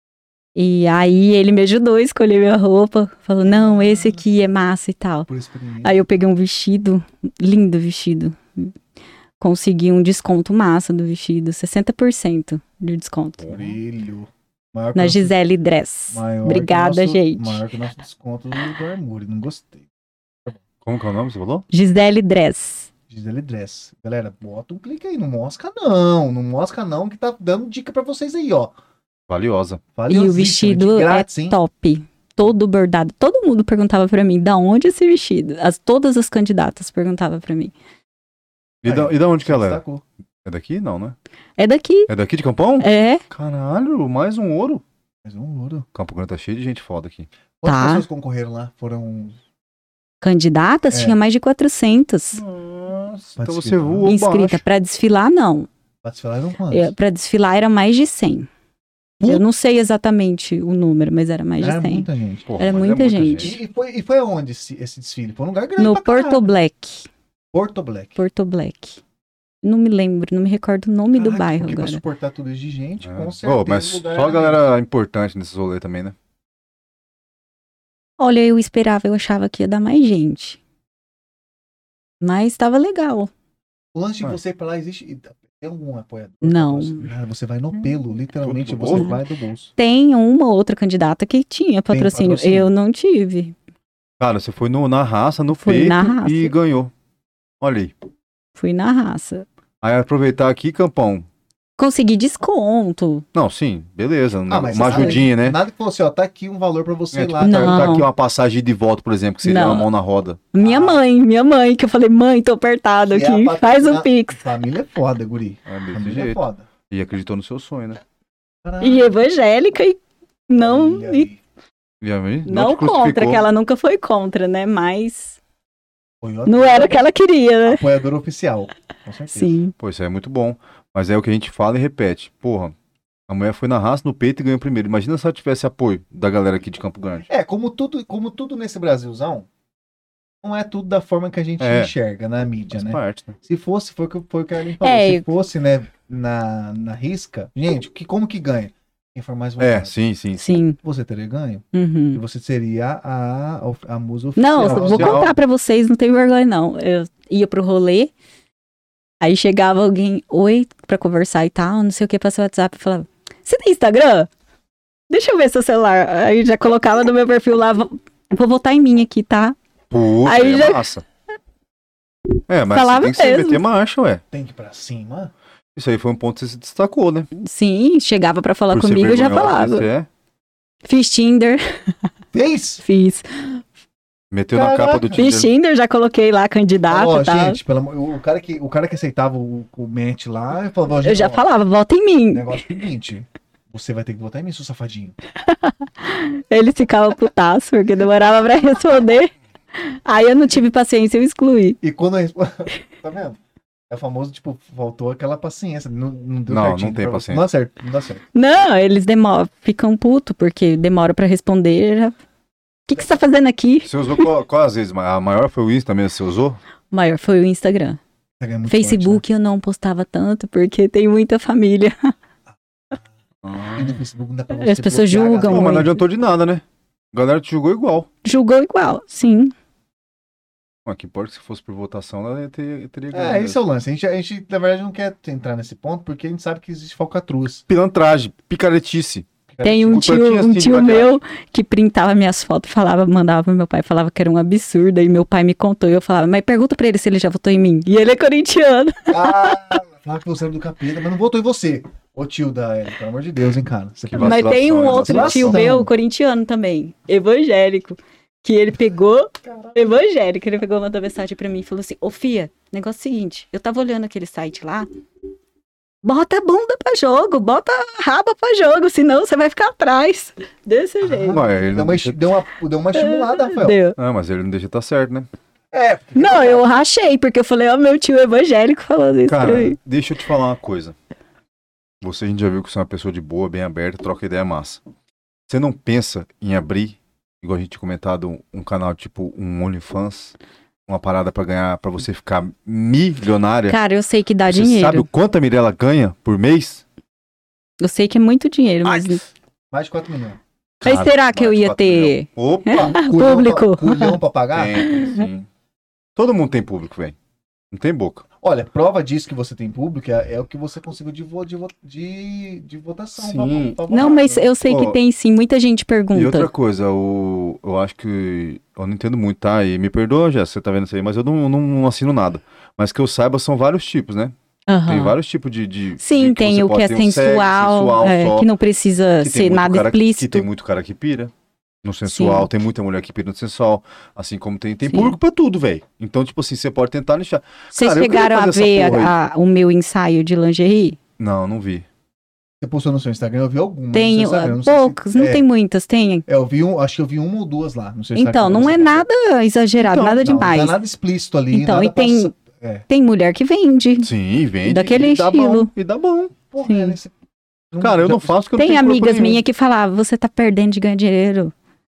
E aí ele me ajudou a escolher minha roupa. Falou, não, esse aqui é massa e tal. Por experiência. Aí eu peguei um vestido, lindo vestido. Consegui um desconto massa do vestido, sessenta por cento de desconto. Brilho. Maior que Na nosso- Gisele Dress. maior Obrigada, que nosso- gente. Maior que o nosso desconto do Glamour. Não gostei. Como que é o nome, você falou? Gisele Dress. Gisele Dress. Galera, bota um clique aí. Não mosca não. Não mosca não, que tá dando dica pra vocês aí, ó. Valiosa. E o Valiosíssimo, vestido de grátis, é hein? top. Todo bordado. Todo mundo perguntava pra mim, da onde esse vestido? As, todas as candidatas perguntavam pra mim. E, Aí, da, e da onde que ela é? Destacou. É daqui? Não, né? É daqui. É daqui de Campão? É. Caralho, mais um ouro. Mais um ouro. Campo Grande tá cheio de gente foda aqui. Quantas Tá. pessoas concorreram lá? Foram... Candidatas, É. tinha mais de quatrocentas. Nossa, Pode então ser, você tá? voou Inscrita. baixo. Pra desfilar, não. Participaram quantos? Eu, pra desfilar era mais de cem. Puta. Eu não sei exatamente o número, mas era mais de Era cem. muita gente. Porra, Era mas é muita gente. E, e foi, e foi aonde esse, esse desfile? Foi um lugar grande No pra Porto caralho. Black. Porto Black. Porto Black. Não me lembro, não me recordo o nome do Caraca, bairro porque pra agora. suportar tudo isso de gente, É. com certeza. Ô, mas o lugar só a era galera importante nesses rolês também, né? Olha, eu esperava, eu achava que ia dar mais gente. Mas tava legal. O lance de Ué. você ir pra lá existe. Tem algum apoiador? Não. Ah, você vai no pelo, literalmente. Tudo do Você bolso? vai do bolso. Tem uma outra candidata que tinha patrocínio. patrocínio. Eu não tive. Cara, você foi no, na raça, no Fui peito na raça. e ganhou. Olha aí. Fui na raça. Aí aproveitar aqui, Campão. Consegui desconto. Não, sim, beleza. Ah, mas uma você sabe, ajudinha, né? Nada que falou assim, ó, tá aqui um valor pra você É, ir tipo, lá. tá, Não. tá aqui uma passagem de volta, por exemplo, que seria Não. uma mão na roda. Minha Ah. mãe, minha mãe, que eu falei, mãe, tô apertado Que é a aqui. Faz um patrocina- pix. Família é foda, guri. É desse Família é jeito. foda. E acreditou no seu sonho, né? Caralho. E evangélica e não, Família e aí. E aí, não te crucificou. contra, que ela nunca foi contra, né? Mas Foi outra- não era o que ela queria, né? Apoiador oficial. Com certeza. Sim. Pô, isso aí é muito bom. Mas é o que a gente fala e repete. Porra, a mulher foi na raça, no peito e ganhou primeiro. Imagina se ela tivesse apoio da galera aqui de Campo Grande. É, como tudo, como tudo nesse Brasilzão, não é tudo da forma que a gente É. enxerga na mídia, Faz né? parte, né? Se fosse, foi o que, foi o que a Arlene falou, É, se eu- fosse, né, na, na risca, gente, que, como que ganha? Quem for mais É, votado. sim, sim. Sim. Você teria ganho? Uhum. E você seria a, a musa oficial. Não, eu vou oficial. contar pra vocês, não tem vergonha não. Eu ia pro rolê, aí chegava alguém, oi, pra conversar e tal, não sei o que, passou o WhatsApp e falava, você tem Instagram? Deixa eu ver seu celular. Aí já colocava no meu perfil lá, vou, vou votar em mim aqui, tá? Puta, Aí é já- massa. É, mas Falava você tem que se mesmo. meter marcha, ué. Tem que ir pra cima. Isso aí foi um ponto que você se destacou, né? Sim, chegava pra falar Por ser comigo, eu já vergonhosa, falava. você é. Fiz Tinder, Fez? fiz. Meteu na Caraca. capa do Tinder. Fiz Tinder, já coloquei lá candidato Ó, e tal. gente, pelo amor- o, cara que, o cara que aceitava o, o match lá, eu falava, ó, gente, Eu já ó, falava, vota em mim. negócio é o seguinte, você vai ter que votar em mim, seu safadinho. Ele ficava putaço, porque demorava pra responder. Aí eu não tive paciência, eu excluí. E quando eu respondo, tá vendo? É o famoso, tipo, faltou aquela paciência, não, não deu Não, certinho não tem pra- paciência. Não dá certo, não dá certo. Não, eles demoram, ficam putos, porque demora pra responder. Já... O que, que você tá fazendo aqui? Você usou qual, qual às vezes? A maior foi o Insta mesmo, você usou? O maior foi o Instagram. É muito Facebook eu não postava tanto, porque tem muita família. forte, né? E no Facebook não dá pra As pessoas bloquear a julgam. Pô, galera. mas não muito. adiantou de nada, né? A galera te julgou igual. Julgou igual, sim. Mas que importa, se fosse por votação, ela teria, teria É, esse é o lance. A gente, a gente, na verdade, não quer entrar nesse ponto, porque a gente sabe que existe falcatruas. Pilantragem, picaretice. Tem um Tipo, tio, tantinho um assim, tio de meu que printava minhas fotos, falava, mandava pro meu pai, falava que era um absurdo. Aí meu pai me contou e eu falava, mas pergunta pra ele se ele já votou em mim. E ele é corintiano. Ah, falava que você era do capeta, mas não votou em você. Ô tio da Ellen, pelo amor de Deus, hein, cara. Você Que tá- Mas tem um vacilação, outro vacilação. tio meu, corintiano também, evangélico, que ele pegou, evangélico, ele pegou, mandou mensagem pra mim e falou assim, ô Fia, negócio é o seguinte, eu tava olhando aquele site lá, bota a bunda pra jogo, bota a raba pra jogo, senão você vai ficar atrás. Desse jeito. Não, ele Deu não uma, deixa... deu, uma, deu uma estimulada, Rafael. Deu. Ah, mas ele não deixa estar certo, né? É, Não, eu rachei, porque eu falei, ó, meu tio evangélico falando isso pra Cara, mim. deixa eu te falar uma coisa. Você, a gente já viu que você é uma pessoa de boa, bem aberta, troca ideia massa. Você não pensa em abrir, igual a gente tinha comentado, um canal tipo um OnlyFans, uma parada pra ganhar, pra você ficar milionária? Cara, eu sei que dá Você dinheiro. sabe o quanto a Mirella ganha por mês? Eu sei que é muito dinheiro, mas... mais de quatro milhões. Mas Cara, será que eu mais de ia quatro ter... milhões. Opa! Culhão Público. Pra, culhão pra pagar? Tem, tem sim. Todo mundo tem público, velho. Não tem boca. Olha, prova disso que você tem público é, é o que você conseguiu de, vo- de, vo- de, de votação. Sim. pra- pra Não, votar. mas eu sei que Ó, tem sim, muita gente E pergunta. outra coisa, o, eu acho que. Eu não entendo muito, tá? E me perdoa, já, você tá vendo isso aí, mas eu não, não, não assino nada. Mas que eu saiba, são vários tipos, né? Aham. Tem vários tipos de. de Sim, de tem você o pode que é ter um sexo sensual, sensual é, só, que não precisa que tem ser muito nada cara que- explícito. Que tem muito cara que pira no sensual, Sim. tem muita mulher que pira no sensual, assim como tem, tem Sim. público pra tudo, velho. Então, tipo assim, você pode tentar nichar. Vocês Cara, eu queria chegaram a fazer ver essa porra a- a- o meu ensaio de lingerie? Não, não vi. Você postou no seu Instagram, eu vi algumas. Tem no seu Instagram, uh, não sei se- poucos, não é, tem muitas, tem. É, eu vi um, acho que eu vi uma ou duas lá no seu Instagram. Então, não é nada exagerado, Então, nada não, demais. Não é nada explícito ali. Então, nada e tem- passa- É. Tem mulher que vende. Sim, vende. Daquele e dá estilo. bom, e dá bom. Porra, Sim. Ellen, você- Cara, eu não faço porque eu não Tem tenho corpo amigas nenhum. minhas que falavam, você tá perdendo de ganhar dinheiro.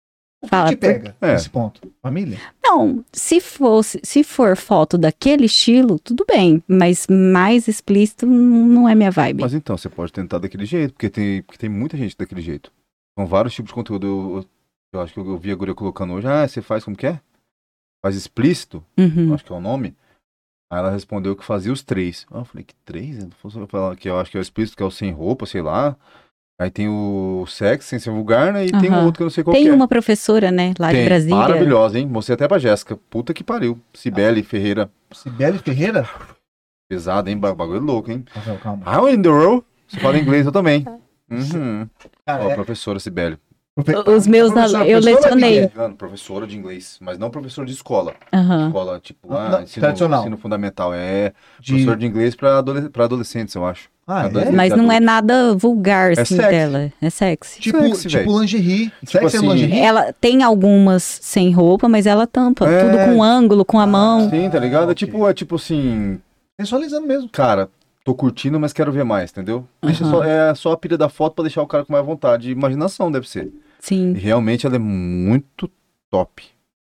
O que Fala, te pega É. nesse ponto? Família? Não, se fosse, se for foto daquele estilo, tudo bem, mas mais explícito não é minha vibe. Mas então, você pode tentar daquele jeito, porque tem, porque tem muita gente daquele jeito. São vários tipos de conteúdo. Eu, eu- eu acho que eu vi a guria colocando hoje. Ah, você faz como que é? Faz explícito? Uhum. Acho que é o nome. Aí ela respondeu que fazia os três. Ah, eu falei, que três? Eu não fosse falar que eu acho que é o explícito, que é o sem roupa, sei lá. Aí tem o sexo, sem ser vulgar, né? E tem um Aham. outro que eu não sei qual Tem que é. uma professora, né, lá de Tem, Brasília. maravilhosa, hein? Mostrei até pra Jéssica. Puta que pariu. Cibele Ferreira. Sibeli Ferreira? Pesada, hein? Ba- Bagulho louco, hein? Rafael, calma. How in the world? Você fala inglês, eu também. Uhum. Cara, Ó, é- professora Cibele. profe- Os meus, Professora, eu professora, lecionei. Miguel? Engano, professora de inglês, mas não professora de escola. Aham. Escola, tipo, Não, ah, não, ensino, tradicional. ensino fundamental. É De... professor de inglês pra, adole pra adolescentes, eu acho. Ah, é? Adolescente. Mas não é nada vulgar, É assim, sexy. dela. É sexy. Tipo, Sexy, tipo velho. lingerie. Tipo Sexy é assim, lingerie? Ela tem algumas sem roupa, mas ela tampa. É. Tudo com ângulo, com a mão. Sim, tá ligado? É ok. tipo, é tipo assim, Sensualizando mesmo. cara, tô curtindo, mas quero ver mais, entendeu? Deixa Aham. só, é só a pilha da foto pra deixar o cara com mais vontade. Imaginação deve ser. E Sim. realmente ela é muito top.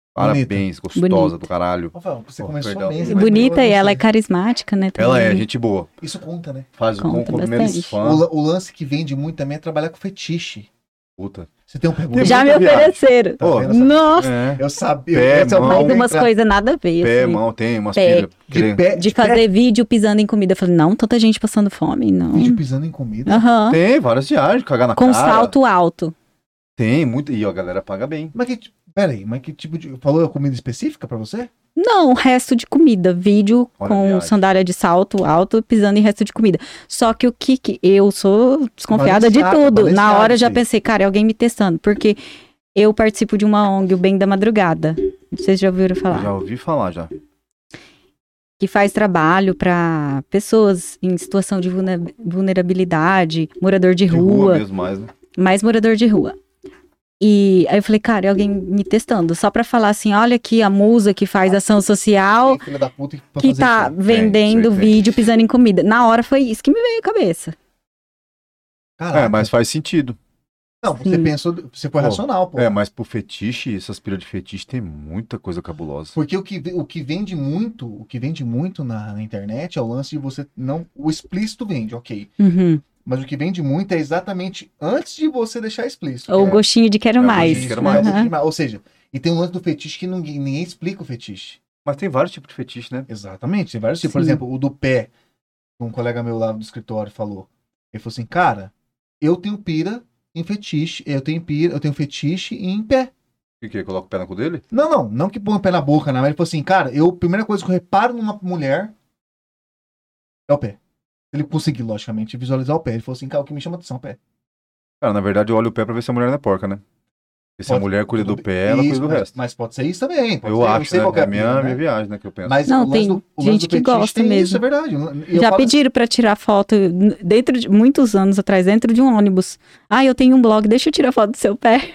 Parabéns, gostosa Bonita. do caralho. Rafael, você Pô, começou perdão. bem. você E vai bonita ver, e eu não ela é sei. carismática, né? Ela é, também. gente boa. Isso conta, né? Faz com Conta com primeiros bastante. O, fãs. la- o lance que vende muito também é trabalhar com fetiche. Puta. Você tem um pergunta? Já me muita viagem. ofereceram. Tá Pô, vendo essa- Nossa, É. Eu sabia. Pé, esse é o mão. ponto mas de umas entrar. coisas nada a ver. Pé, assim. mão, tem umas Pé. pilhas. De pé, De fazer vídeo pisando em comida. Eu falei, não, tanta gente passando fome, não. Vídeo pisando em comida. Aham. Tem várias viagens, cagar na Com cara. salto alto. Tem, muito. E ó, a galera paga bem. Mas que. Pera aí, mas que tipo de. Falou a comida específica pra você? Não, resto de comida. Vídeo Olha a com viagem. sandália de salto alto, pisando em resto de comida. Só que o que que eu sou desconfiada de Balenciaga, tudo. Na Balenciaga, hora eu já sim. pensei, cara, é alguém me testando. Porque eu participo de uma O N G, o Bem da Madrugada. Vocês já ouviram Eu falar? já ouvi falar já. Que faz trabalho para pessoas em situação de vulne- vulnerabilidade, morador de, De rua, rua mesmo mais, né? mais morador de rua. E aí eu falei, cara, é alguém me testando, só pra falar assim, olha aqui a musa que faz ação social, Tem filha da puta que, pra que fazer tá isso aí. vendendo Tem, tem. vídeo pisando em comida. Na hora foi isso que me veio à cabeça. Caraca. É, mas faz sentido. Não, você Sim. pensou. Você foi Pô, racional, pô. É, mas pro fetiche, essas pilhas de fetiche tem muita coisa cabulosa. Porque o que, ve- o que vende muito, o que vende muito na, na internet é o lance de você não. O explícito vende, ok. Uhum. Mas o que vende muito é exatamente antes de você deixar explícito. Ou o que é- gostinho de quero É o mais. gostinho de quero Mas, mais. Aham. Ou seja, e tem um lance do fetiche que ninguém, ninguém explica o fetiche. Mas tem vários tipos de fetiche, né? Exatamente, tem vários tipos. Por Sim. exemplo, o do pé, um colega meu lá do escritório falou. Ele falou assim, cara, eu tenho pira em fetiche, eu tenho pira, eu tenho fetiche em pé. O que que é? Coloca o pé na cu dele? Não, não, não que põe o pé na boca, não. Mas ele falou assim, cara, eu, a primeira coisa que eu reparo numa mulher é o pé. Ele conseguiu, logicamente, visualizar o pé. Ele falou assim, cara, o que me chama atenção é o pé. Cara, na verdade eu olho o pé pra ver se a mulher não é porca, né? Porque se a Pode- mulher cuida do tudo pé, ela Isso, cuida do mas, resto. Mas pode ser isso também. pode Eu ser, não acho, sei né? qual que É é a a minha, pira, né? minha viagem, né? Que eu penso. Mas Não, o lance tem do, o lance gente do que fetiche gosta tem mesmo. Isso é verdade. E eu Já falo pediram pra tirar foto n- dentro de muitos anos atrás, dentro de um ônibus. Ah, eu tenho um blog, deixa eu tirar foto do seu pé.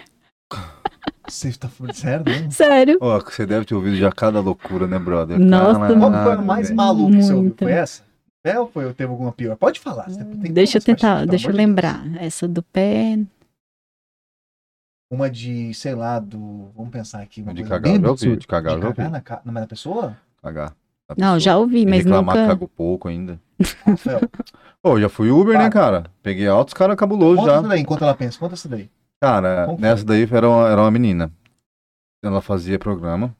assim, você tá falando sério, né? Sério. Ó, que você deve ter ouvido já cada loucura, né, brother? Nossa, Caralho, Qual que foi a mais velho. maluca que você ouviu? Muita. Foi essa? É ou foi, teve alguma pior? Pode falar. Você tem Deixa eu todas as tentar, partes, deixa eu pelo amor de lembrar. Essa do pé. Deus. Uma de, sei lá, do. Vamos pensar aqui. Uma De coisa cagar, bem eu já absurda. ouvi. De cagar, eu De já ouvi. cagar na, ca... na, na pessoa? Cagar. A Não, pessoa. já ouvi, E mas reclamar que nunca. cago pouco ainda. Rafael, Pô, já fui Uber, né, Vai. cara? Peguei altos caras cabulosos conta já. essa daí, enquanto ela pensa. Conta essa daí. Cara, Como nessa foi? daí era uma, era uma menina. Ela fazia programa.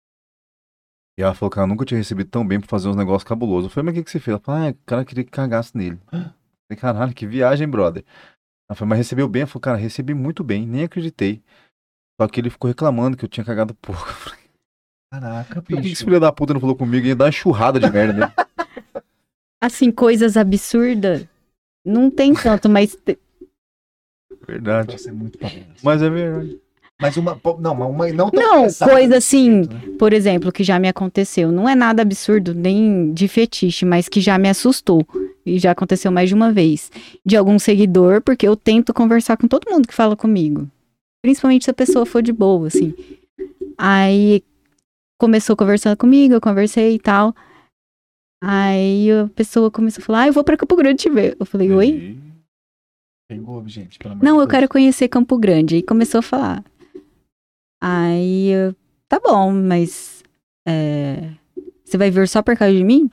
E ela falou que ela nunca tinha recebido tão bem pra fazer uns negócios cabulosos. Eu falei, mas o que, que você fez? Ela falou, ah, o cara queria que cagasse nele. Eu falei, caralho, que viagem, brother. Ela falou, mas recebeu bem? Eu falei, cara, recebi muito bem, nem acreditei. Só que ele ficou reclamando que eu tinha cagado pouco. Eu falei, Caraca, por que que esse bicho. filho da puta não falou comigo? Ia dar uma enxurrada de merda nele. Assim, coisas absurdas. Não tem tanto, mas. te- Verdade. Nossa, é muito padrão. Mas é verdade. Mas uma. pô, Não, mas uma não tão Não, pesada coisa desse assim. jeito, né? Por exemplo, que já me aconteceu. Não é nada absurdo, nem de fetiche, mas que já me assustou. E já aconteceu mais de uma vez. De algum seguidor, porque eu tento conversar com todo mundo que fala comigo. Principalmente se a pessoa for de boa, assim. Aí começou conversando comigo, eu conversei e tal. Aí a pessoa começou a falar, ah, eu vou pra Campo Grande te ver. Eu falei, oi? E- Pegou, gente, pelo amor Não, de eu Deus. quero conhecer Campo Grande. Aí começou a falar. Aí, eu, tá bom, mas é, você vai vir só por causa de mim?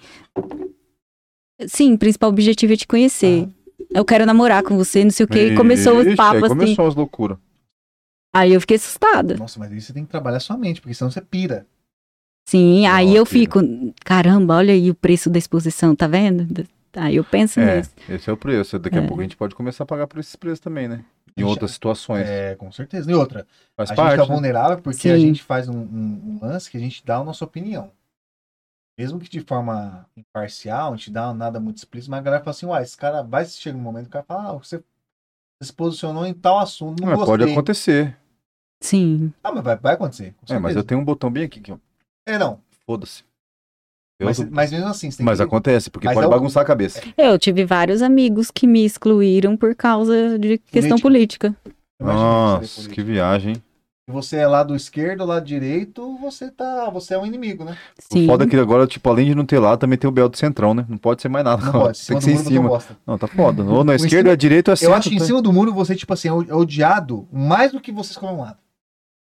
Sim, o principal objetivo é te conhecer. Eu quero namorar com você, não sei o que. E começou os Ixi, papos aí assim. começou as loucuras. Aí eu fiquei assustada. Nossa, mas aí você tem que trabalhar sua mente, porque senão você pira. Sim, aí Nossa, eu fico, caramba, olha aí o preço da exposição, tá vendo? Aí eu penso É, nisso. esse é o preço. Daqui a É. pouco a gente pode começar a pagar por esses preços também, né? Em Já- outras situações. É, com certeza. E outra, Faz a parte. gente tá né? vulnerável porque a Sim. gente faz um, um- um lance que a gente dá a nossa opinião. Mesmo que de forma imparcial, a gente dá nada muito explícito, mas a galera fala assim, uai, esse cara vai chegar um momento que o cara fala, ah, você se posicionou em tal assunto, não Mas gostei. pode acontecer. Sim. Ah, mas vai, vai acontecer. com É, mas certeza. eu tenho um botão bem aqui, que ó, É, não. foda-se. Eu Mas, tô- mas mesmo assim, você tem Mas que... acontece, porque Mas pode é o- bagunçar a cabeça. Eu tive vários amigos que me excluíram por causa de questão política. Imagina Nossa, você que político. viagem. Se você é lado esquerdo ou lado direito, você tá. Você é um inimigo, né? Sim. O foda é que agora, tipo, além de não ter lá, também tem o Bel do Centrão, né? Não pode ser mais nada. Não agora. pode. Tem Cima que do ser em muro você cima. gosta. Não, tá foda. Ou na O esquerda, cima- é direito, é Eu centro. acho que em tá- cima do muro você, tipo assim, é odiado mais do que você escolher um lado.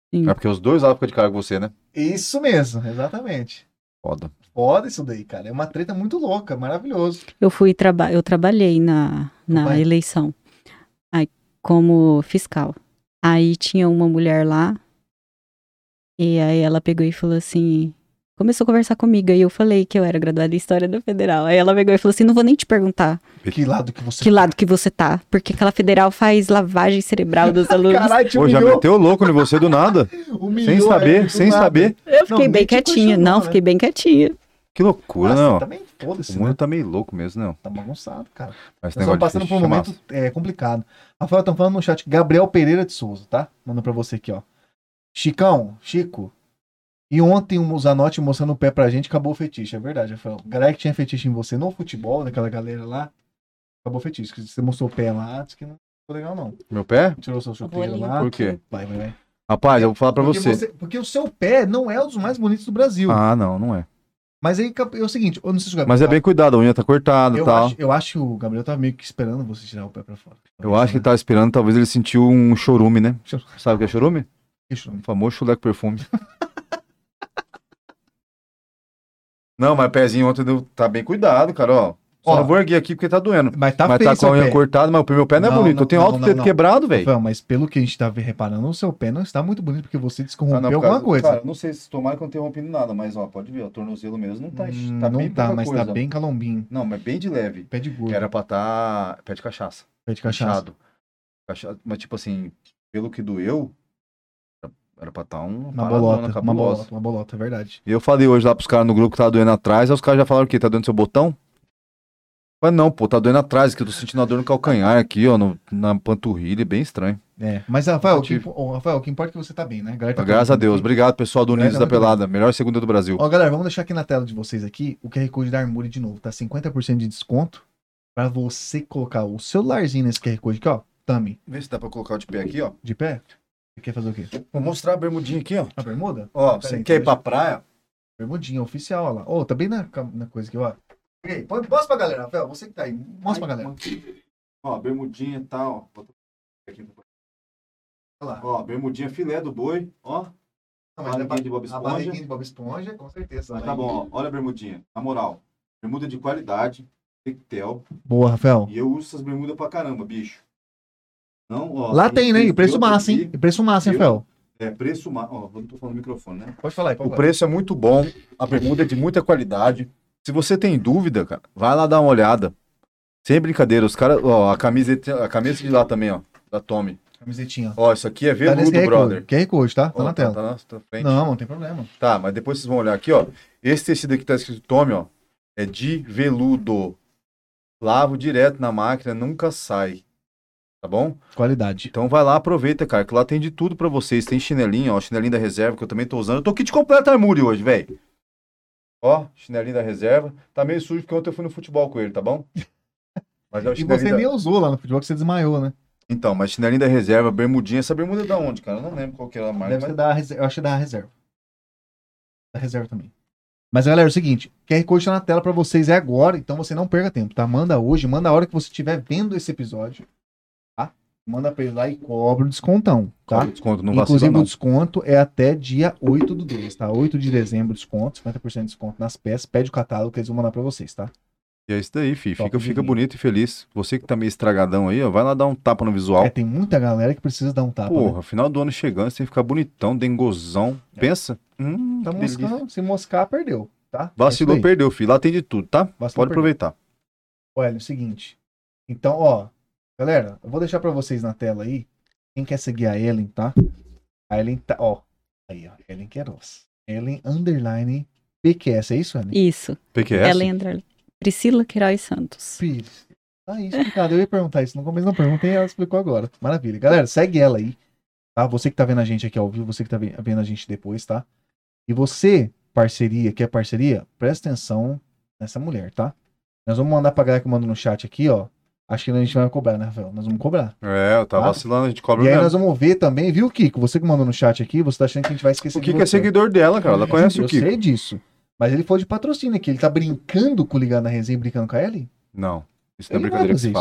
É porque os dois lados ficam de cara com você, né? Isso mesmo, exatamente. Foda. Foda isso daí, cara. É uma treta muito louca, maravilhoso. Eu fui traba eu trabalhei na, na Vai. eleição. Aí, como fiscal. Aí tinha uma mulher lá. E aí ela pegou e falou assim. Começou a conversar comigo. Aí eu falei que eu era graduada em História da Federal. Aí ela pegou e falou assim: não vou nem te perguntar Que lado que você que lado que você tá. Porque aquela federal faz lavagem cerebral dos alunos. Caralho, te Pô, já humilhou, meteu o louco em você do nada. humilhou, Sem saber, é, do sem nada. saber. Eu fiquei Não, bem nem te quietinha. questionou, Não, né? fiquei bem quietinha. Que loucura, Nossa, não. também foda-se, O mundo né? tá meio louco mesmo, não. Tá bagunçado, cara. Mas esse Nós negócio estamos de passando por um ficha momento massa. é, complicado. Rafael, estão falando no chat. Gabriel Pereira de Souza, tá? Manda pra você aqui, ó. Chicão, Chico. E ontem o Zanotti mostrando o pé pra gente, acabou o fetiche. É verdade, Rafael. Galera que tinha fetiche em você no futebol, daquela galera lá, acabou o fetiche. Você mostrou o pé lá, disse que não ficou legal, não. Meu pé? Tirou seu chuteiro Bolinho. lá. Por quê? Vai, vai, vai. Rapaz, eu vou falar pra Porque você. Porque o seu pé não é um dos mais bonitos do Brasil. Ah, não, não é. Mas aí é o seguinte, eu não sei se o Gabriel. Mas é bem cuidado, a unha tá cortada e eu tal. acho, eu acho que o Gabriel tava meio que esperando você tirar o pé pra fora. Eu acho que ele tava esperando, talvez ele sentiu um chorume, né? Sabe o que é chorume? Isso. O famoso chuleco perfume. Não, mas pezinho ontem deu- tá bem cuidado, cara, ó. Só Ó, não vou erguer aqui porque tá doendo. Mas tá mas feio tá com a seu unha pé. cortada, mas o meu pé não é Não, bonito. não, eu tenho não, alto não, dedo não. quebrado, velho. Rafael, mas pelo que a gente tá reparando, o seu pé não está muito bonito porque você Ah, descorrompeu não, por alguma causa- coisa. Cara, não sei se tomara que eu não tenha rompido nada, mas ó, pode ver, o tornozelo mesmo não tá, Hum, tá não bem tá, pouca mas coisa. tá bem calombinho. Não, mas bem de leve. Pé de gordo. Era pra tá pé de cachaça. Pé de cachaça. Inchado. Cacha- Mas tipo assim, pelo que doeu, era pra estar um Uma bolota, uma cabulosa. bolota, uma bolota, é verdade. E eu falei hoje lá pros caras no grupo que tava doendo atrás, aí os caras já falaram o quê? Tá doendo seu botão? Mas não, pô, tá doendo atrás, que eu tô sentindo uma dor no calcanhar aqui, ó, no- na panturrilha, bem estranho. É, mas Rafael, o que, Tive. impo- ô, Rafael, o que importa é que você tá bem, né? A galera tá Graças a perguntando Deus. aqui. Obrigado, pessoal do Unidos Galera, da muito Pelada, melhor segunda do Brasil. Ó, galera, vamos deixar aqui na tela de vocês aqui o Q R Code da Armuri de novo, tá? cinquenta por cento de desconto pra você colocar o celularzinho nesse Q R Code aqui, ó. Tami, Vê se dá pra colocar o de pé aqui, ó. de pé. Você quer fazer o quê? Vou mostrar a bermudinha aqui, ó. A bermuda? Ó, Pera você aí, quer ir deixa- pra praia? Bermudinha oficial, ó lá. Ô, tá bem na, cam- na coisa aqui, ó. E aí, põe- mostra pra galera, Rafael. Você que tá aí. Mostra pra galera. Ó, bermudinha e tal, ó. Aqui. Olha lá. Ó, bermudinha filé do boi, ó. Não, mas é barriguinha de Bob a Esponja. barriguinha de Bob Esponja, com certeza. Mas tá bom, ó. Olha a bermudinha. Na moral, bermuda de qualidade, tectel. Boa, Rafael. E eu uso essas bermudas pra caramba, bicho. Não, ó. Lá tem, né? E eu preço aqui- massa, hein? E preço massa, hein, eu- Rafael? É, preço massa. Ó, eu não tô falando no microfone, né? Pode falar aí, pode O falar. preço é muito bom, a bermuda é de muita qualidade. Se você tem dúvida, cara, vai lá dar uma olhada. Sem brincadeira, os caras, ó, a camisa, a camisa de lá também, ó, da Tommy. Camisetinha. Ó, isso aqui é Tá nesse veludo, Q R brother. Code. Q R Code, tá? Tá Ó, na tela. Tá, na tá frente. Não, não tem problema. Tá, mas depois vocês vão olhar aqui, ó. Esse tecido aqui tá escrito Tommy, ó, é de veludo. Lavo direto na máquina, nunca sai. Tá bom? Qualidade. Então vai lá, aproveita, cara, que lá tem de tudo pra vocês. Tem chinelinho, ó, chinelinho da reserva, que eu também tô usando. Eu tô kit completo Armuri hoje, velho. Ó, chinelinho da reserva. Tá meio sujo porque ontem eu fui no futebol com ele, tá bom? Mas é o E chinelinho você da... nem usou lá no futebol que você desmaiou, né? Então, mas chinelinho da reserva, bermudinha. Essa bermuda é da onde, cara? Eu não lembro qual que era a marca, Deve mas... ser da reserva. Eu acho que é da reserva. Da reserva também. Mas, galera, é o seguinte, Q R Code tá na tela pra vocês, é agora, então você não perca tempo, tá? Manda hoje, manda a hora que você estiver vendo esse episódio, tá? Manda pra ele lá e cobra o descontão, tá? Cobra o desconto, não vacila, Inclusive, não. o desconto é até dia oito do dois, tá? oito de dezembro, desconto, cinquenta por cento de desconto nas peças. Pede o catálogo que eles vão mandar pra vocês, tá? E é isso daí, fi. Top Fica, de fica linha. bonito e feliz. Você que tá meio estragadão aí, ó, vai lá dar um tapa no visual. É, tem muita galera que precisa dar um tapa, Porra, né? final do ano chegando, você tem que ficar bonitão, dengozão. É. Pensa. Hum, Tá que delícia. moscando, se moscar, perdeu, tá? Vacilou, É isso aí. perdeu, filho. Lá tem de tudo, tá? Vacilou, Pode perdeu. aproveitar. Olha, é o seguinte. Então, ó, galera, eu vou deixar pra vocês na tela aí. Quem quer seguir a Ellen, tá? A Ellen tá, ó. Aí, ó, Ellen Queiroz. Ellen underline P Q S, é isso, Ellen? Isso. P Q S? Ela entra. Priscila Queiroz Santos. Pires. Tá aí explicado. Eu ia perguntar isso no começo, não perguntei, ela explicou agora. Maravilha. Galera, segue ela aí, tá? Você que tá vendo a gente aqui ao vivo, você que tá ve- vendo a gente depois, tá? E você, parceria, quer parceria? Presta atenção nessa mulher, tá? Nós vamos mandar pra galera que manda no chat aqui, ó. Acho que a gente vai cobrar, né, Rafael? Nós vamos cobrar. É, eu tava Tá? vacilando, a gente cobra E aí mesmo. nós vamos ver também, viu, Kiko? Você que mandou no chat aqui, você tá achando que a gente vai esquecer O de Kiko é você. seguidor dela, cara. Ela conhece Eu o Kiko. sei disso. Mas ele foi de patrocínio aqui. Ele tá brincando com o Ligar na Resenha e brincando com a Ellen? Não, isso não é Ele vai brincadeira que fazer se isso. faça.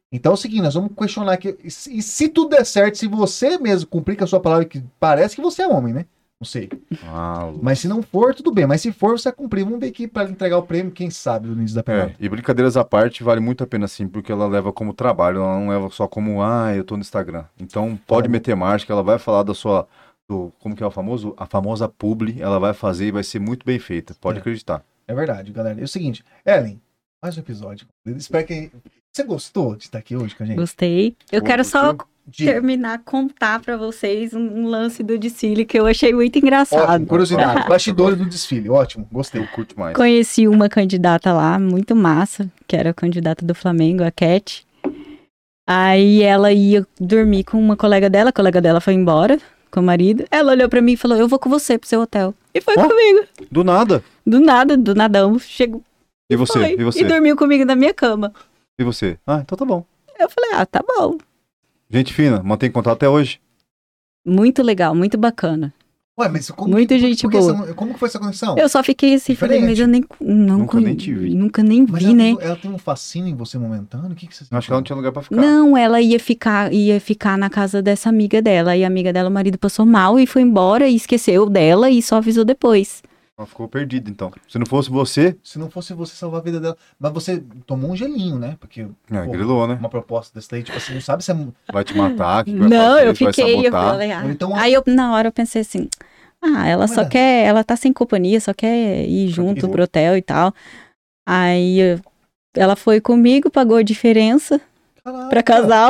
Então é o seguinte, nós vamos questionar aqui. E se, e se tudo der certo, se você mesmo cumprir com a sua palavra, que parece que você é homem, né? Não sei. Ah, Mas se não for, tudo bem. Mas se for, você vai cumprir. Vamos ver aqui para entregar o prêmio, quem sabe, do início da pegada. é, e brincadeiras à parte, vale muito a pena sim, porque ela leva como trabalho, ela não leva só como, ah, eu tô no Instagram. Então pode Tá. meter marcha, que ela vai falar da sua, do, como que é o famoso? A famosa publi, ela vai fazer e vai ser muito bem feita, pode É. acreditar. É verdade, galera. É o seguinte, Ellen, mais um episódio. Espero que. Você gostou de estar aqui hoje com a gente? Gostei. Eu Pô, quero só curtiu? Diga. terminar, contar pra vocês um, um lance do desfile que eu achei muito engraçado. Ótimo, curiosidade. Bastidores do desfile, ótimo, gostei. Eu curto mais. Conheci uma candidata lá, muito massa, que era a candidata do Flamengo, a Cat. Aí ela ia dormir com uma colega dela, a colega dela foi embora com o marido. Ela olhou pra mim e falou, eu vou com você pro seu hotel. E foi Ó. comigo. Do nada. Do nada, do nadão. Chegou, E você? foi. E você? E dormiu comigo na minha cama. E você? Ah, então tá bom. Eu falei, ah, tá bom. Gente fina, mantém contato até hoje. Muito legal, muito bacana. Ué, mas como Muita que, gente por que boa. essa- como que foi essa conexão? Eu só fiquei assim, falei, mas eu nem, não Nunca conhe- nem te vi. Nunca nem Mas vi, ela, né? ela tem um fascínio em você momentâneo? O que, que você Acho que ela não tinha lugar pra ficar. Não, ela ia ficar, ia ficar na casa dessa amiga dela. E a amiga dela, o marido passou mal e foi embora e esqueceu dela e só avisou depois. Ela ficou perdida, então. Se não fosse você, Se não fosse você salvar a vida dela. Mas você tomou um gelinho, né? Porque é, pô, grilou, né? uma proposta desse daí, tipo assim, não sabe se é. Vai te matar, que vai Não, fazer, eu vai fiquei, eu sabotar. falei, ah. Ou então- Aí eu, na hora eu pensei assim, ah, ela só Olha. quer, ela tá sem companhia, só quer ir junto ir. pro hotel e tal. Aí eu- ela foi comigo, pagou a diferença Caraca. pra casal.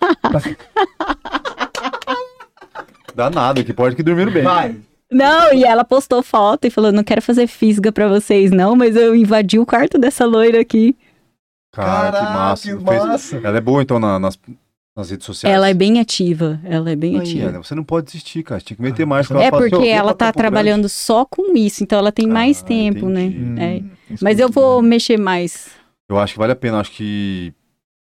Dá nada, que pode que dormiram bem. Vai. Não, e ela postou foto e falou, não quero fazer fisga pra vocês não, mas eu invadi o quarto dessa loira aqui. Cara, que massa. que Fez- massa. Ela é boa, então, na- nas, nas redes sociais. Ela é bem ativa, ela é bem Aí, ativa. Ana, você não pode desistir, cara. Você tinha que meter mais. É ela É fala assim, porque "Ô, vem ela pra tá Campo Grande." trabalhando só com isso, então ela tem mais Ah, tempo, entendi. né? É. Hum, Mas eu escuta. vou mexer mais. Eu acho que vale a pena. Acho que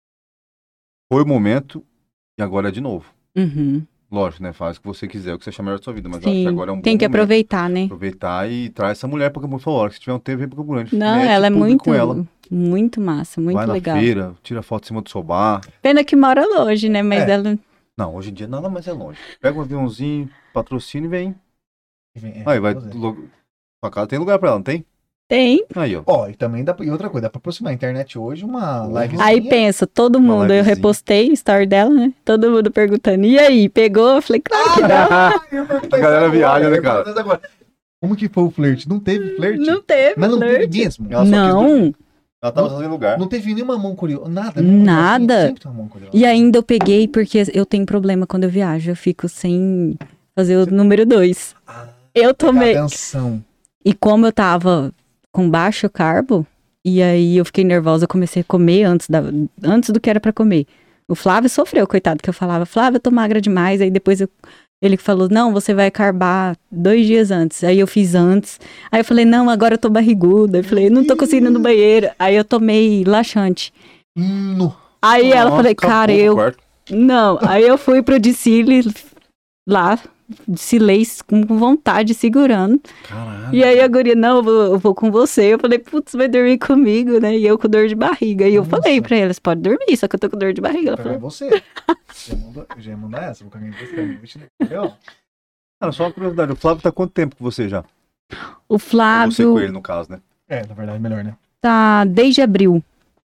foi o momento e agora é de novo. Uhum. Lógico, né? Faz o que você quiser, o que você achar melhor da sua vida. Mas eu acho Sim, que agora é um tem bom que momento. aproveitar, né? Aproveitar e traz essa mulher pra Campo Grande. Falou, "Olha, se tiver um tempo, vem pra Campo Grande." Não, Mete ela é público muito, com ela. muito massa, muito Vai na legal. feira, tira foto em cima do seu bar. Pena que mora longe, né? Mas É. ela... Não, hoje em dia nada mais é longe. Pega um aviãozinho, patrocina e vem. É, Aí vai. fazer. lo- Sua casa tem lugar pra ela, não tem? tem. Aí, ó. Ó, e também dá pra- e outra coisa, dá pra aproximar a internet hoje, uma Uhum. live. Aí pensa, todo mundo, eu livezinha. repostei o story dela, né? Todo mundo perguntando, e aí, pegou? Eu falei, claro que não. A galera viaja, né, cara? Como que foi o flerte? Não teve flerte? Não teve, Mas não teve flerte. mesmo? Ela só quis dormir. Não, Ela tava fazendo lugar. Não teve nenhuma mão curiosa. Nada. Nada. Sempre tem uma mão curiosa. e ainda eu peguei porque eu tenho problema quando eu viajo, eu fico sem fazer o número dois. Ah, Eu tomei, atenção. e como eu tava com baixo carbo, e aí eu fiquei nervosa, eu comecei a comer antes, da, antes do que era pra comer. O Flávio sofreu, coitado, que eu falava, Flávio, eu tô magra demais, aí depois eu, ele falou, não, você vai carbar dois dias antes. Aí eu fiz antes, aí eu falei, não, agora eu tô barriguda, eu falei, não tô conseguindo ir no banheiro, aí eu tomei laxante. No. Aí ela, Nossa, falei, acabou cara, com o eu, quarto. não, aí eu fui pro desfile lá, desfilei com vontade, segurando. Caralho. E aí a guria, não, eu vou, eu vou com você. Eu falei, putz, vai dormir comigo, né? E eu com dor de barriga. E eu Nossa. falei pra elas, pode dormir, só que eu tô com dor de barriga. Ela Pegar falou, você. Já manda, já ia mandar essa, vou cagar em você. Entendeu? Cara, só uma curiosidade. O Flávio tá há quanto tempo com você já? o Você Flávio com ele, no caso, né? É, na verdade, melhor, né? tá desde abril.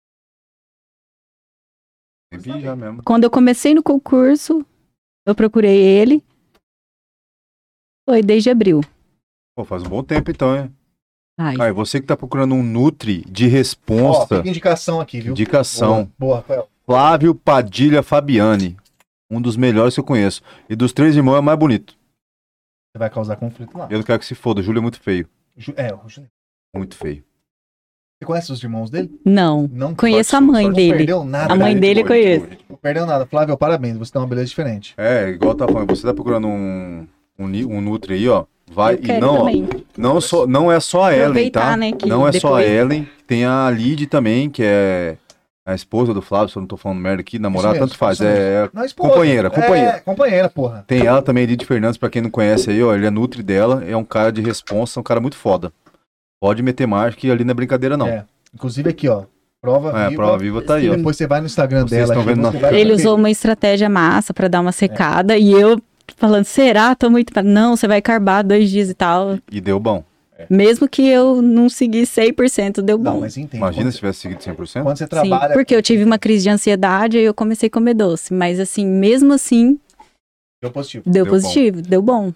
Vi já mesmo. Quando eu comecei no concurso, eu procurei ele. Foi desde abril. Pô, faz um bom tempo então, hein? Ai, Ah, e você que tá procurando um Nutri de Ó, responsa, fica indicação aqui, viu? indicação. Boa, boa, Rafael. Flávio Padilha Fabiani. Um dos melhores que eu conheço. E dos três irmãos é o mais bonito. Você vai causar conflito lá. Eu não quero que se foda. O Júlio é muito feio. Ju- É, o Júlio. Muito feio. Você conhece os irmãos dele? não. Não. Conheço a sorte, mãe sorte. dele. Não perdeu nada. A mãe Gente dele eu boa, gente conheço. boa, gente boa. Não perdeu nada. Flávio, parabéns. Você tem uma beleza diferente. É, igual eu tava falando. Você tá procurando um, um, ni- um Nutri aí, ó. Vai Eu e quero não, ó, também. não, só, não é só a Ellen, Aproveitar, tá? né, que Não é só a depois- Ellen. Tem a Lid também, que é a esposa do Flávio. Se eu não tô falando merda aqui, namorada, Isso mesmo, tanto faz. isso mesmo. É, Não, esposa. Companheira, companheira. É, companheira, porra. tem ela também, Lid Fernandes, pra quem não conhece aí, ó. Ele é Nutri dela. É um cara de responsa, um cara muito foda. Pode meter marcha, que ali não é brincadeira, não. É. Inclusive aqui, ó. Prova É, a Viva. prova viva tá aí, ó. Depois você vai no Instagram Vocês dela. estão vendo você na- vai Ele ver. usou uma estratégia massa pra dar uma secada e eu falando, será? Tô muito... Não, você vai carbar dois dias e tal. E deu bom. Mesmo que eu não segui cem por cento, deu bom. Não, mas entende. Imagina quando, se tivesse seguido cem por cento. quando você Sim, trabalha... porque eu tive uma crise de ansiedade e eu comecei a comer doce. Mas assim, mesmo assim, Deu positivo. deu, Deu positivo, deu bom.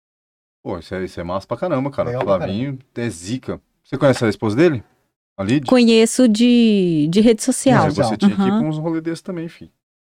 Pô, isso é, isso é massa pra caramba, cara. Legal pra Flavinho é zica. Você conhece a esposa dele? A Lid? Conheço de, de rede social. Mas você tinha que ir Uhum. pra uns rolês desses também, filho.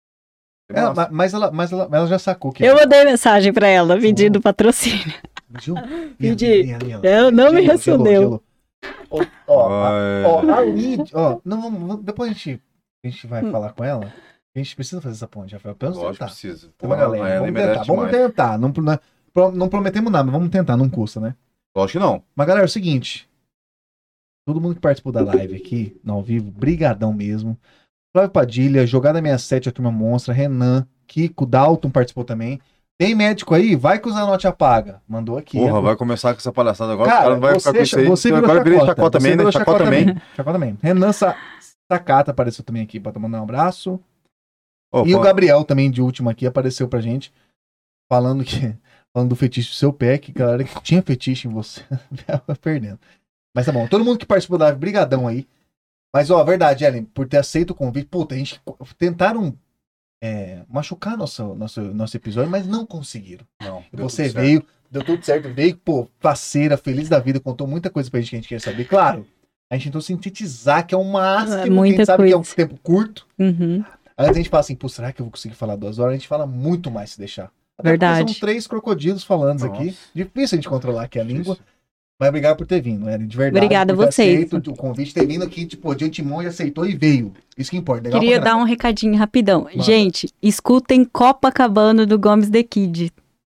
É É, massa. ma- mas, ela, mas ela, ela já sacou que... Eu mandei mensagem pra ela pedindo patrocínio. Pediu? Pedi. Ela não me respondeu. Ó, ó, a- Ai. ó, a Lid... Ó, não, vamos, vamos- depois a gente, a gente vai Hum. falar com ela. A gente precisa fazer essa ponte, Rafael. Pelo menos Lógico, tentar. precisa. Tem uma Pô, galera. ela Vamos merece tentar, vamos demais. tentar. Não, não, pro- não prometemos nada, mas vamos tentar, não custa, né? Lógico que não. Mas, galera, é o seguinte. Todo mundo que participou da live aqui, no ao vivo, brigadão mesmo. Flávio Padilha, Jogada sessenta e sete, a Turma Monstra, Renan, Kiko, Dalton participou também. Tem médico aí? Vai que o Zanotti apaga. Mandou aqui. Porra, é, vai começar com essa palhaçada agora. Cara, o cara não vai você, ficar com isso aí. você virou Agora virei chacota, chacota você também, né? virou Chacota também. Chacota também. Renan Sa Sacata apareceu também aqui pra mandar um abraço. Ó, E o fala- Gabriel também, de último aqui, apareceu pra gente. Falando que falando do fetiche do seu pé, que galera que tinha fetiche em você, vai perdendo. Mas tá bom, todo mundo que participou da live, brigadão aí. Mas, ó, verdade, Ellen, por ter aceito o convite, puta, a gente tentaram é, machucar nosso, nosso, nosso episódio, mas não conseguiram. Não, E deu você tudo certo. veio, deu tudo certo, veio, pô, parceira, feliz da vida, contou muita coisa pra gente que a gente queria saber. Claro, a gente tentou sintetizar, que é o máximo, É que a muita gente sabe que é um coisa. tempo curto. Uhum. Antes a gente fala assim, pô, será que eu vou conseguir falar duas horas? A gente fala muito mais se deixar. Até Verdade. porque são três crocodilos falando Nossa. aqui. Difícil a gente controlar aqui a Difícil. língua. Mas obrigado por ter vindo, Ellen, de verdade. Obrigada a por ter vocês. aceito o convite, ter vindo aqui, tipo, de antemão e aceitou e veio. Isso que importa. Legal Queria pra dar um recadinho rapidão. Manda. Gente, escutem Copacabana do Gomes The Kid.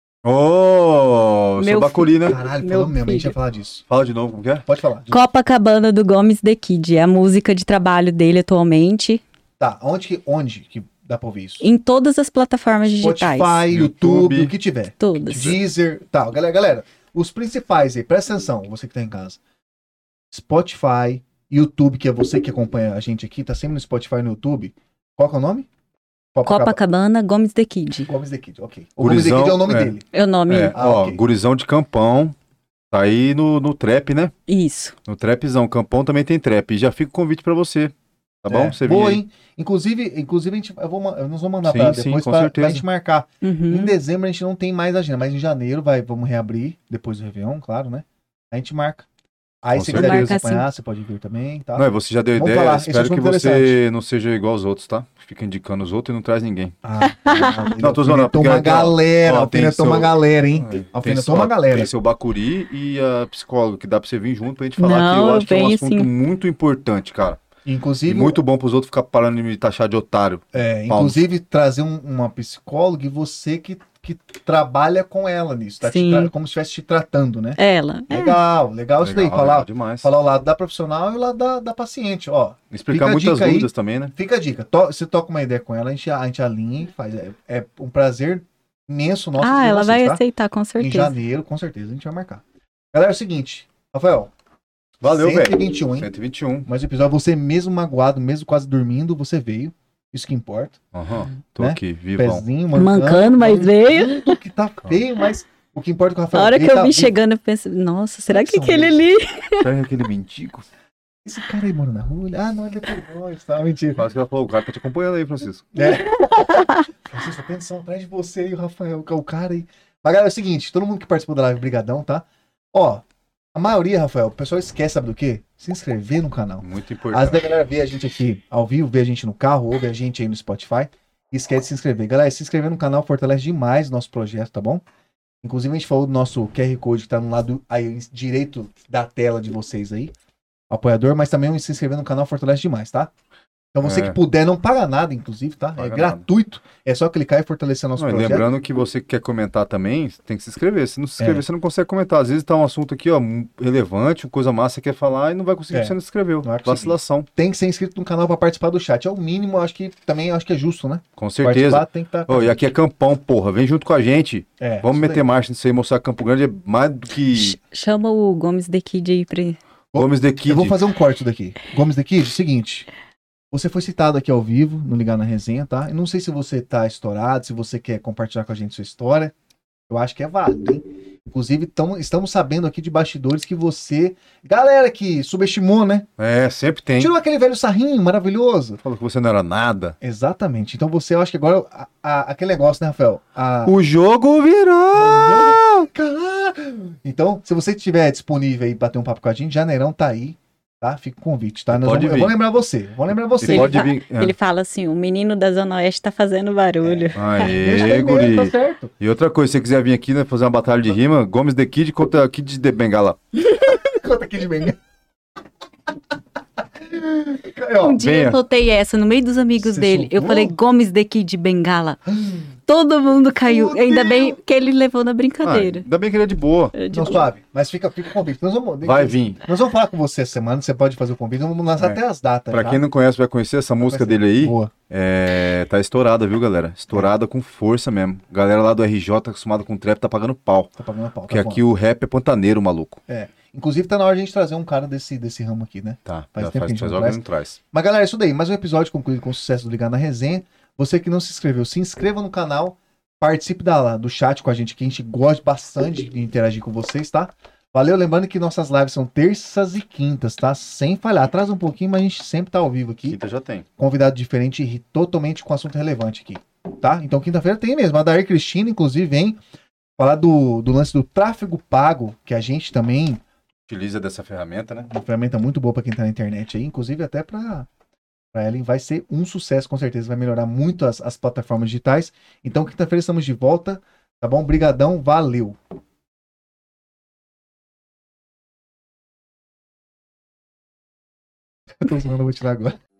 Ô, seu Meu Bacuri, né? Caralho, Meu falou mesmo, a gente filho. ia falar disso. Fala de novo, como que é? Pode falar. Copacabana do Gomes The Kid. É a música de trabalho dele atualmente. Tá, onde que, onde que dá pra ouvir isso? Em todas as plataformas digitais. Spotify, YouTube, YouTube. o que tiver. Todas. Deezer, tá, galera, galera, os principais aí, presta atenção, você que tá em casa. Spotify, YouTube, que é você que acompanha a gente aqui, tá sempre no Spotify e no YouTube. Qual que é o nome? Copacabana Gomes The Kid. Gomes The Kid, ok. O Gomes The Gurizão, Kid é o nome é. dele. É o nome. É, Ah, ó, ok. gurizão de Campão. Tá aí no, no trap, né? Isso. No trapzão. Campão também tem trap. E já fica o convite pra você. Tá bom? É. Você vir Boa, aí. hein? Inclusive, inclusive a gente, eu vou, ma- nós vamos mandar Sim, pra sim, depois com pra, certeza. pra gente marcar. Em Uhum. dezembro a gente não tem mais agenda, mas em janeiro vai, vamos reabrir, depois do Réveillon, claro, né? A gente marca. Aí Com se certeza. quiser Marca acompanhar, você pode vir também, tá? Não, e você já deu Vamos ideia. falar, esse Espero que assunto você interessante. não seja igual aos outros, tá? Fica indicando os outros e não traz ninguém. Ah, não, Não, tô zoando, alfinetou porque uma aqui, ó, galera, ó, tem alfinetou uma seu- galera, hein? Tem Alfinetou só- uma galera. Tem seu Bacuri e a psicóloga, que dá pra você vir junto pra gente falar Não, que eu eu acho que é um venho assunto sim. muito importante, cara. E Inclusive, muito bom pros outros ficar parando de me taxar de otário. é, Palmas. inclusive trazer um- uma psicóloga e você que, que trabalha com ela nisso, tá? Te Sim. tra- como se estivesse te tratando, né? Ela. É. Legal, legal isso daí. Legal, Falar, legal demais. falar o lado da profissional e o lado da, da paciente, ó. Explicar fica a muitas dica aí. dúvidas também, né? Fica a dica. To, você toca uma ideia com ela, a gente, a gente alinha e faz. É, é um prazer imenso nosso. Ah, ter ela vocês, vai tá? aceitar, com Em certeza. janeiro, com certeza, a gente vai marcar. Galera, é o seguinte, Rafael. Valeu, velho. cento e vinte e um, hein? cento e vinte e um. Mas o episódio, você mesmo magoado, mesmo quase dormindo, você veio. Isso que importa. Aham. Tô Né? aqui, vivão. Pezinho, Mancando, mas veio. Tudo que tá feio, mas o que importa é que o Na Rafael hora que veio, eu tá vi vivo. chegando, eu pensei, nossa, será que São aquele eles. ali... Será que aquele mendigo? Esse cara aí mora na rua? Ele- Ah, não, ele é por nós, tá? Mentira. Quase que ela falou, o cara tá te acompanhando aí, Francisco. É. Francisco, atenção, atrás de você e o Rafael, que é o cara aí. Mas, galera, é o seguinte, todo mundo que participou da live, brigadão, tá? Ó, a maioria, Rafael, o pessoal esquece, sabe do quê? Se inscrever no canal. Muito Às importante. vezes a galera vê a gente aqui ao vivo, vê a gente no carro, ouve a gente aí no Spotify e esquece de se inscrever. Galera, se inscrever no canal fortalece demais o nosso projeto, tá bom? Inclusive a gente falou do nosso Q R Code que tá no lado aí, direito da tela de vocês aí, apoiador, mas também se inscrever no canal fortalece demais, tá? Então você É. que puder, não paga nada, inclusive, tá? Paga é nada. gratuito, é só clicar e fortalecer nosso Não, e projeto. lembrando que você que quer comentar também, tem que se inscrever. Se não se inscrever, É. você não consegue comentar. Às vezes tá um assunto aqui, ó, mu- relevante, uma coisa massa, você quer falar e não vai conseguir É. porque você não se inscreveu. Não vai conseguir. Vacilação, Tem que ser inscrito no canal pra participar do chat. É o mínimo, eu acho que também acho que é justo, né? com certeza. Participar tem que estar. Ô, e aqui é Campão, porra. Vem junto com a gente. É, Vamos isso meter daí. marcha nisso aí, mostrar que Campo Grande é mais do que Ch- Chama o Gomes The Kid aí pra... Gomes The Kid. Eu vou fazer um corte daqui. Gomes daqui, seguinte. Você foi citado aqui ao vivo, no Ligar na Resenha, tá? Eu não sei se você tá estourado, se você quer compartilhar com a gente sua história. Eu acho que é válido, hein? Inclusive, tamo, estamos sabendo aqui de bastidores que você... Galera que subestimou, né? É, sempre tem. Tirou aquele velho sarrinho maravilhoso. Falou que você não era nada. Exatamente. Então você, eu acho que agora... A, a, aquele negócio, né, Rafael? A... O jogo virou! Caraca! Então, se você estiver disponível aí pra ter um papo com a gente, Janeirão tá aí, tá? Fica o convite, tá? Nós Pode vamos, eu vir. vou lembrar você. Vou lembrar você. Ele, Pode fa- vir. É. ele fala assim, o menino da Zona Oeste tá fazendo barulho. Deixa Aê, ele guri. mesmo, tá certo. E outra coisa, se você quiser vir aqui, né, fazer uma batalha de rima, Gomes The Kid contra Kid de Bengala. Conta aqui de bem. Um dia venha. eu soltei essa no meio dos amigos Você dele. Eu soltou? falei, Gomes daqui de Bengala. Todo mundo caiu. Meu Ainda Deus. bem que ele levou na Ah, brincadeira. ainda bem que ele é de boa. Eu Não, digo, suave. Mas fica, fica o convite. Nós vamos, Vai vir. Nós vamos falar com você essa semana. Você pode fazer o convite. Vamos lançar É. até as datas. Pra já. quem não conhece, vai conhecer essa música conhecer. dele aí. Boa. É, tá estourada, viu, galera? Estourada com força mesmo. Galera lá do R J, acostumada com trap, tá pagando pau. Tá pagando a pau. Porque Tá bom. aqui o rap é pantaneiro, maluco. É. Inclusive, tá na hora de a gente trazer um cara desse, desse ramo aqui, né? Tá, Faz já tempo que a faz, gente faz não algo que traz. não traz. Mas, galera, é isso daí. Mais um episódio concluído com sucesso do Ligar na Resenha. Você que não se inscreveu, se inscreva no canal. Participe da, do chat com a gente, que a gente gosta bastante de interagir com vocês, tá? Valeu, lembrando que nossas lives são terças e quintas, tá? Sem falhar. Atrasa um pouquinho, mas a gente sempre tá ao vivo aqui. Quinta já tem. Convidado diferente e totalmente com assunto relevante aqui, tá? Então, quinta-feira tem mesmo. A Dair Cristina, inclusive, vem falar do, do lance do tráfego pago, que a gente também... Utiliza dessa ferramenta, né? Uma ferramenta muito boa para quem tá na internet aí, inclusive até para para Ellen vai ser um sucesso, com certeza, vai melhorar muito as, as plataformas digitais. Então, quinta-feira estamos de volta, tá bom? Brigadão, valeu! Eu tô zoando, eu vou tirar agora.